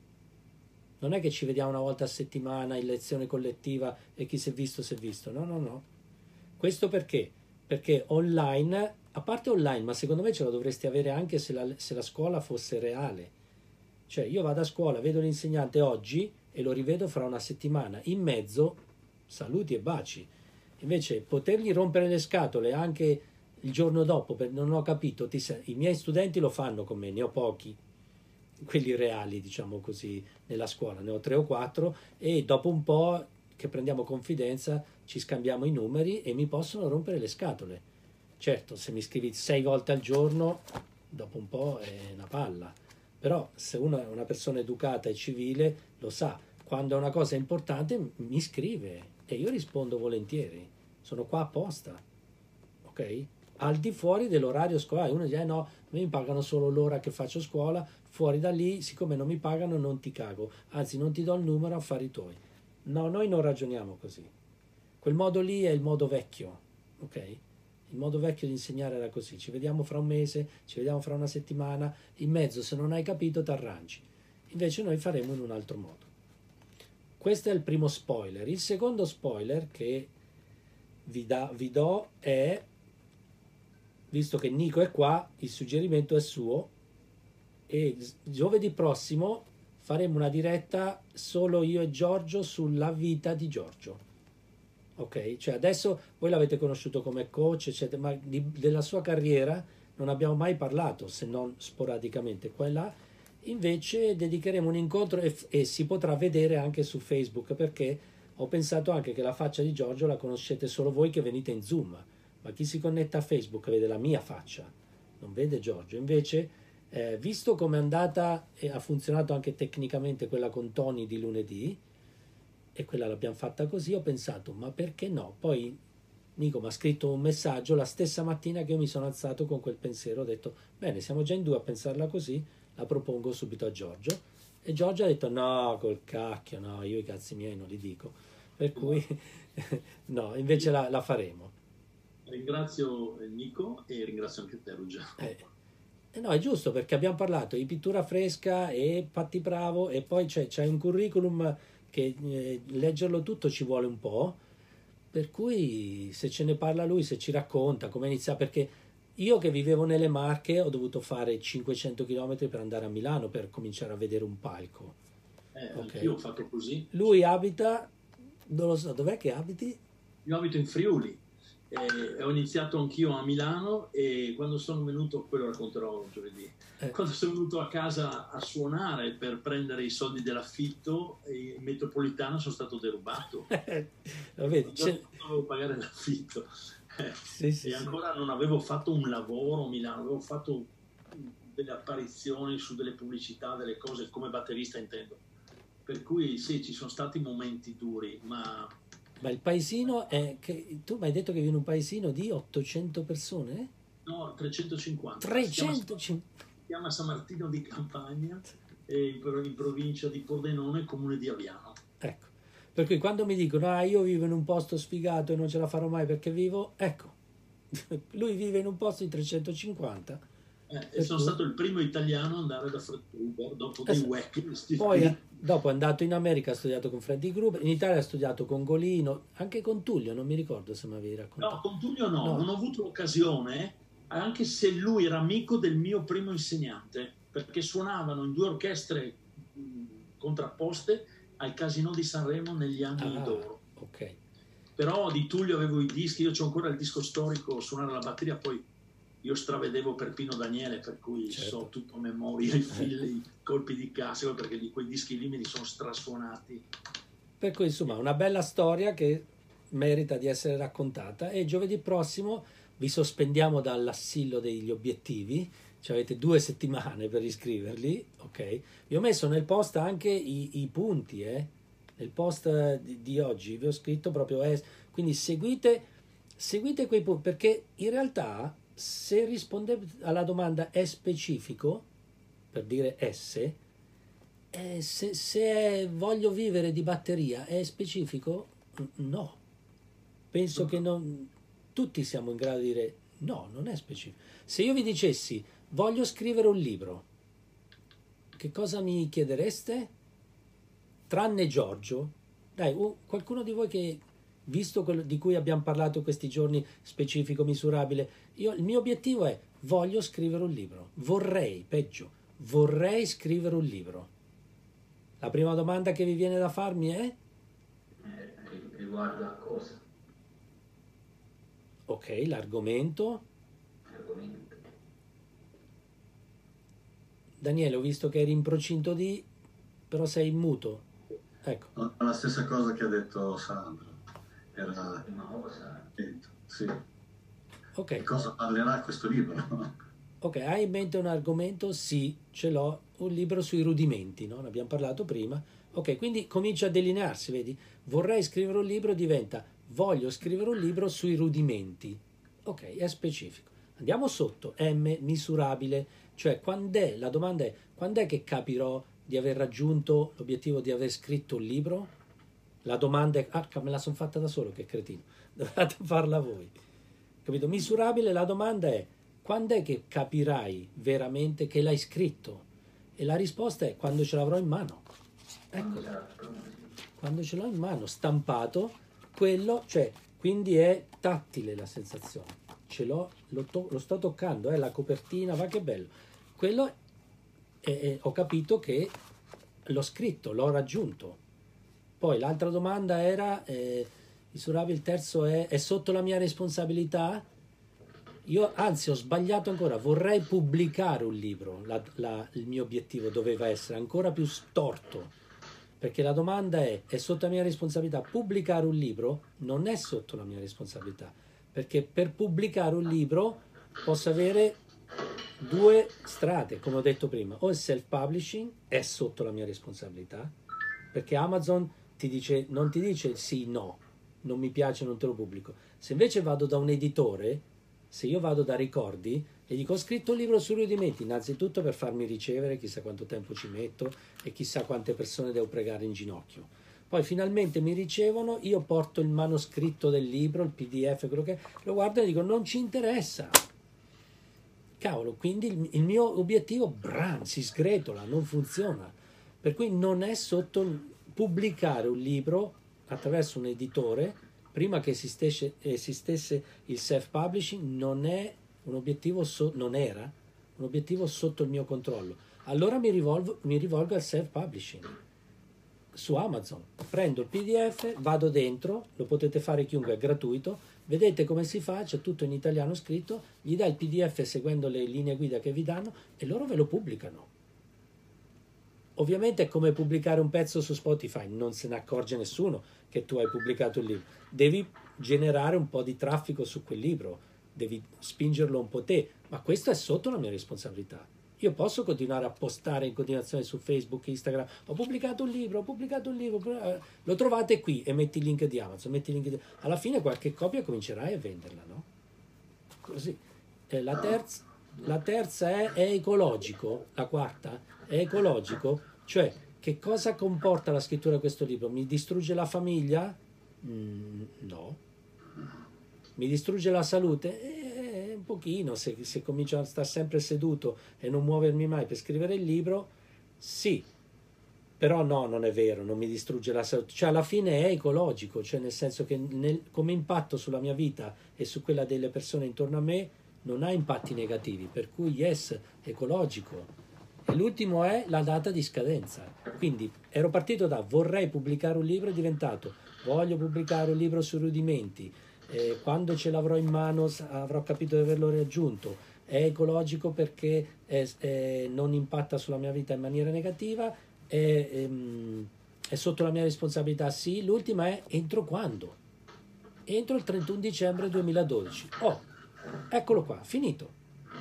Non è che ci vediamo una volta a settimana in lezione collettiva e chi si è visto si è visto, no, no, no. Questo perché? Perché online, a parte online, ma secondo me ce lo dovresti avere anche se la, se la scuola fosse reale. Cioè io vado a scuola, vedo l'insegnante oggi e lo rivedo fra una settimana. In mezzo, saluti e baci. Invece potergli rompere le scatole anche il giorno dopo, per, non ho capito, ti, i miei studenti lo fanno con me, ne ho pochi, quelli reali, diciamo così, nella scuola, ne ho tre o quattro, e dopo un po' che prendiamo confidenza ci scambiamo i numeri e mi possono rompere le scatole. Certo, se mi scrivi sei volte al giorno, dopo un po' è una palla. Però se uno è una persona educata e civile, lo sa. Quando è una cosa importante mi scrive e io rispondo volentieri. Sono qua apposta. Ok? Al di fuori dell'orario scolare. Uno dice, eh no, mi pagano solo l'ora che faccio scuola, fuori da lì, siccome non mi pagano, non ti cago. Anzi, non ti do il numero, affari tuoi. No, noi non ragioniamo così. Quel modo lì è il modo vecchio, ok? Il modo vecchio di insegnare era così, ci vediamo fra un mese, ci vediamo fra una settimana, in mezzo se non hai capito t'arrangi. Invece noi faremo in un altro modo. Questo è il primo spoiler. Il secondo spoiler che vi, da, vi do è, visto che Nico è qua, il suggerimento è suo, e giovedì prossimo faremo una diretta solo io e Giorgio sulla vita di Giorgio. Ok, cioè adesso voi l'avete conosciuto come coach, eccetera, ma di, della sua carriera non abbiamo mai parlato, se non sporadicamente qua e là. Invece dedicheremo un incontro e, e si potrà vedere anche su Facebook, perché ho pensato anche che la faccia di Giorgio la conoscete solo voi che venite in Zoom, ma chi si connetta a Facebook vede la mia faccia, non vede Giorgio. Invece, eh, visto come è andata e ha funzionato anche tecnicamente quella con Tony di lunedì, e quella l'abbiamo fatta così, ho pensato, ma perché no? Poi Nico mi ha scritto un messaggio la stessa mattina che io mi sono alzato con quel pensiero, ho detto, bene, siamo già in due a pensarla così, la propongo subito a Giorgio, e Giorgio ha detto, no, col cacchio, no, io i cazzi miei non li dico, per cui no, invece la, la faremo. Ringrazio Nico e ringrazio anche te, Ruggero. Eh, eh no, è giusto, perché abbiamo parlato di pittura fresca e Patti Bravo, e poi c'è, c'è un curriculum perché eh, leggerlo tutto ci vuole un po', per cui se ce ne parla lui, se ci racconta come inizia, perché io che vivevo nelle Marche ho dovuto fare cinquecento chilometri per andare a Milano per cominciare a vedere un palco. Eh, Okay. Io ho fatto così. Lui abita, non lo so, dov'è che abiti? Io abito in Friuli, eh, ho iniziato anch'io a Milano e quando sono venuto, poi lo racconterò giovedì, Eh. quando sono venuto a casa a suonare per prendere i soldi dell'affitto in metropolitana sono stato derubato. Lo vedi, c'è... Non dovevo pagare l'affitto. Eh, sì, sì, e ancora sì. Non avevo fatto un lavoro a Milano, avevo fatto delle apparizioni su delle pubblicità, delle cose come batterista intendo. Per cui sì, ci sono stati momenti duri, ma... Ma il paesino è... che tu mi hai detto che viene un paesino di ottocento persone? No, trecentocinquanta. trecentocinquanta? Si chiama San Martino di Campagna, in provincia di Pordenone, comune di Aviano. Ecco. Per cui quando mi dicono ah io vivo in un posto sfigato e non ce la farò mai perché vivo, ecco, lui vive in un posto di trecentocinquanta. Eh, e sono cui... stato il primo italiano ad andare da Fred Krueger dopo dei esatto. Wack. Poi eh, dopo è andato in America, ha studiato con Freddy Krueger, in Italia ha studiato con Golino, anche con Tullio, non mi ricordo se mi avevi raccontato. No, con Tullio no, no. non ho avuto l'occasione, anche se lui era amico del mio primo insegnante, perché suonavano in due orchestre mh, contrapposte al Casino di Sanremo negli anni ah, d'oro. Ok. Però di Tullio avevo i dischi, io c'ho ancora il disco storico, suonare la batteria, poi io stravedevo per Pino Daniele, per cui certo. So tutto a memoria, i fili, i colpi di cassa, perché di quei dischi lì me li sono strasuonati. Per cui insomma una bella storia che merita di essere raccontata e giovedì prossimo vi sospendiamo dall'assillo degli obiettivi, cioè avete due settimane per iscriverli, ok? Vi ho messo nel post anche i, i punti, eh? Nel post di, di oggi vi ho scritto proprio, eh, quindi seguite, seguite quei punti, perché in realtà se rispondete alla domanda è specifico, per dire S, eh, se, se è voglio vivere di batteria è specifico? No. Penso che non, tutti siamo in grado di dire no, non è specifico. Se io vi dicessi voglio scrivere un libro, che cosa mi chiedereste? Tranne Giorgio, dai, uh, qualcuno di voi che, visto quello di cui abbiamo parlato questi giorni, specifico, misurabile, io, il mio obiettivo è voglio scrivere un libro, vorrei, peggio, vorrei scrivere un libro. La prima domanda che vi viene da farmi è? Eh, riguardo a cosa? Ok, l'argomento. Argomento. Daniele, ho visto che eri in procinto di, però sei muto. Ecco. La stessa cosa che ha detto Sandro. Era la prima cosa. Sì. Ok. Di cosa parlerà questo libro? Ok, hai in mente un argomento? Sì, ce l'ho, un libro sui rudimenti, no? Ne abbiamo parlato prima. Ok, quindi comincia a delinearsi, vedi? Vorrei scrivere un libro diventa voglio scrivere un libro sui rudimenti. Ok, è specifico. Andiamo sotto, M, misurabile, cioè quando è, la domanda è, quando è che capirò di aver raggiunto l'obiettivo di aver scritto un libro? La domanda è, ah, me la sono fatta da solo, che cretino, dovete farla voi. Capito? Misurabile, la domanda è, quando è che capirai veramente che l'hai scritto? E la risposta è, quando ce l'avrò in mano. Ecco, quando ce l'ho in mano, stampato, quello, cioè, quindi è tattile la sensazione. Ce l'ho, lo, to- lo sto toccando, eh, la copertina, va che bello. Quello è, è, ho capito che l'ho scritto, l'ho raggiunto. Poi l'altra domanda era, eh, misurabile, il terzo è, è sotto la mia responsabilità? Io anzi ho sbagliato ancora, vorrei pubblicare un libro, la, la, il mio obiettivo doveva essere ancora più storto, perché la domanda è, è sotto la mia responsabilità? Pubblicare un libro non è sotto la mia responsabilità, perché per pubblicare un libro posso avere due strade, come ho detto prima, o il self-publishing è sotto la mia responsabilità, perché Amazon ti dice, non ti dice sì, no, non mi piace, non te lo pubblico. Se invece vado da un editore, se io vado da Ricordi e dico ho scritto un libro sui rudimenti, innanzitutto per farmi ricevere, chissà quanto tempo ci metto e chissà quante persone devo pregare in ginocchio, poi finalmente mi ricevono, io porto il manoscritto del libro, il P D F, quello che è, lo guardo e dico non ci interessa, cavolo, quindi il, il mio obiettivo bram, si sgretola, non funziona, per cui non è sotto, pubblicare un libro attraverso un editore, prima che esistesse, esistesse il self-publishing, non è un obiettivo, so, non era un obiettivo sotto il mio controllo. Allora mi rivolgo, mi rivolgo al self-publishing. Su Amazon prendo il P D F, vado dentro, lo potete fare chiunque, è gratuito, vedete come si fa, c'è tutto in italiano scritto, gli dai il P D F seguendo le linee guida che vi danno e loro ve lo pubblicano. Ovviamente è come pubblicare un pezzo su Spotify, non se ne accorge nessuno che tu hai pubblicato il libro, devi generare un po' di traffico su quel libro, devi spingerlo un po' te, ma questo è sotto la mia responsabilità. Io posso continuare a postare in continuazione su Facebook, Instagram, ho pubblicato un libro, ho pubblicato un libro, lo trovate qui e metti il link di Amazon, metti il link di... alla fine qualche copia comincerai a venderla, no? Così. E la terza, la terza è, è ecologico, la quarta è ecologico, cioè che cosa comporta la scrittura di questo libro? Mi distrugge la famiglia? Mm, no. Mi distrugge la salute? Eh, un pochino, se, se comincio a stare sempre seduto e non muovermi mai per scrivere il libro, sì. Però no, non è vero, non mi distrugge la salute. Cioè alla fine è ecologico, cioè nel senso che nel, come impatto sulla mia vita e su quella delle persone intorno a me non ha impatti negativi, per cui yes, ecologico. E l'ultimo è la data di scadenza. Quindi ero partito da vorrei pubblicare un libro, è diventato voglio pubblicare un libro sui rudimenti, eh, quando ce l'avrò in mano avrò capito di averlo raggiunto, è ecologico perché è, è, non impatta sulla mia vita in maniera negativa, è, ehm, è sotto la mia responsabilità, sì. L'ultima è entro quando? Entro il trentuno dicembre duemiladodici. Oh, eccolo qua, finito.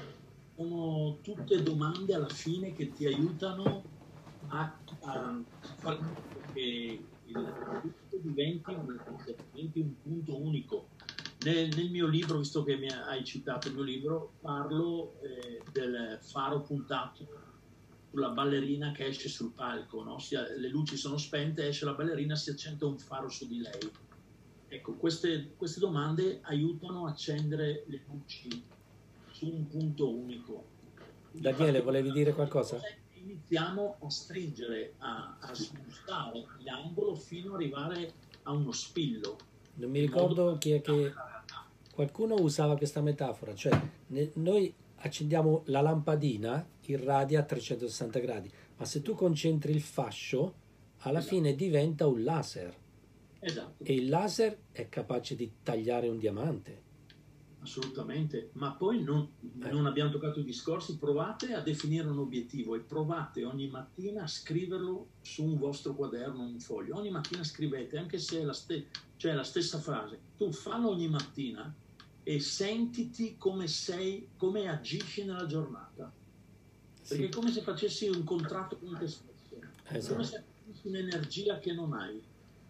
Sono tutte domande alla fine che ti aiutano a, a far che il tutto diventi un, diventi un punto unico. Nel, nel mio libro, visto che mi hai citato il mio libro, parlo eh, del faro puntato sulla ballerina che esce sul palco, no? Si, le luci sono spente, esce la ballerina, si accende un faro su di lei. Ecco, queste, queste domande aiutano a accendere le luci su un punto unico. Daniele, volevi dire qualcosa? Iniziamo a stringere, a, a spostare l'angolo fino ad arrivare a uno spillo. Non mi ricordo chi è che... Qualcuno usava questa metafora, cioè ne, noi accendiamo la lampadina, irradia a trecentosessanta gradi, ma se tu concentri il fascio, alla esatto. fine diventa un laser. Esatto. E il laser è capace di tagliare un diamante. Assolutamente, ma poi non, eh. non abbiamo toccato i discorsi, provate a definire un obiettivo e provate ogni mattina a scriverlo su un vostro quaderno, un foglio. Ogni mattina scrivete, anche se è la, ste- cioè la stessa frase, tu fallo ogni mattina e sentiti come sei, come agisci nella giornata. Perché sì. È come se facessi un contratto con te stesso, esatto. È come se facessi un'energia che non hai.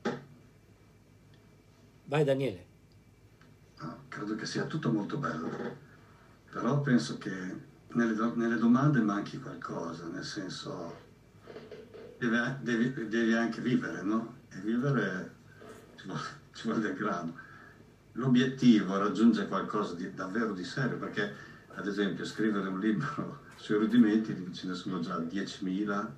Vai Daniele. No, credo che sia tutto molto bello, però penso che nelle, do- nelle domande manchi qualcosa, nel senso deve, devi, devi anche vivere, no? E vivere ci vuole, ci vuole del grano. L'obiettivo è raggiungere qualcosa di davvero di serio, perché ad esempio scrivere un libro sui rudimenti ce ne sono già diecimila.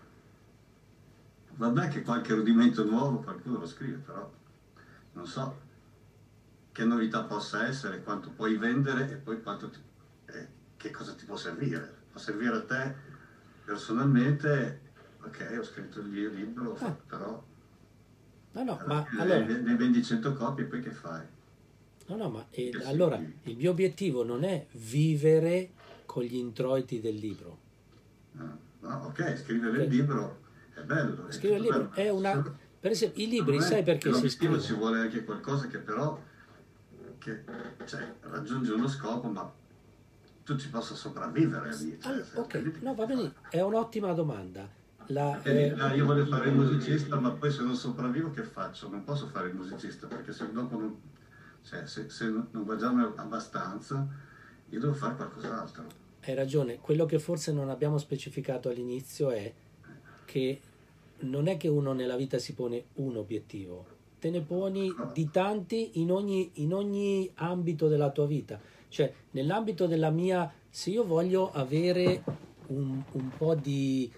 Vabbè che qualche rudimento nuovo qualcuno lo scrive, però non so che novità possa essere, quanto puoi vendere e poi quanto ti, eh, che cosa ti può servire. Può servire a te personalmente, ok, ho scritto il libro, eh. però no, no, ma ne, allora, ne, ne vendi cento copie e poi che fai? No, no, ma eh, allora il mio obiettivo non è vivere con gli introiti del libro. No, no, ok, scrivere okay. il libro è bello. Scrivere il libro bello. È una... Per esempio, i libri, sai perché si scrivono? Ci vuole anche qualcosa che però che, cioè, raggiunge uno scopo, ma tu ci possa sopravvivere lì. Cioè, allora, ok, no, va bene, è un'ottima domanda. La, eh, eh... Io voglio fare il musicista, ma poi se non sopravvivo che faccio? Non posso fare il musicista, perché se dopo non, cioè, se, se non guadagno abbastanza, io devo fare qualcos'altro. Hai ragione, quello che forse non abbiamo specificato all'inizio è che non è che uno nella vita si pone un obiettivo, te ne poni di tanti in ogni, in ogni ambito della tua vita. Cioè, nell'ambito della mia, se io voglio avere un, un po' di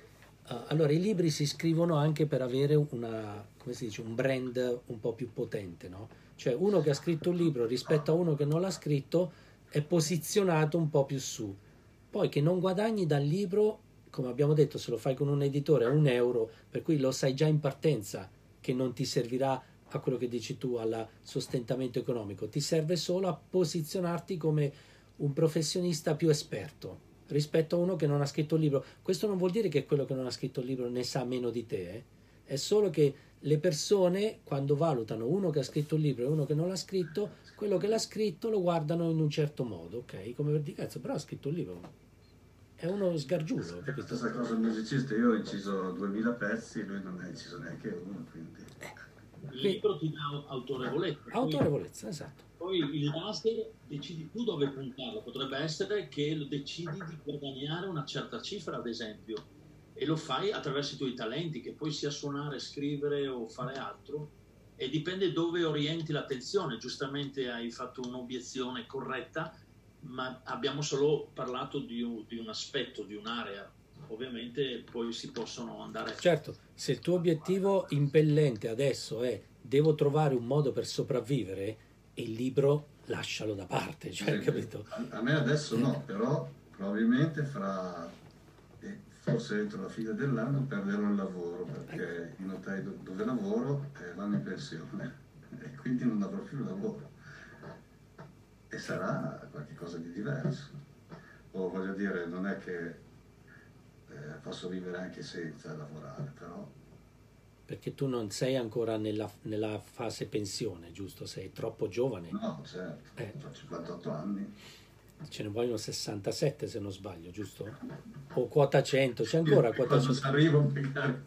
Uh, allora, i libri si scrivono anche per avere una, come si dice, un brand un po' più potente, no? Cioè uno che ha scritto un libro rispetto a uno che non l'ha scritto è posizionato un po' più su. Poi che non guadagni dal libro, come abbiamo detto, se lo fai con un editore a un euro, per cui lo sai già in partenza che non ti servirà a quello che dici tu, al sostentamento economico, ti serve solo a posizionarti come un professionista più esperto rispetto a uno che non ha scritto il libro. Questo non vuol dire che quello che non ha scritto il libro ne sa meno di te, eh? È solo che le persone, quando valutano uno che ha scritto il libro e uno che non l'ha scritto, quello che l'ha scritto lo guardano in un certo modo, ok? Come per dire, cazzo, però ha scritto il libro, è uno sgargiulo, capito? Stessa cosa il musicista, io ho inciso duemila pezzi, lui non ne ha inciso neanche uno, quindi... Il libro ti dà autorevolezza. Autorevolezza, poi, esatto. Poi il laser decidi tu dove puntarlo. Potrebbe essere che lo decidi di guadagnare una certa cifra, ad esempio, e lo fai attraverso i tuoi talenti, che poi sia suonare, scrivere o fare altro, e dipende dove orienti l'attenzione. Giustamente hai fatto un'obiezione corretta, ma abbiamo solo parlato di un, di un aspetto, di un'area. Ovviamente poi si possono andare... Certo, se il tuo obiettivo impellente adesso è devo trovare un modo per sopravvivere, il libro lascialo da parte, cioè, sì, capito? A, a me adesso no, però probabilmente fra... Eh, forse entro la fine dell'anno perderò il lavoro, perché i notai do, dove lavoro eh, vanno in pensione e quindi non avrò più lavoro. E sarà qualcosa di diverso. O voglio dire, non è che... Eh, posso vivere anche senza lavorare, però... Perché tu non sei ancora nella, nella fase pensione, giusto? Sei troppo giovane. No, certo, eh. ho cinquantotto anni. Ce ne vogliono sessantasette se non sbaglio, giusto? O quota cento, c'è ancora quota cento? Quando arrivo magari...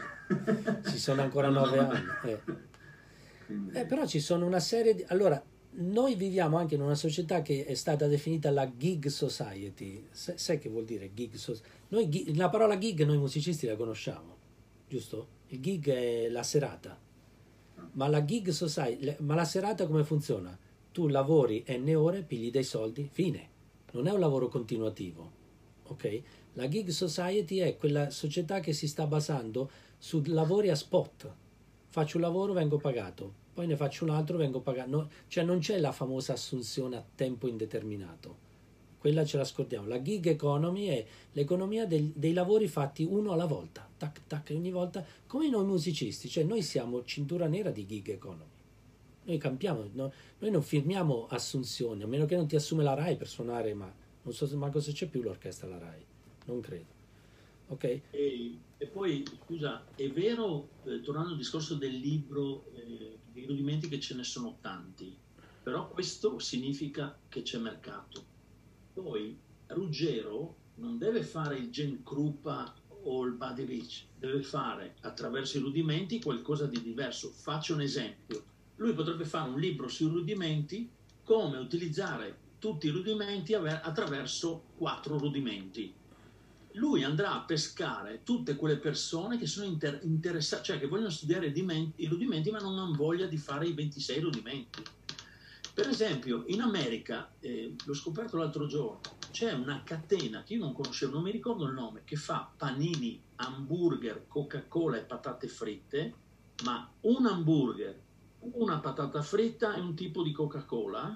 Ci sono ancora nove anni. Eh. Quindi... Eh, però ci sono una serie di... Allora, noi viviamo anche in una società che è stata definita la gig society. Sai che vuol dire gig society? Noi, la parola gig noi musicisti la conosciamo, giusto? Il gig è la serata, ma la gig society, ma la serata come funziona? Tu lavori n ore, pigli dei soldi, fine. Non è un lavoro continuativo, ok? La gig society è quella società che si sta basando su lavori a spot. Faccio un lavoro, vengo pagato, poi ne faccio un altro, vengo pagato. No, cioè non c'è la famosa assunzione a tempo indeterminato. Quella ce la scordiamo. La gig economy è l'economia del, dei lavori fatti uno alla volta, tac tac, ogni volta, come noi musicisti, cioè noi siamo cintura nera di gig economy. Noi campiamo, no? Noi non firmiamo assunzioni, a meno che non ti assume la RAI per suonare, ma non so se manco se c'è più l'orchestra la RAI, non credo. Ok? E, e poi, scusa, è vero, eh, tornando al discorso del libro, eh, dei rudimenti, che ce ne sono tanti, però questo significa che c'è mercato. Poi Ruggero non deve fare il Gen Krupa o il Buddy Rich, deve fare attraverso i rudimenti qualcosa di diverso. Faccio un esempio: lui potrebbe fare un libro sui rudimenti, come utilizzare tutti i rudimenti attraverso quattro rudimenti. Lui andrà a pescare tutte quelle persone che sono inter- interessate, cioè che vogliono studiare i, dimenti, i rudimenti, ma non hanno voglia di fare i ventisei rudimenti. Per esempio, in America, eh, l'ho scoperto l'altro giorno, c'è una catena che io non conoscevo, non mi ricordo il nome, che fa panini, hamburger, Coca-Cola e patate fritte, ma un hamburger, una patata fritta e un tipo di Coca-Cola.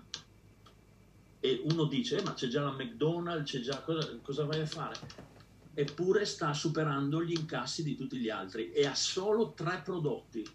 E uno dice, eh, ma c'è già la McDonald's, c'è già cosa, cosa vai a fare? Eppure sta superando gli incassi di tutti gli altri e ha solo tre prodotti.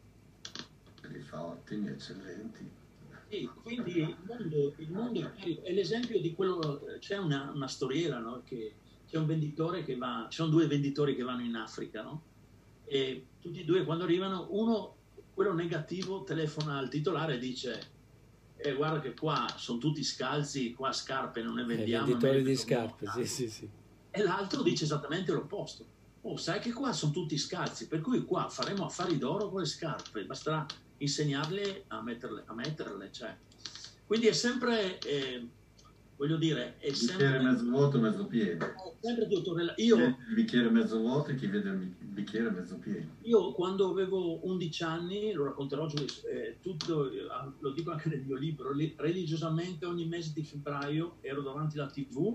Li fa ottimi, eccellenti. Sì, quindi il mondo, il mondo è vario. È l'esempio di quello, c'è una, una storiera, no? Che c'è un venditore che va, ci sono due venditori che vanno in Africa, no? E tutti e due quando arrivano, uno, quello negativo, telefona al titolare e dice: eh, guarda che qua sono tutti scalzi, qua scarpe non ne vendiamo. Eh, venditori di scarpe, sì, sì, sì. E l'altro dice esattamente l'opposto: oh, sai che qua sono tutti scalzi, per cui qua faremo affari d'oro con le scarpe, basterà insegnarle a metterle, a metterle, cioè. Quindi è sempre, eh, voglio dire, è sempre... Bicchiere mezzo vuoto, mezzo pieno. Sempre tutto rela- io, il bicchiere mezzo vuoto e chi vede il bicchiere mezzo pieno. Io quando avevo undici anni, lo racconterò, eh, tutto, eh, lo dico anche nel mio libro, religiosamente ogni mese di febbraio ero davanti alla tivù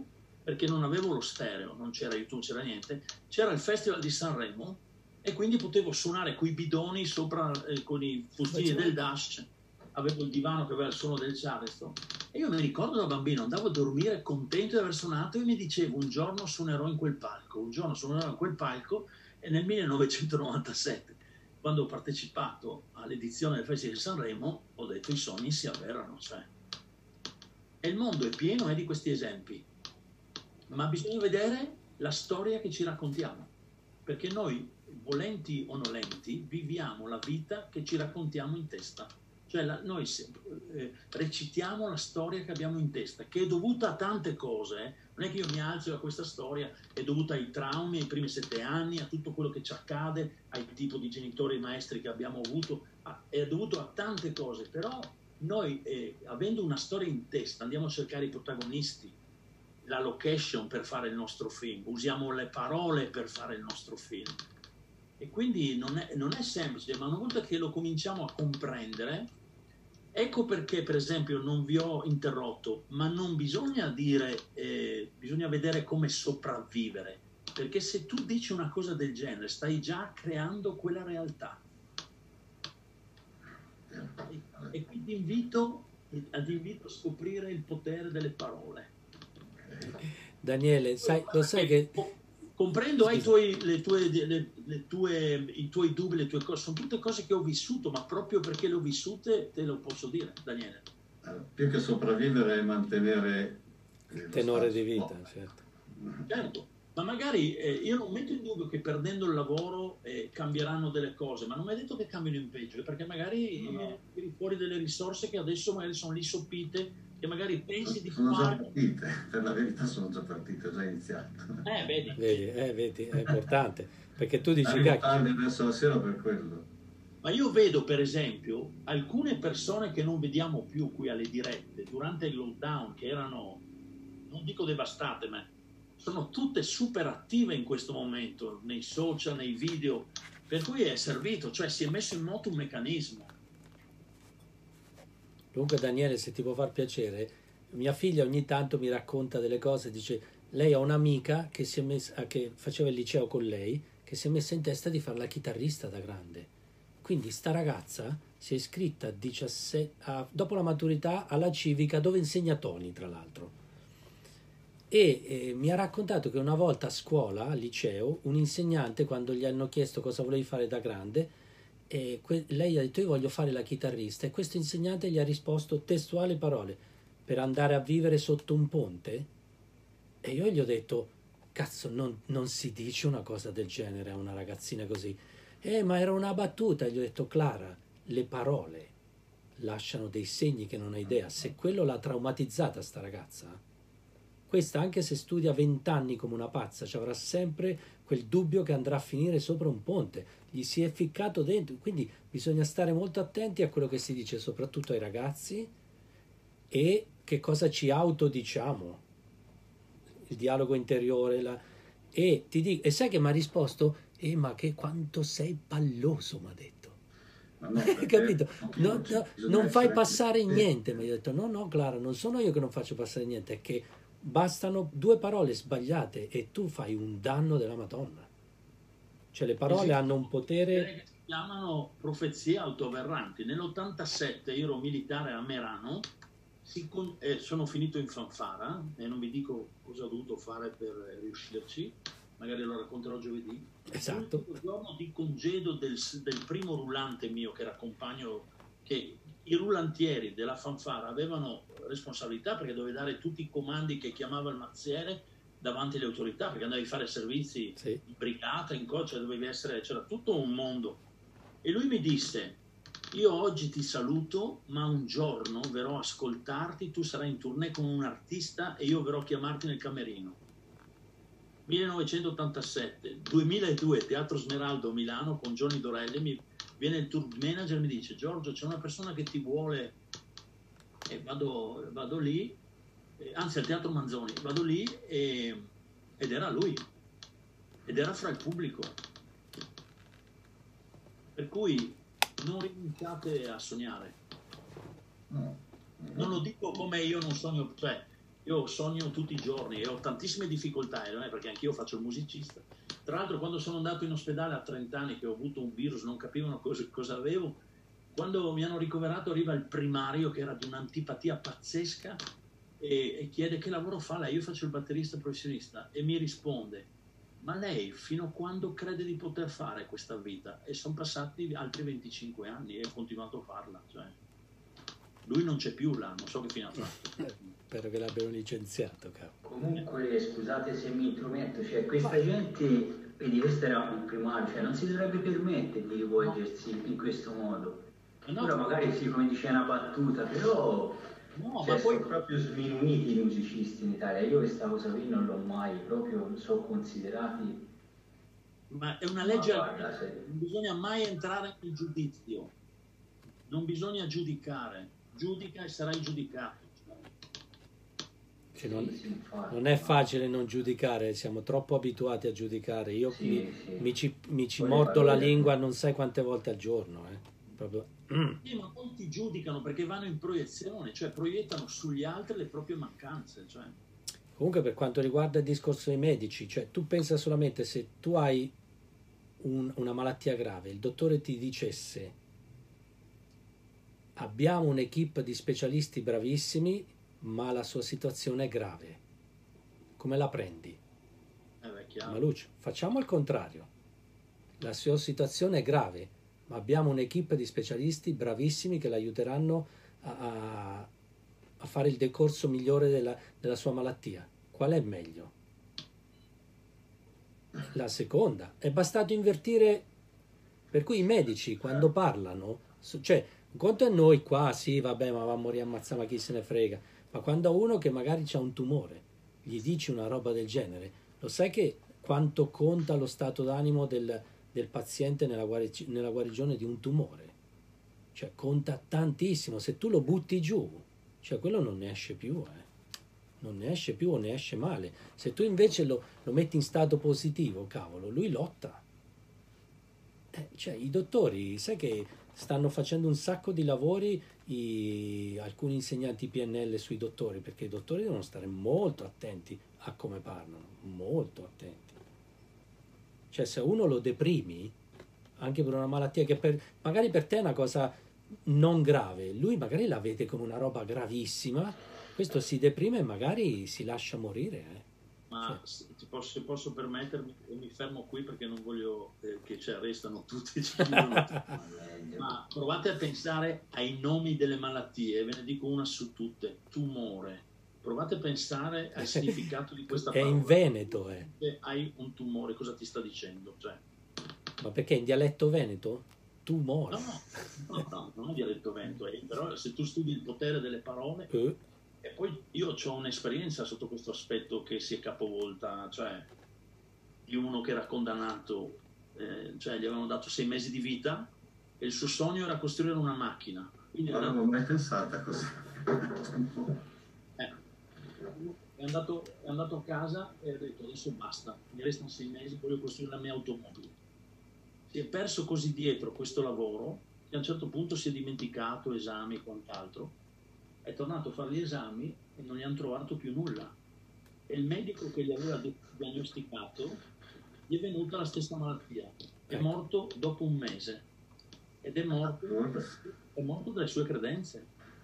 perché non avevo lo stereo, non c'era YouTube, c'era niente, c'era il Festival di Sanremo e quindi potevo suonare coi bidoni sopra eh, con i fustini del Dash, avevo il divano che aveva il suono del Charleston e io mi ricordo da bambino, andavo a dormire contento di aver suonato e mi dicevo un giorno suonerò in quel palco, un giorno suonerò in quel palco e nel millenovecentonovantasette, quando ho partecipato all'edizione del Festival di Sanremo, ho detto i sogni si avverano, cioè. E il mondo è pieno eh, di questi esempi, ma bisogna vedere la storia che ci raccontiamo, perché noi, volenti o nolenti, viviamo la vita che ci raccontiamo in testa. Cioè la, noi eh, recitiamo la storia che abbiamo in testa, che è dovuta a tante cose. Eh. Non è che io mi alzo da questa storia, è dovuta ai traumi, ai primi sette anni, a tutto quello che ci accade, al tipo di genitori e maestri che abbiamo avuto, a, è dovuto a tante cose. Però noi, eh, avendo una storia in testa, andiamo a cercare i protagonisti, la location per fare il nostro film, usiamo le parole per fare il nostro film. E quindi non è, non è semplice, ma una volta che lo cominciamo a comprendere, ecco perché per esempio non vi ho interrotto, ma non bisogna dire, eh, bisogna vedere come sopravvivere, perché se tu dici una cosa del genere stai già creando quella realtà. E, e quindi invito, ad invito a scoprire il potere delle parole. Daniele, sai, lo sai che... Comprendo hai tuoi, le tue, le, le tue, i tuoi dubbi, le tue cose, sono tutte cose che ho vissuto, ma proprio perché le ho vissute te lo posso dire, Daniele. Allora, più che sopravvivere è mantenere il tenore di vita, certo. Certo, ma magari eh, io non metto in dubbio che perdendo il lavoro eh, cambieranno delle cose, ma non mi è detto che cambiano in peggio, perché magari no, no. Eh, tiri fuori delle risorse che adesso magari sono lì soppite, che magari pensi di sono fare... già partite, per la verità sono già partite, ho già iniziato. Eh, vedi. Vedi, eh, vedi, è importante, perché tu dici che... tardi adesso la sera per quello. Ma io vedo per esempio alcune persone che non vediamo più qui alle dirette, durante il lockdown, che erano, non dico devastate, ma sono tutte super attive in questo momento, nei social, nei video, per cui è servito, cioè si è messo in moto un meccanismo. Comunque Daniele, se ti può far piacere, mia figlia ogni tanto mi racconta delle cose, dice lei ha un'amica che, si è messa, che faceva il liceo con lei, che si è messa in testa di fare la chitarrista da grande. Quindi sta ragazza si è iscritta a diciassette, a, dopo la maturità alla Civica, dove insegna Tony, tra l'altro. E eh, mi ha raccontato che una volta a scuola, al liceo, un insegnante, quando gli hanno chiesto cosa volevi fare da grande, e que- lei ha detto io voglio fare la chitarrista, e questo insegnante gli ha risposto testuali parole: per andare a vivere sotto un ponte. E io gli ho detto cazzo, non, non si dice una cosa del genere a una ragazzina così. Eh ma era una battuta. Gli ho detto Clara, le parole lasciano dei segni che non hai idea. Se quello l'ha traumatizzata sta ragazza, questa anche se studia vent'anni come una pazza ci avrà sempre quel dubbio che andrà a finire sopra un ponte, gli si è ficcato dentro. Quindi bisogna stare molto attenti a quello che si dice, soprattutto ai ragazzi, e che cosa ci autodiciamo, il dialogo interiore. La... e ti dico, e sai che mi ha risposto? Eh ma che quanto sei palloso, mi ha detto. Ma no, capito? No, no, non fai passare niente. Mi ha detto no no Clara, non sono io che non faccio passare niente, è che bastano due parole sbagliate e tu fai un danno della Madonna. Cioè le parole hanno un potere che si chiamano profezie autoverranti. Nell'ottantasette io ero militare a Merano, si con... eh, sono finito in fanfara e non vi dico cosa ho dovuto fare per riuscirci, magari lo racconterò giovedì. Esatto. L'ultimo giorno di congedo del, del primo rullante mio, che era compagno, che i rullantieri della fanfara avevano responsabilità perché dovevi dare tutti i comandi che chiamava il mazziere davanti alle autorità, perché andavi a fare servizi sì. in brigata, in cioè dovevi essere, c'era tutto un mondo. E lui mi disse: io oggi ti saluto, ma un giorno verrò a ascoltarti, tu sarai in tournée con un artista e io verrò a chiamarti nel camerino. millenovecentottantasette, duemiladue, Teatro Smeraldo, Milano, con Johnny Dorelli, mi viene il tour manager e mi dice: Giorgio, c'è una persona che ti vuole. E vado, vado lì, eh, anzi al Teatro Manzoni, vado lì e, ed era lui, ed era fra il pubblico. Per cui non rinunciate a sognare. Non lo dico come io non sogno, cioè io sogno tutti i giorni e ho tantissime difficoltà, eh, non è perché anch'io faccio il musicista. Tra l'altro, quando sono andato in ospedale a trenta anni, che ho avuto un virus, non capivano cosa, cosa avevo, quando mi hanno ricoverato arriva il primario che era di un'antipatia pazzesca e, e chiede che lavoro fa lei. Io faccio il batterista professionista e mi risponde: ma lei fino a quando crede di poter fare questa vita? E sono passati altri venticinque anni e ho continuato a farla, cioè, lui non c'è più là, non so che fine ha fatto. Spero che l'abbiano licenziato, capo. Comunque, scusate se mi intrometto, cioè questa gente, vedi, questo era un primario, cioè non si dovrebbe permettere di rivolgersi in questo modo. No, Ora magari sì, come dice una battuta, però no, cioè, ma poi sono proprio sminuiti i musicisti in Italia. Io questa cosa qui non l'ho mai, proprio sono considerati. ma è una legge, Ma guarda, se- non bisogna mai entrare nel giudizio, non bisogna giudicare, giudica e sarai giudicato. Che non, sì, sì, infatti, non è ma- facile non giudicare, siamo troppo abituati a giudicare. Io Sì, mi, sì. mi ci, mi ci Poi le mordo la parole- lingua non sai quante volte al giorno. Eh. Proprio. Sì, ma molti giudicano perché vanno in proiezione, cioè proiettano sugli altri le proprie mancanze, cioè. Comunque, per quanto riguarda il discorso dei medici, cioè tu pensa solamente, se tu hai un- una malattia grave, il dottore ti dicesse: abbiamo un'equipe di specialisti bravissimi, ma la sua situazione è grave, come la prendi? Eh, beh, chiaro. Ma Lucio, facciamo il contrario. La sua situazione è grave, ma abbiamo un'equipe di specialisti bravissimi che l'aiuteranno a, a- a fare il decorso migliore della, della sua malattia. Qual è meglio? La seconda. È bastato invertire. Per cui i medici, quando parlano, su- cioè, un conto è noi qua, sì, vabbè, ma va a morire ammazzato, ma chi se ne frega. Ma quando a uno che magari ha un tumore, gli dici una roba del genere, lo sai che quanto conta lo stato d'animo del, del paziente nella, guaric- nella guarigione di un tumore? Cioè, conta tantissimo. Se tu lo butti giù, cioè, quello non ne esce più, eh. Non ne esce più o ne esce male. Se tu invece lo, lo metti in stato positivo, cavolo, lui lotta. Eh, cioè, i dottori, sai che stanno facendo un sacco di lavori i- alcuni insegnanti P N L sui dottori, perché i dottori devono stare molto attenti a come parlano, molto attenti. Cioè, se uno lo deprimi, anche per una malattia che per, magari per te è una cosa non grave, lui magari la vede come una roba gravissima, questo si deprime e magari si lascia morire. Eh. Ma se ti posso, se posso permettermi, e mi fermo qui perché non voglio eh, che ci arrestano tutti. Ci chiudono. Ma provate a pensare ai nomi delle malattie, ve ne dico una su tutte: tumore. Provate a pensare al significato di questa È parola. in Veneto, eh. Se hai un tumore, cosa ti sta dicendo? Cioè, Ma perché in dialetto veneto? Tumore. no, no, no, no, non è dialetto veneto, eh, però se tu studi il potere delle parole. Eh, E poi io ho un'esperienza sotto questo aspetto che si è capovolta, cioè di uno che era condannato, eh, cioè gli avevano dato sei mesi di vita e il suo sogno era costruire una macchina. Quindi Non era- avevo mai pensata così. eh, è, andato, è andato a casa e ha detto: adesso basta, mi restano sei mesi, voglio costruire la mia automobile. Si è perso così dietro questo lavoro che a un certo punto si è dimenticato esami e quant'altro. È tornato a fare gli esami e non gli hanno trovato più nulla. E il medico che gli aveva di- diagnosticato gli è venuta la stessa malattia. È Ecco. morto dopo un mese. Ed è morto, è morto dalle sue credenze.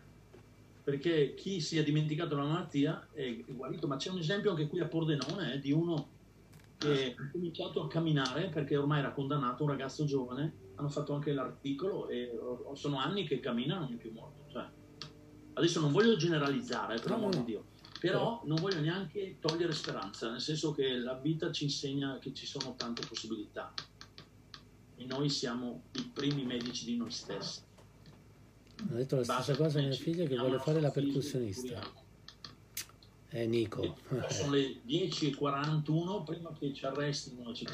Perché chi si è dimenticato la malattia è guarito. Ma c'è un esempio anche qui a Pordenone eh, di uno che ha cominciato a camminare perché ormai era condannato, un ragazzo giovane. Hanno fatto anche l'articolo e oh, sono anni che cammina, non è più morto. Cioè, adesso non voglio generalizzare, per No, amor no, no. di Dio, però non voglio neanche togliere speranza, nel senso che la vita ci insegna che ci sono tante possibilità e noi siamo i primi medici di noi stessi. Ho detto la stessa Basta, cosa a mia ci figlia che curiamo vuole il fare la nostro fisico, percussionista. curiamo. Eh, Nico. E sono le dieci e quarantuno, prima che ci arrestino. Ci...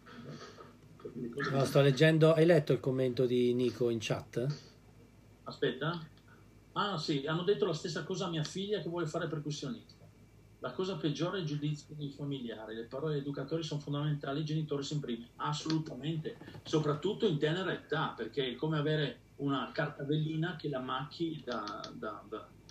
le cose No, che- sto leggendo. Hai letto il commento di Nico in chat? Aspetta. Ah sì, hanno detto la stessa cosa a mia figlia che vuole fare percussionista. La cosa peggiore è il giudizio dei familiari. Le parole degli educatori sono fondamentali, i genitori si imprime. Assolutamente, soprattutto in tenera età, perché è come avere una cartavellina che la macchi da, da, da,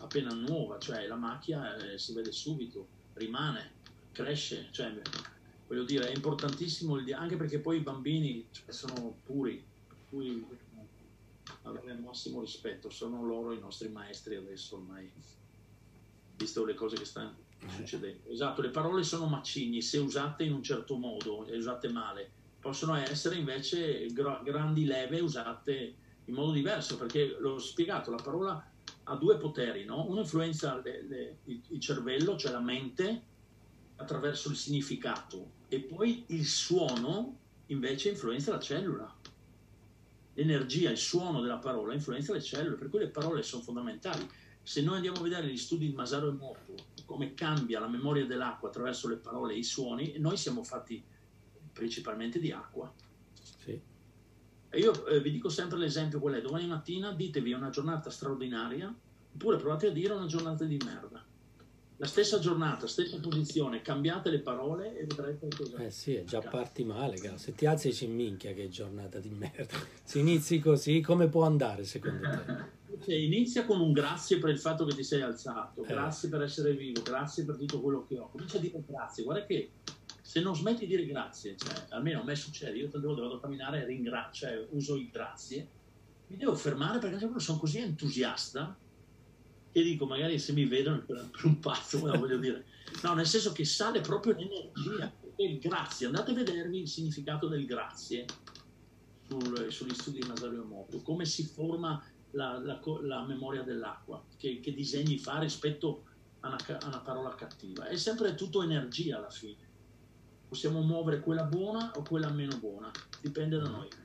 appena nuova, cioè la macchia eh, si vede subito, rimane, cresce, cioè, voglio dire, è importantissimo, il, anche perché poi i bambini cioè, sono puri, per cui avere il massimo rispetto, sono loro i nostri maestri adesso ormai, visto le cose che stanno succedendo. Esatto, le parole sono macigni, se usate in un certo modo e usate male, possono essere invece gra- grandi leve usate in modo diverso, perché l'ho spiegato, la parola ha due poteri, no? Uno influenza le, le, il, il cervello, cioè la mente, attraverso il significato, e poi il suono invece influenza la cellula. L'energia, il suono della parola influenza le cellule, per cui le parole sono fondamentali. Se noi andiamo a vedere gli studi di Masaru Emoto, come cambia la memoria dell'acqua attraverso le parole e i suoni, noi siamo fatti principalmente di acqua. Sì. E io eh, vi dico sempre l'esempio qual è: domani mattina ditevi una giornata straordinaria, oppure provate a dire una giornata di merda. La stessa giornata, stessa posizione, cambiate le parole e vedrete cosa. Eh sì, è già parti male, caro. Se ti alzi ci minchia che giornata di merda. Se inizi così, come può andare secondo te? Cioè, inizia con un grazie per il fatto che ti sei alzato, Eh. grazie per essere vivo, grazie per tutto quello che ho. Comincia a dire grazie. Guarda che se non smetti di dire grazie, cioè, almeno a me succede, io devo, vado a camminare e ringrazio, cioè, uso il grazie, mi devo fermare perché sono così entusiasta che dico, magari se mi vedono per un pazzo, ma voglio dire, no, nel senso che sale proprio l'energia, il grazie. Andate a vedervi il significato del grazie sul, sugli studi di Masaru Emoto, come si forma la, la, la memoria dell'acqua, che, che disegni fa rispetto a una, a una parola cattiva. È sempre tutto energia alla fine. Possiamo muovere quella buona o quella meno buona, dipende da noi.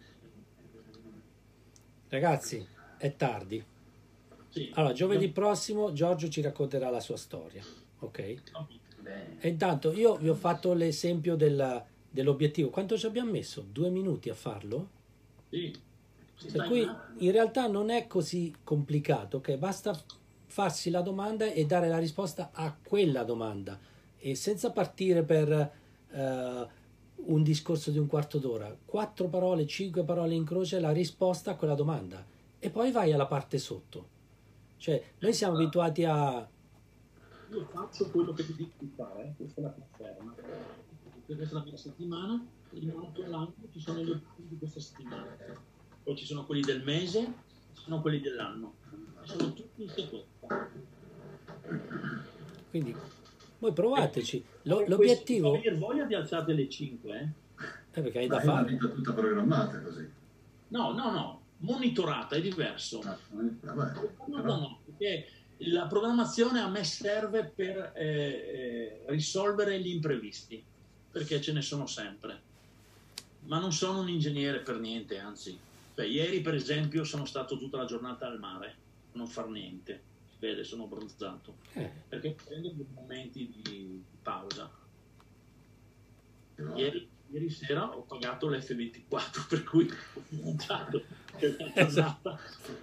Ragazzi, è tardi. Sì. Allora, giovedì prossimo Giorgio ci racconterà la sua storia, ok? Bene. E intanto io vi ho fatto l'esempio della- dell'obiettivo. Quanto ci abbiamo messo? Due minuti a farlo? Sì. Si Per sta cui in- in realtà non è così complicato, ok? Basta farsi la domanda e dare la risposta a quella domanda, e senza partire per eh, un discorso di un quarto d'ora. Quattro parole, cinque parole in croce, la risposta a quella domanda, e poi vai alla parte sotto. Cioè, noi siamo abituati a... Io faccio quello che ti dico di fare, eh, questa è la conferma. Questa è la mia settimana, il monito l'anno, ci sono gli obiettivi di questa settimana. Poi ci sono quelli del mese, ci sono quelli dell'anno. Sono tutti in sequenza. Quindi, voi provateci. Lo- Questo, l'obiettivo... per aver voglia di alzate alle cinque, eh? Eh, perché hai Ma da è una fare. vita tutta programmata così. No, no, no, monitorata, è diverso. Ah, vabbè, No, no, però- no, perché la programmazione a me serve per eh, eh, risolvere gli imprevisti, perché ce ne sono sempre. Ma non sono un ingegnere per niente, anzi. Cioè, ieri, per esempio, sono stato tutta la giornata al mare, a non far niente. Si vede, sono abbronzato. Eh, Perché prendo dei momenti di pausa. però- Ieri, ieri sera ho pagato l'F ventiquattro, per cui ho mangiato questa giornata.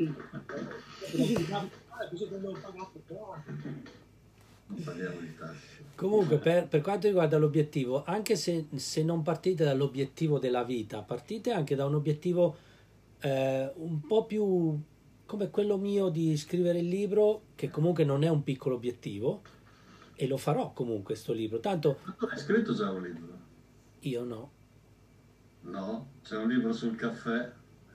Così quando ho pagato, però... non parliamo di tasse. Comunque, per, per quanto riguarda l'obiettivo, anche se, se non partite dall'obiettivo della vita, partite anche da un obiettivo eh, un po' più come quello mio di scrivere il libro, che comunque non è un piccolo obiettivo, e lo farò comunque sto libro. Tanto Ma tu hai scritto già un libro? io no, No? C'è un libro sul caffè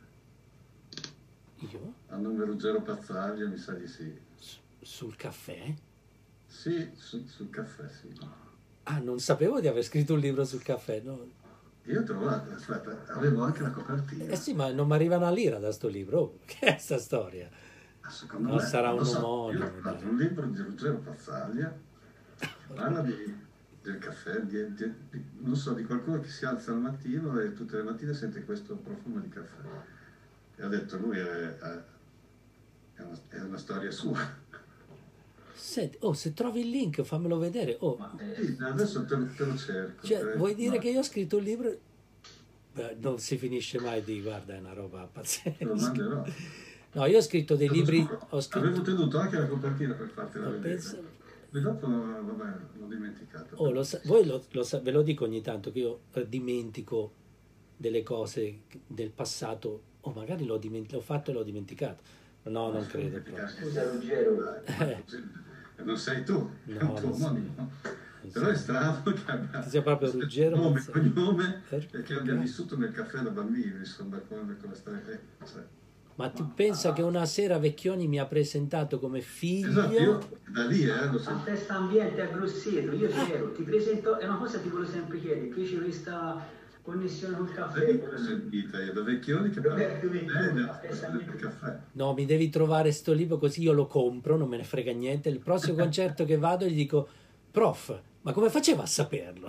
io a numero Ruggero Pazzaglia, mi sa di sì. S- sul caffè? Sì, su- sul caffè, sì. Ah, non sapevo di aver scritto un libro sul caffè, no? Io ho trovato, aspetta, avevo anche la copertina. Eh sì, ma non mi arriva una lira da sto libro. Oh, che è sta storia? Ma secondo Non me, sarà non un lo so, omonimo, Io ho fatto dai. un libro di Ruggero Pazzaglia, parla di, del caffè, di, di- di- non so, di qualcuno che si alza al mattino e tutte le mattine sente questo profumo di caffè. E ha detto, lui è, è, è, una, è una storia sua. Senti, oh, se trovi il link fammelo vedere. Oh, Ma, eh, Sì, adesso te, lo- te lo cerco. cioè, te- vuoi dire ma che io ho scritto un libro? Beh, non si finisce mai di, guarda, è una roba Te lo pazzesca. manderò. No, io ho scritto dei Te lo libri, giuro. ho scritto... Avevo tenuto anche la copertina per fartela Ma vedere. pensa- E dopo, vabbè, l'ho dimenticato. Oh, lo sa- voi lo, lo sa- ve lo dico ogni tanto che io eh, dimentico delle cose del passato, o magari l'ho, diment- l'ho fatto e l'ho dimenticato, No, non credo. Però. Scusa Ruggero. Eh. Non sei tu, no, è un tuo omonimo. Però è strano che abbia sia proprio Ruggero, nome e cognome per... e che abbia vissuto nel caffè da bambino, insomma, come quella storia. Cioè. Ma tu pensa che una sera Vecchioni mi ha presentato come figlio? Esatto, io da lì eh, lo so. A testa ambiente a Grosseto, io c'ero, ti presento, è una cosa che ti volevo sempre chiedere, che c'è questa connessione col caffè. Io l'ho sentita io da Vecchioni che parla del caffè. No, mi devi trovare sto libro così io lo compro, non me ne frega niente. Il prossimo concerto che vado gli dico, prof, ma come faceva a saperlo?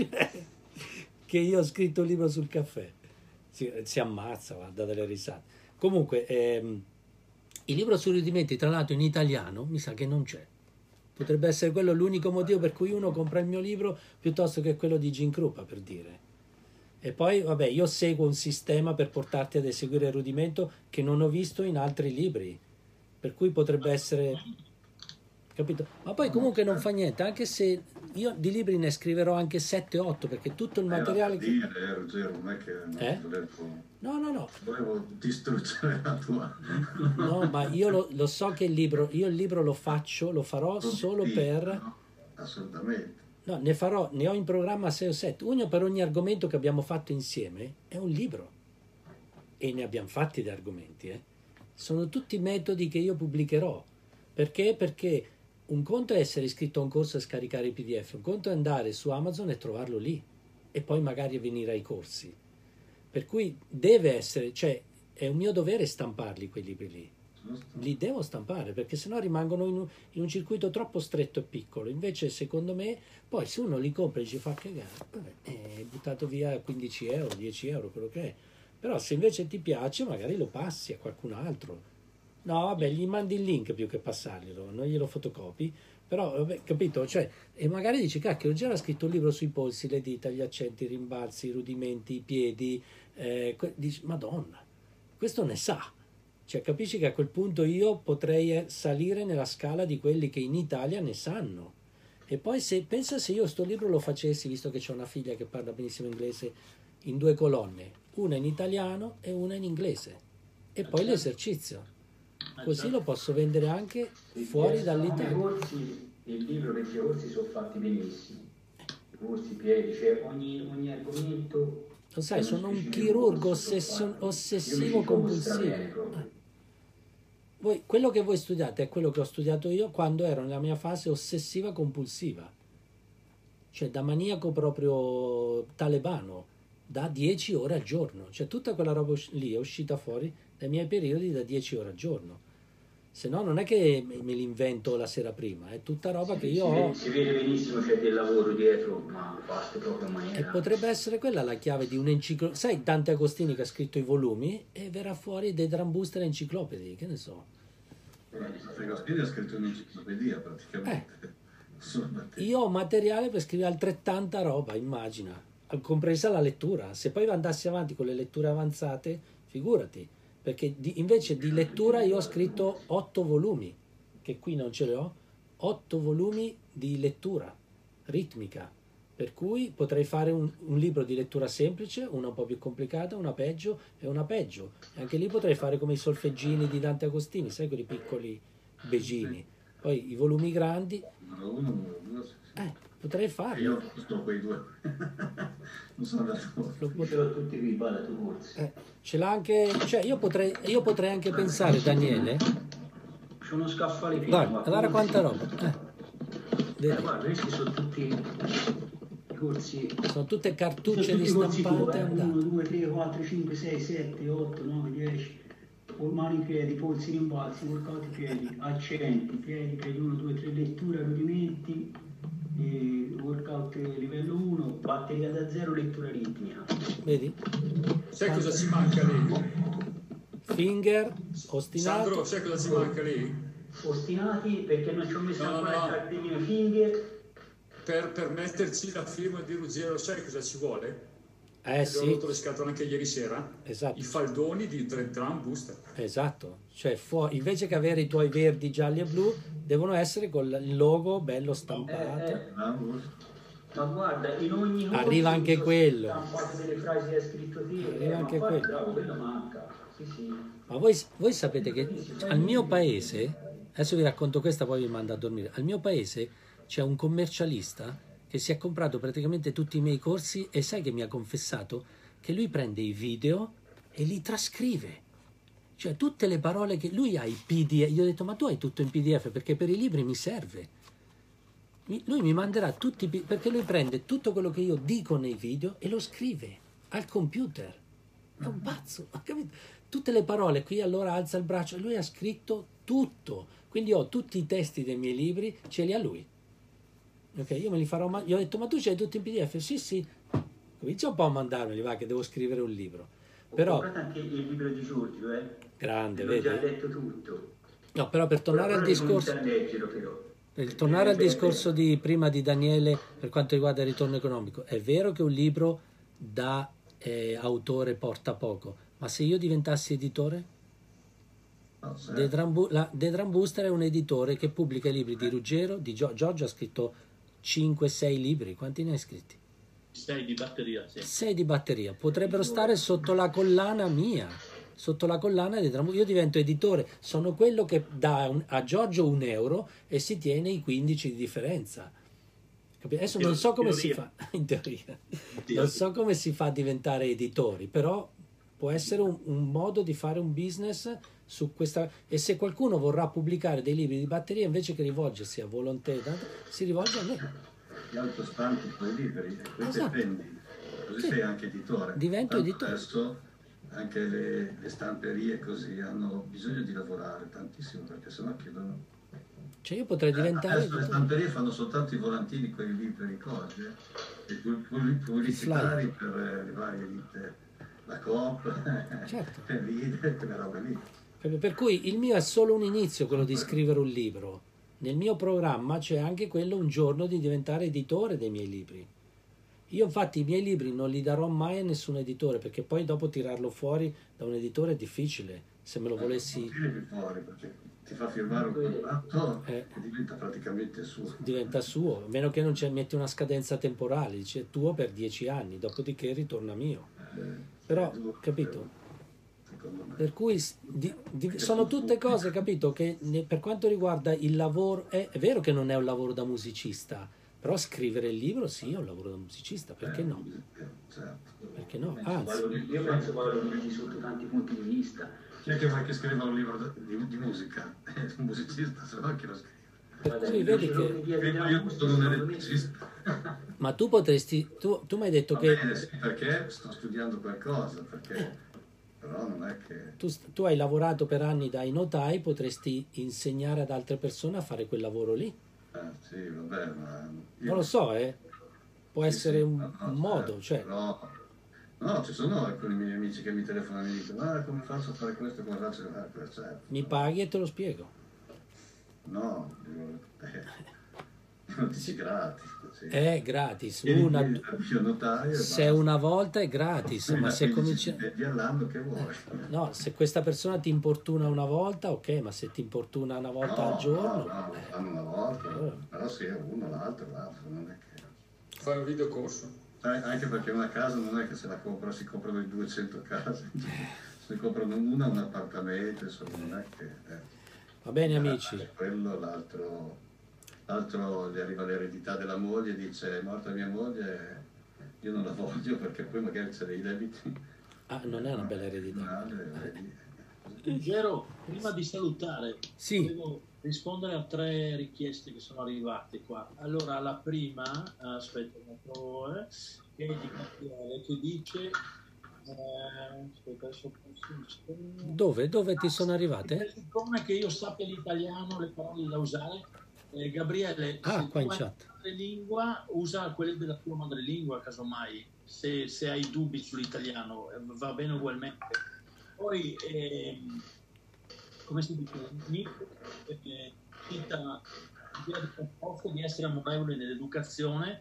Che io ho scritto un libro sul caffè. Si, si ammazza, guarda delle risate. Comunque, ehm, il libro sui rudimenti, tra l'altro in italiano, mi sa che non c'è. Potrebbe essere quello l'unico motivo per cui uno compra il mio libro piuttosto che quello di Gene Krupa, per dire. E poi, vabbè, io seguo un sistema per portarti ad eseguire il rudimento che non ho visto in altri libri, per cui potrebbe essere... Capito? Ma poi comunque non fa niente, anche se io di libri ne scriverò anche sette otto, perché tutto il materiale che... Dire, eh, Ruggero, non è che non eh? volevo, no, no, no. volevo distruggere la tua... No, ma io lo, lo so che il libro, io il libro lo faccio, lo farò solo per... No? Assolutamente. No, ne farò, ne ho in programma sei o sette, uno per ogni argomento che abbiamo fatto insieme, è un libro. E ne abbiamo fatti di argomenti, eh. Sono tutti metodi che io pubblicherò. Perché? Perché... un conto è essere iscritto a un corso e scaricare i P D F, un conto è andare su Amazon e trovarlo lì e poi magari venire ai corsi. Per cui deve essere, cioè è un mio dovere stamparli quei libri lì. Li devo stampare perché sennò rimangono in un, in un circuito troppo stretto e piccolo. Invece secondo me poi se uno li compra e ci fa cagare, vabbè, è buttato via quindici euro, dieci euro, quello che è. Però se invece ti piace magari lo passi a qualcun altro. No, vabbè, gli mandi il link più che passarglielo, non glielo fotocopi, però, vabbè, capito? Cioè, e magari dici, cacchio, già ha scritto un libro sui polsi, le dita, gli accenti, i rimbalzi, i rudimenti, i piedi, eh, dici, madonna, questo ne sa. Cioè, capisci che a quel punto io potrei salire nella scala di quelli che in Italia ne sanno. E poi, se pensa se io sto libro lo facessi, visto che c'ho una figlia che parla benissimo inglese, in due colonne, una in italiano e una in inglese, e poi l'esercizio. Così lo posso vendere anche fuori dall'Italia. I corsi, il libro per i corsi sono fatti benissimo. I corsi, piedi, cioè ogni, ogni argomento. Lo sai, sono un chirurgo ossession, ossessivo compulsivo. Voi, quello che voi studiate è quello che ho studiato io quando ero nella mia fase ossessiva compulsiva. Cioè da maniaco proprio talebano, da dieci ore al giorno. Cioè tutta quella roba lì è uscita fuori dai miei periodi da dieci ore al giorno. Se no non è che me li invento la sera prima, è tutta roba si, che io si ho. Si vede benissimo, c'è del lavoro dietro, ma fatto proprio in maniera... E potrebbe essere quella la chiave di un'enciclopedia. Sai Dante Agostini che ha scritto i volumi e verrà fuori dei Drambuster enciclopedi, che ne so. Dante Agostini ha scritto un'enciclopedia praticamente. Eh. Io ho materiale per scrivere altrettanta roba, immagina, compresa la lettura. Se poi andassi avanti con le letture avanzate, figurati. Perché di, invece di lettura io ho scritto otto volumi, che qui non ce li ho, otto volumi di lettura ritmica, per cui potrei fare un, un libro di lettura semplice, una un po' più complicata, una peggio e una peggio. E anche lì potrei fare come i solfeggini di Dante Agostini, sai quelli piccoli begini. Poi i volumi grandi, eh, potrei farli. Io sto quei due, non sono andato. Lo potrò tutti qui, vada tu corsi. Eh, ce l'ha anche, cioè io potrei, io potrei anche pensare, Daniele. C'è uno scaffale pieno. Guarda, guarda quanta roba. Eh. Eh, guarda, questi sono tutti i corsi. Sono tutte cartucce di stampante. uno, due, tre, quattro, cinque, sei, sette, otto, nove, dieci. Mani in piedi, polsi rimbalzi, workout piedi, accenti, piedi, piedi uno, due, tre, lettura, rudimenti, eh, workout livello uno, batteria da zero, lettura ritmica. Vedi? Sai cosa ci manca lì? Finger, ostinato. Sandro, sai cosa ci manca lì? Ostinati perché non ci ho messo no, ancora no. il cartellino finger. Per, per metterci la firma di Ruggero, sai cosa ci vuole? Eh sì. Ho sì. rotto le scatole anche ieri sera. Esatto. I faldoni di tre drum booster. Esatto. Cioè fu- invece che avere i tuoi verdi, gialli e blu, devono essere con il logo bello stampato. Eh, eh. Ma guarda, in ogni corso Arriva anche quello. stampato delle frasi che hai scritto te, Arriva eh, anche ma poi, quello. bravo, quello manca. Sì, sì. Ma voi, voi sapete che al mio paese, adesso vi racconto questa, poi vi mando a dormire. Al mio paese c'è un commercialista che si è comprato praticamente tutti i miei corsi e sai che mi ha confessato che lui prende i video e li trascrive. Cioè tutte le parole che lui ha i P D F. Gli ho detto, ma tu hai tutto in P D F perché per i libri mi serve. Lui mi manderà tutti i P D F perché lui prende tutto quello che io dico nei video e lo scrive al computer. È un pazzo, ha capito? Tutte le parole qui, allora alza il braccio e lui ha scritto tutto. Quindi ho tutti i testi dei miei libri, ce li ha lui. Ok, io me li farò, ma gli ho detto, ma tu c'hai tutti in P D F? Sì, sì. Comincia un po' a mandarmeli, va, che devo scrivere un libro. Però, ho comprato anche il libro di Giorgio, eh. grande, L'ho vedi? già letto tutto. No, però per tornare Però al devo discorso... iniziare a leggerlo, però. Per tornare al discorso di prima di Daniele per quanto riguarda il ritorno economico, è vero che un libro da eh, autore porta poco, ma se io diventassi editore? No, certo. The Drum, Bu- la, The Drum Booster è un editore che pubblica i libri di Ruggero, di Gio- Giorgio ha scritto cinque sei libri, quanti ne hai scritti? sei di batteria, sì. sei di batteria, potrebbero stare sotto la collana mia, sotto la collana di Drum. Io divento editore, sono quello che dà un- a Giorgio un euro e si tiene i quindici di differenza. Capi- Adesso non so come si fa, in teoria, non so come si fa a diventare editori, però può essere un, un modo di fare un business su questa. E se qualcuno vorrà pubblicare dei libri di batteria, invece che rivolgersi a Volonté, si rivolge a me. Gli autostampi tuoi libri e poi Esatto. te vendi, così Sì. sei anche editore. Divento Tanto editore. Adesso anche le, le stamperie così hanno bisogno di lavorare tantissimo perché sennò chiudono. Cioè io potrei diventare Adesso le editore. stamperie fanno soltanto i volantini, quelli lì per i cosi, eh. i pu- pu- pubblicitari per eh, le varie ditte, la Coop, Certo. le Lidl, quelle robe lì. Per cui il mio è solo un inizio, quello di scrivere un libro. Nel mio programma c'è anche quello un giorno di diventare editore dei miei libri. Io infatti i miei libri non li darò mai a nessun editore, perché poi dopo tirarlo fuori da un editore è difficile, se me lo volessi. Non tiri più fuori perché ti fa firmare un contratto Eh. e diventa praticamente suo. Diventa suo, a meno che non ci metti una scadenza temporale, dice è tuo per dieci anni, dopodiché ritorna mio. Eh, Però, è giusto, capito? secondo me. Per cui s- di- di- sono tutte cose, capito, che ne- per quanto riguarda il lavoro, è, è vero che non è un lavoro da musicista, però scrivere il libro sì è un lavoro da musicista, perché no? Eh, certo. Perché no? Penso Anzi, quello che- io penso che lo vedi sotto tanti punti di vista. Chi è che vuoi che scriva un libro di, di musica? È un musicista, se no chi lo scrive? per cui vedi che... Prima io sono un elettricista. Ma tu potresti, tu, tu mi hai detto Va che bene, sì, perché sto studiando qualcosa, perché però non è che... tu, tu hai lavorato per anni dai notai, potresti insegnare ad altre persone a fare quel lavoro lì. Eh, sì, vabbè, ma... io- Non lo so, eh. Può Sì, essere sì, un, no, no, un modo, certo, cioè... però- no, ci sono alcuni miei amici che mi telefonano e mi dicono ah, come faccio a fare questo, come faccio a fare questo, certo. Mi paghi e te lo spiego. No, dico, eh, non dici gratis. Sì. È gratis, Vieni una, qui dal mio notaio e se basta. una volta è gratis, ma se cominci... Vedi all'anno che vuoi. No, se questa persona ti importuna una volta, ok, ma se ti importuna una volta No, al giorno... no, no, lo eh, fanno una volta, allora. però sì, uno, l'altro, l'altro, non è che... Fai un videocorso. Sai, anche perché una casa non è che se la compra, si comprano i duecento case, se ne comprano una, un appartamento, insomma, non è che... eh. Va bene Eh, amici, quello, l'altro, l'altro gli arriva l'eredità della moglie e dice è morta mia moglie, io non la voglio perché poi magari c'è dei debiti. ah, non è una bella eredità. Male, vedi. Ruggero, prima di salutare, Sì. volevo rispondere a tre richieste che sono arrivate qua. Allora, la prima, aspetta un attimo, eh, che è di Gabriele, che dice... Eh, aspetta, adesso penso- Dove? Dove ti sono arrivate? Siccome che io sappia l'italiano, le parole da usare, eh, Gabriele, Ah, se qua in tu hai chat. madrelingua, usa quelle della tua madrelingua, casomai, se, se hai dubbi sull'italiano, eh, va bene ugualmente. Poi, ehm, come si dice, Nick eh, cita l'idea di composto di essere amorevole nell'educazione.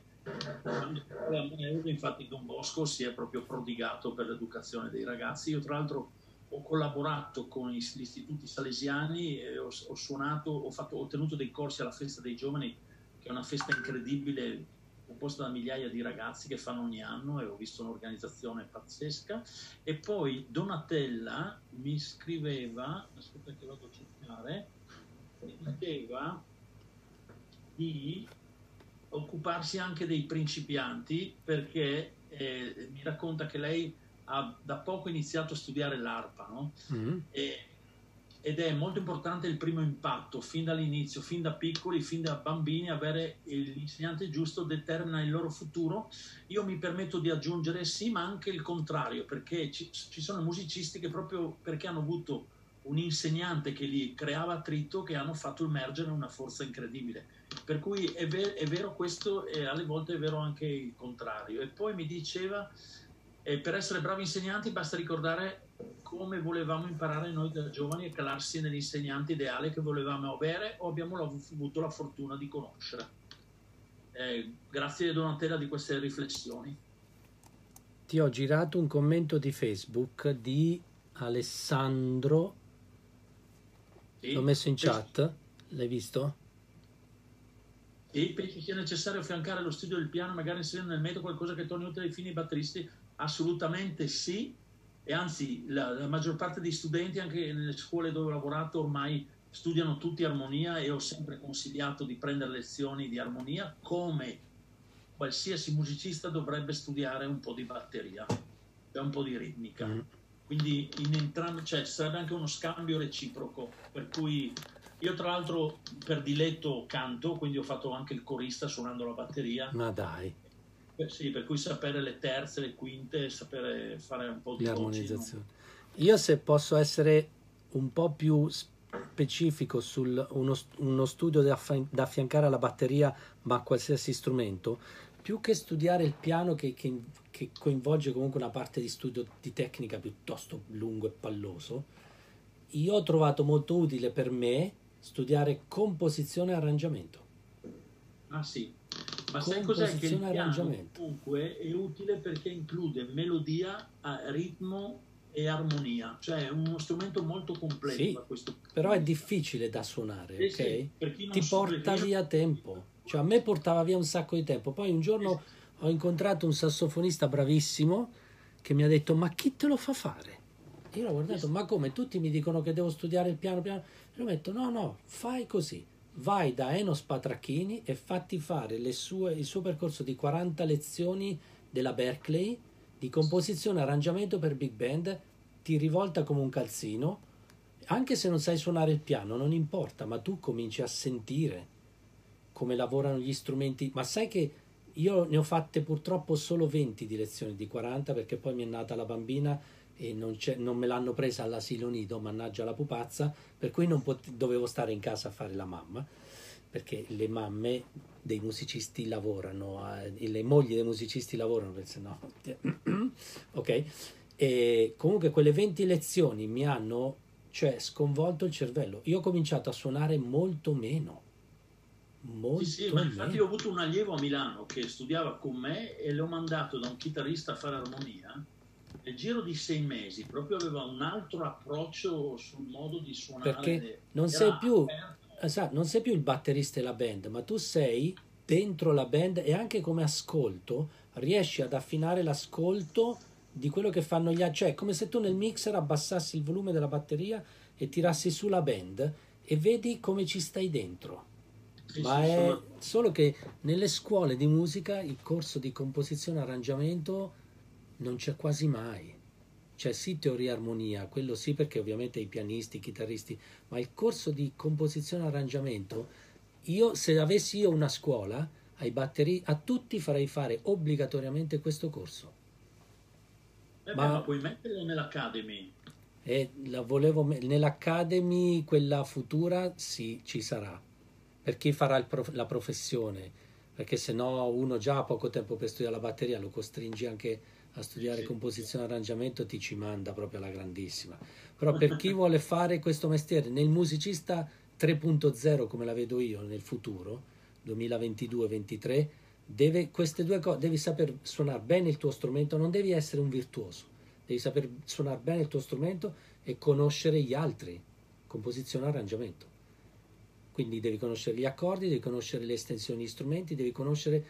Infatti Don Bosco si è proprio prodigato per l'educazione dei ragazzi. Io tra l'altro ho collaborato con gli istituti salesiani e ho, ho suonato, ho, fatto, ho tenuto dei corsi alla festa dei giovani, che è una festa incredibile, composta da migliaia di ragazzi che fanno ogni anno, e ho visto un'organizzazione pazzesca. E poi Donatella mi scriveva, aspetta che vado a cercare, mi diceva di occuparsi anche dei principianti, perché eh, mi racconta che lei ha da poco iniziato a studiare l'arpa, no? Mm. E, ed è molto importante il primo impatto, fin dall'inizio, fin da piccoli, fin da bambini, avere l'insegnante giusto determina il loro futuro. Io mi permetto di aggiungere sì, ma anche il contrario, perché ci, ci sono musicisti che proprio perché hanno avuto un insegnante che li creava attrito, che hanno fatto emergere una forza incredibile. Per cui è, ver- è vero questo, e alle volte è vero anche il contrario. E poi mi diceva, eh, per essere bravi insegnanti basta ricordare come volevamo imparare noi da giovani e calarsi nell'insegnante ideale che volevamo avere o abbiamo avuto la fortuna di conoscere. Eh, grazie Donatella di queste riflessioni. Ti ho girato un commento di Facebook di Alessandro, sì, l'ho messo in chat, l'hai visto? Sì, pensi sia necessario affiancare lo studio del piano, magari inserendo nel metodo qualcosa che torni utile ai fini batteristi? Assolutamente sì. E anzi la, la maggior parte dei studenti, anche nelle scuole dove ho lavorato, ormai studiano tutti armonia, e ho sempre consigliato di prendere lezioni di armonia, come qualsiasi musicista dovrebbe studiare un po' di batteria, cioè un po' di ritmica. Mm. Quindi in entrambi, cioè, sarebbe anche uno scambio reciproco, per cui io tra l'altro per diletto canto, quindi ho fatto anche il corista suonando la batteria. Ma dai. Eh sì, per cui sapere le terze, le quinte, sapere fare un po' di armonizzazione. No? Io, se posso essere un po' più specifico su uno, uno studio da, affian- da affiancare alla batteria, ma a qualsiasi strumento, più che studiare il piano, che, che, che coinvolge comunque una parte di studio di tecnica piuttosto lungo e palloso, io ho trovato molto utile per me studiare composizione e arrangiamento. Ah sì. Ma sai cos'è? Che il piano comunque è utile perché include melodia, ritmo e armonia, cioè è uno strumento molto completo. Sì, da questo però è difficile da suonare, eh ok? sì, per chi non ti porta via tempo, cioè a me portava via un sacco di tempo. Poi un giorno sì, ho incontrato un sassofonista bravissimo che mi ha detto: ma chi te lo fa fare? E io l'ho guardato: sì, ma come? Tutti mi dicono che devo studiare il piano piano. E ho detto: no no, fai così. Vai da Enos Patracchini e fatti fare le sue, il suo percorso di quaranta lezioni della Berkeley di composizione e arrangiamento per big band. Ti rivolta come un calzino, anche se non sai suonare il piano, non importa, ma tu cominci a sentire come lavorano gli strumenti. Ma sai che io ne ho fatte purtroppo solo venti di lezioni di quaranta, perché poi mi è nata la bambina e non, c'è, non me l'hanno presa all'asilo nido, mannaggia la pupazza, per cui non pot- dovevo stare in casa a fare la mamma, perché le mamme dei musicisti lavorano, eh, le mogli dei musicisti lavorano, penso, no. Ok, e comunque quelle venti lezioni mi hanno, cioè, sconvolto il cervello. Io ho cominciato a suonare molto meno, molto sì, sì, ma infatti meno. Io ho avuto un allievo a Milano che studiava con me e l'ho mandato da un chitarrista a fare armonia. Nel giro di sei mesi proprio aveva un altro approccio sul modo di suonare. Perché non sei più, esatto, non sei più il batterista e la band, ma tu sei dentro la band, e anche come ascolto riesci ad affinare l'ascolto di quello che fanno gli altri. Cioè, come se tu nel mixer abbassassi il volume della batteria e tirassi su la band e vedi come ci stai dentro. Sì, ma sì, è sono... solo che nelle scuole di musica il corso di composizione e arrangiamento non c'è quasi mai. C'è sì teoria armonia, quello sì, perché ovviamente i pianisti, i chitarristi, ma il corso di composizione e arrangiamento, io se avessi io una scuola, ai batteri, a tutti farei fare obbligatoriamente questo corso. Eh beh, ma, ma puoi metterlo nell'Academy? E la volevo nell'Academy, quella futura, sì, ci sarà, per chi farà il prof, la professione, perché se no uno già ha poco tempo per studiare la batteria, lo costringi anche a studiare sì, composizione e arrangiamento, ti ci manda proprio alla grandissima. Però per chi vuole fare questo mestiere, nel musicista tre punto zero, come la vedo io nel futuro, duemilaventidue ventitré, deve queste due cose, devi saper suonare bene il tuo strumento, non devi essere un virtuoso, devi saper suonare bene il tuo strumento e conoscere gli altri, composizione e arrangiamento. Quindi devi conoscere gli accordi, devi conoscere le estensioni di strumenti, devi conoscere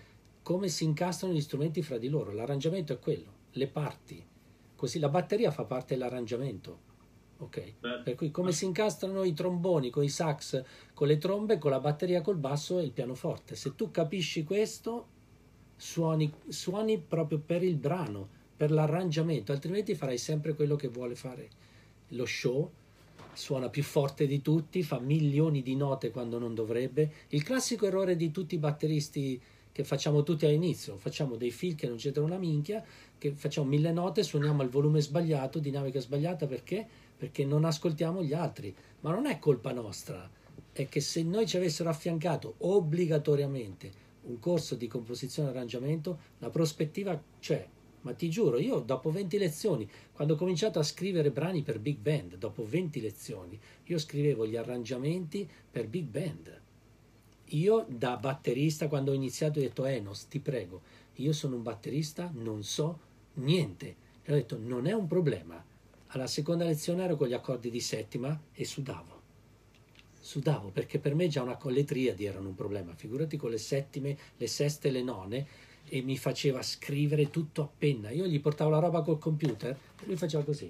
come si incastrano gli strumenti fra di loro. L'arrangiamento è quello, le parti. Così la batteria fa parte dell'arrangiamento. Ok? Per cui come si incastrano i tromboni con i sax, con le trombe, con la batteria, col basso e il pianoforte. Se tu capisci questo, suoni, suoni proprio per il brano, per l'arrangiamento, altrimenti farai sempre quello che vuole fare lo show. Suona più forte di tutti, fa milioni di note quando non dovrebbe. Il classico errore di tutti i batteristi che facciamo tutti all'inizio, facciamo dei fill che non c'entrano una minchia, che facciamo mille note, suoniamo al volume sbagliato, dinamica sbagliata, perché? Perché non ascoltiamo gli altri. Ma non è colpa nostra, è che se noi ci avessero affiancato obbligatoriamente un corso di composizione e arrangiamento, la prospettiva c'è. Ma ti giuro, io dopo venti lezioni, quando ho cominciato a scrivere brani per big band, dopo venti lezioni, io scrivevo gli arrangiamenti per big band. Io da batterista, quando ho iniziato, ho detto: Enos, ti prego, io sono un batterista, non so niente. E ho detto: non è un problema. Alla seconda lezione ero con gli accordi di settima e sudavo. Sudavo, perché per me già una, con le triadi erano un problema. Figurati con le settime, le seste e le none, e mi faceva scrivere tutto a penna. Io gli portavo la roba col computer e lui faceva così: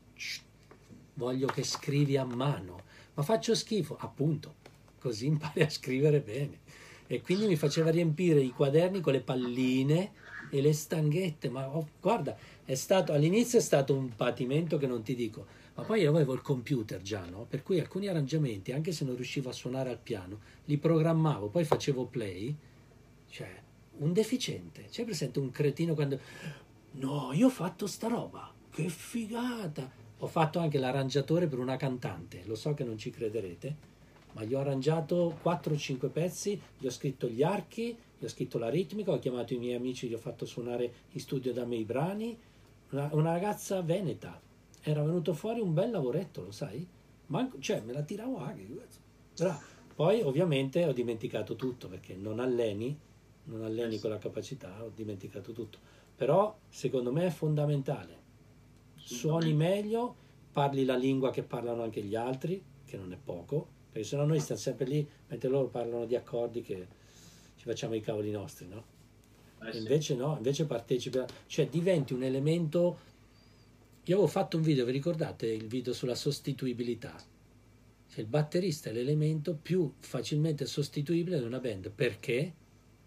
voglio che scrivi a mano. Ma faccio schifo, appunto, così impari a scrivere bene. E quindi mi faceva riempire i quaderni con le palline e le stanghette. Ma oh, guarda, è stato, all'inizio è stato un patimento che non ti dico, ma poi io avevo il computer già, no? Per cui alcuni arrangiamenti, anche se non riuscivo a suonare al piano, li programmavo, poi facevo play. Cioè, un deficiente, c'è presente un cretino quando: no, io ho fatto sta roba, che figata, ho fatto anche l'arrangiatore per una cantante, lo so che non ci crederete, ma gli ho arrangiato quattro o cinque pezzi, gli ho scritto gli archi, gli ho scritto la ritmica, ho chiamato i miei amici, gli ho fatto suonare in studio da me i brani. Una, una ragazza veneta, era venuto fuori un bel lavoretto, lo sai? Manco, cioè me la tiravo anche. Però, poi ovviamente ho dimenticato tutto, perché non alleni non alleni con la capacità, ho dimenticato tutto. Però secondo me è fondamentale. Suoni meglio, parli la lingua che parlano anche gli altri, che non è poco, perché sennò noi stiamo sempre lì mentre loro parlano di accordi che ci facciamo i cavoli nostri, no? Eh sì. Invece no, invece partecipi, cioè diventi un elemento. Io avevo fatto un video, vi ricordate il video sulla sostituibilità? Cioè il batterista è l'elemento più facilmente sostituibile di una band. Perché?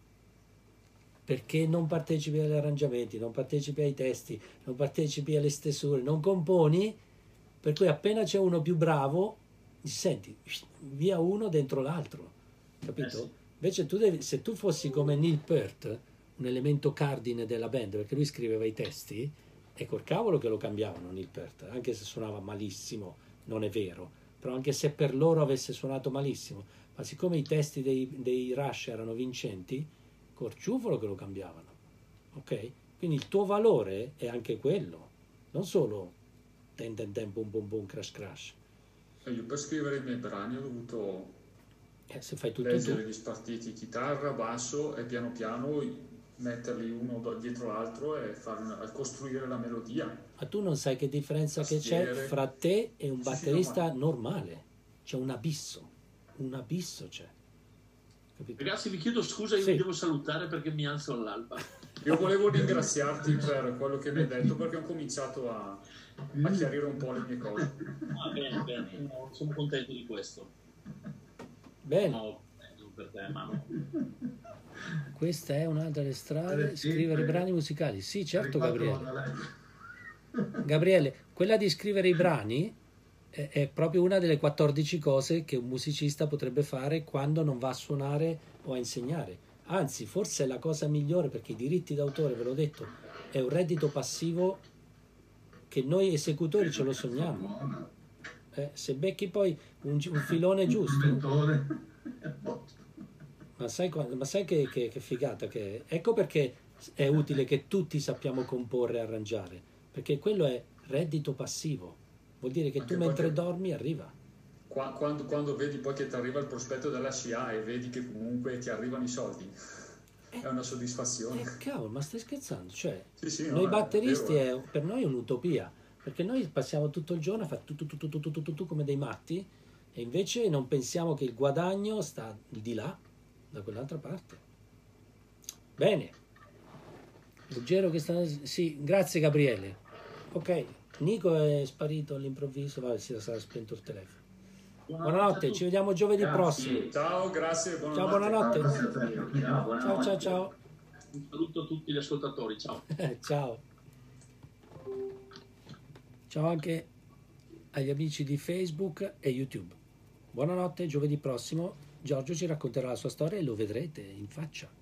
Perché non partecipi agli arrangiamenti, non partecipi ai testi, non partecipi alle stesure, non componi, per cui appena c'è uno più bravo, senti, via uno dentro l'altro, capito? Eh sì. Invece tu devi, se tu fossi come Neil Peart, un elemento cardine della band, perché lui scriveva i testi, e col cavolo che lo cambiavano Neil Peart, anche se suonava malissimo, non è vero, però anche se per loro avesse suonato malissimo, ma siccome i testi dei, dei Rush erano vincenti, corciufolo che lo cambiavano, ok? Quindi il tuo valore è anche quello, non solo ten ten ten boom boom boom crash crash. E io per scrivere i miei brani ho dovuto Eh, se fai tutto leggere tu, gli spartiti chitarra, basso e piano piano metterli uno dietro l'altro e far una- costruire la melodia. ma tu non sai che differenza che c'è Tastiere. fra te e un Sì, sì, batterista no, ma- normale. C'è un abisso, un abisso c'è, capito? Ragazzi, vi chiedo scusa, io Sì. vi devo salutare perché mi alzo all'alba. Io volevo ringraziarti per quello che mi hai detto, perché ho cominciato a, a chiarire un po' le mie cose. Ah, bene, bene, no, sono contento di questo. Bene, No, non per te, ma no. questa è un'altra delle strade, Eh, sì, scrivere eh. brani musicali. Sì, certo, Hai fatto Gabriele. la live. Gabriele, quella di scrivere i brani è, è proprio una delle quattordici cose che un musicista potrebbe fare quando non va a suonare o a insegnare. Anzi, forse è la cosa migliore, perché i diritti d'autore, ve l'ho detto, è un reddito passivo che noi esecutori ce lo sogniamo. Buona. Eh, se becchi poi un, un filone Un giusto, mentore. È posto. ma sai, qua- ma sai che, che- che figata che è? Ecco perché è utile che tutti sappiamo comporre e arrangiare, perché quello è reddito passivo, vuol dire che Anche tu mentre perché- dormi arriva. Qua- Quando, quando vedi poi che ti arriva il prospetto della S C A e vedi che comunque ti arrivano i soldi, è una soddisfazione. Eh, cavolo, ma stai scherzando? Cioè, Sì, sì, no, noi è batteristi vero, è, per noi è un'utopia, perché noi passiamo tutto il giorno a fare tu, tu, tu, tu, tu, tu, tu, tu, tu, come dei matti, e invece non pensiamo che il guadagno sta di là, da quell'altra parte. Bene. Ruggero che sta... Sì, grazie Gabriele. Ok, Nico è sparito all'improvviso, vabbè, si sarà spento il telefono. Buonanotte, Buonanotte, ci vediamo giovedì Grazie. prossimo. Ciao, grazie, buonanotte. Ciao, buonanotte. Grazie a te. Ciao, Ciao, buonanotte. ciao, ciao. un saluto a tutti gli ascoltatori, ciao. Ciao. Ciao anche agli amici di Facebook e YouTube. Buonanotte, giovedì prossimo Giorgio ci racconterà la sua storia e lo vedrete in faccia.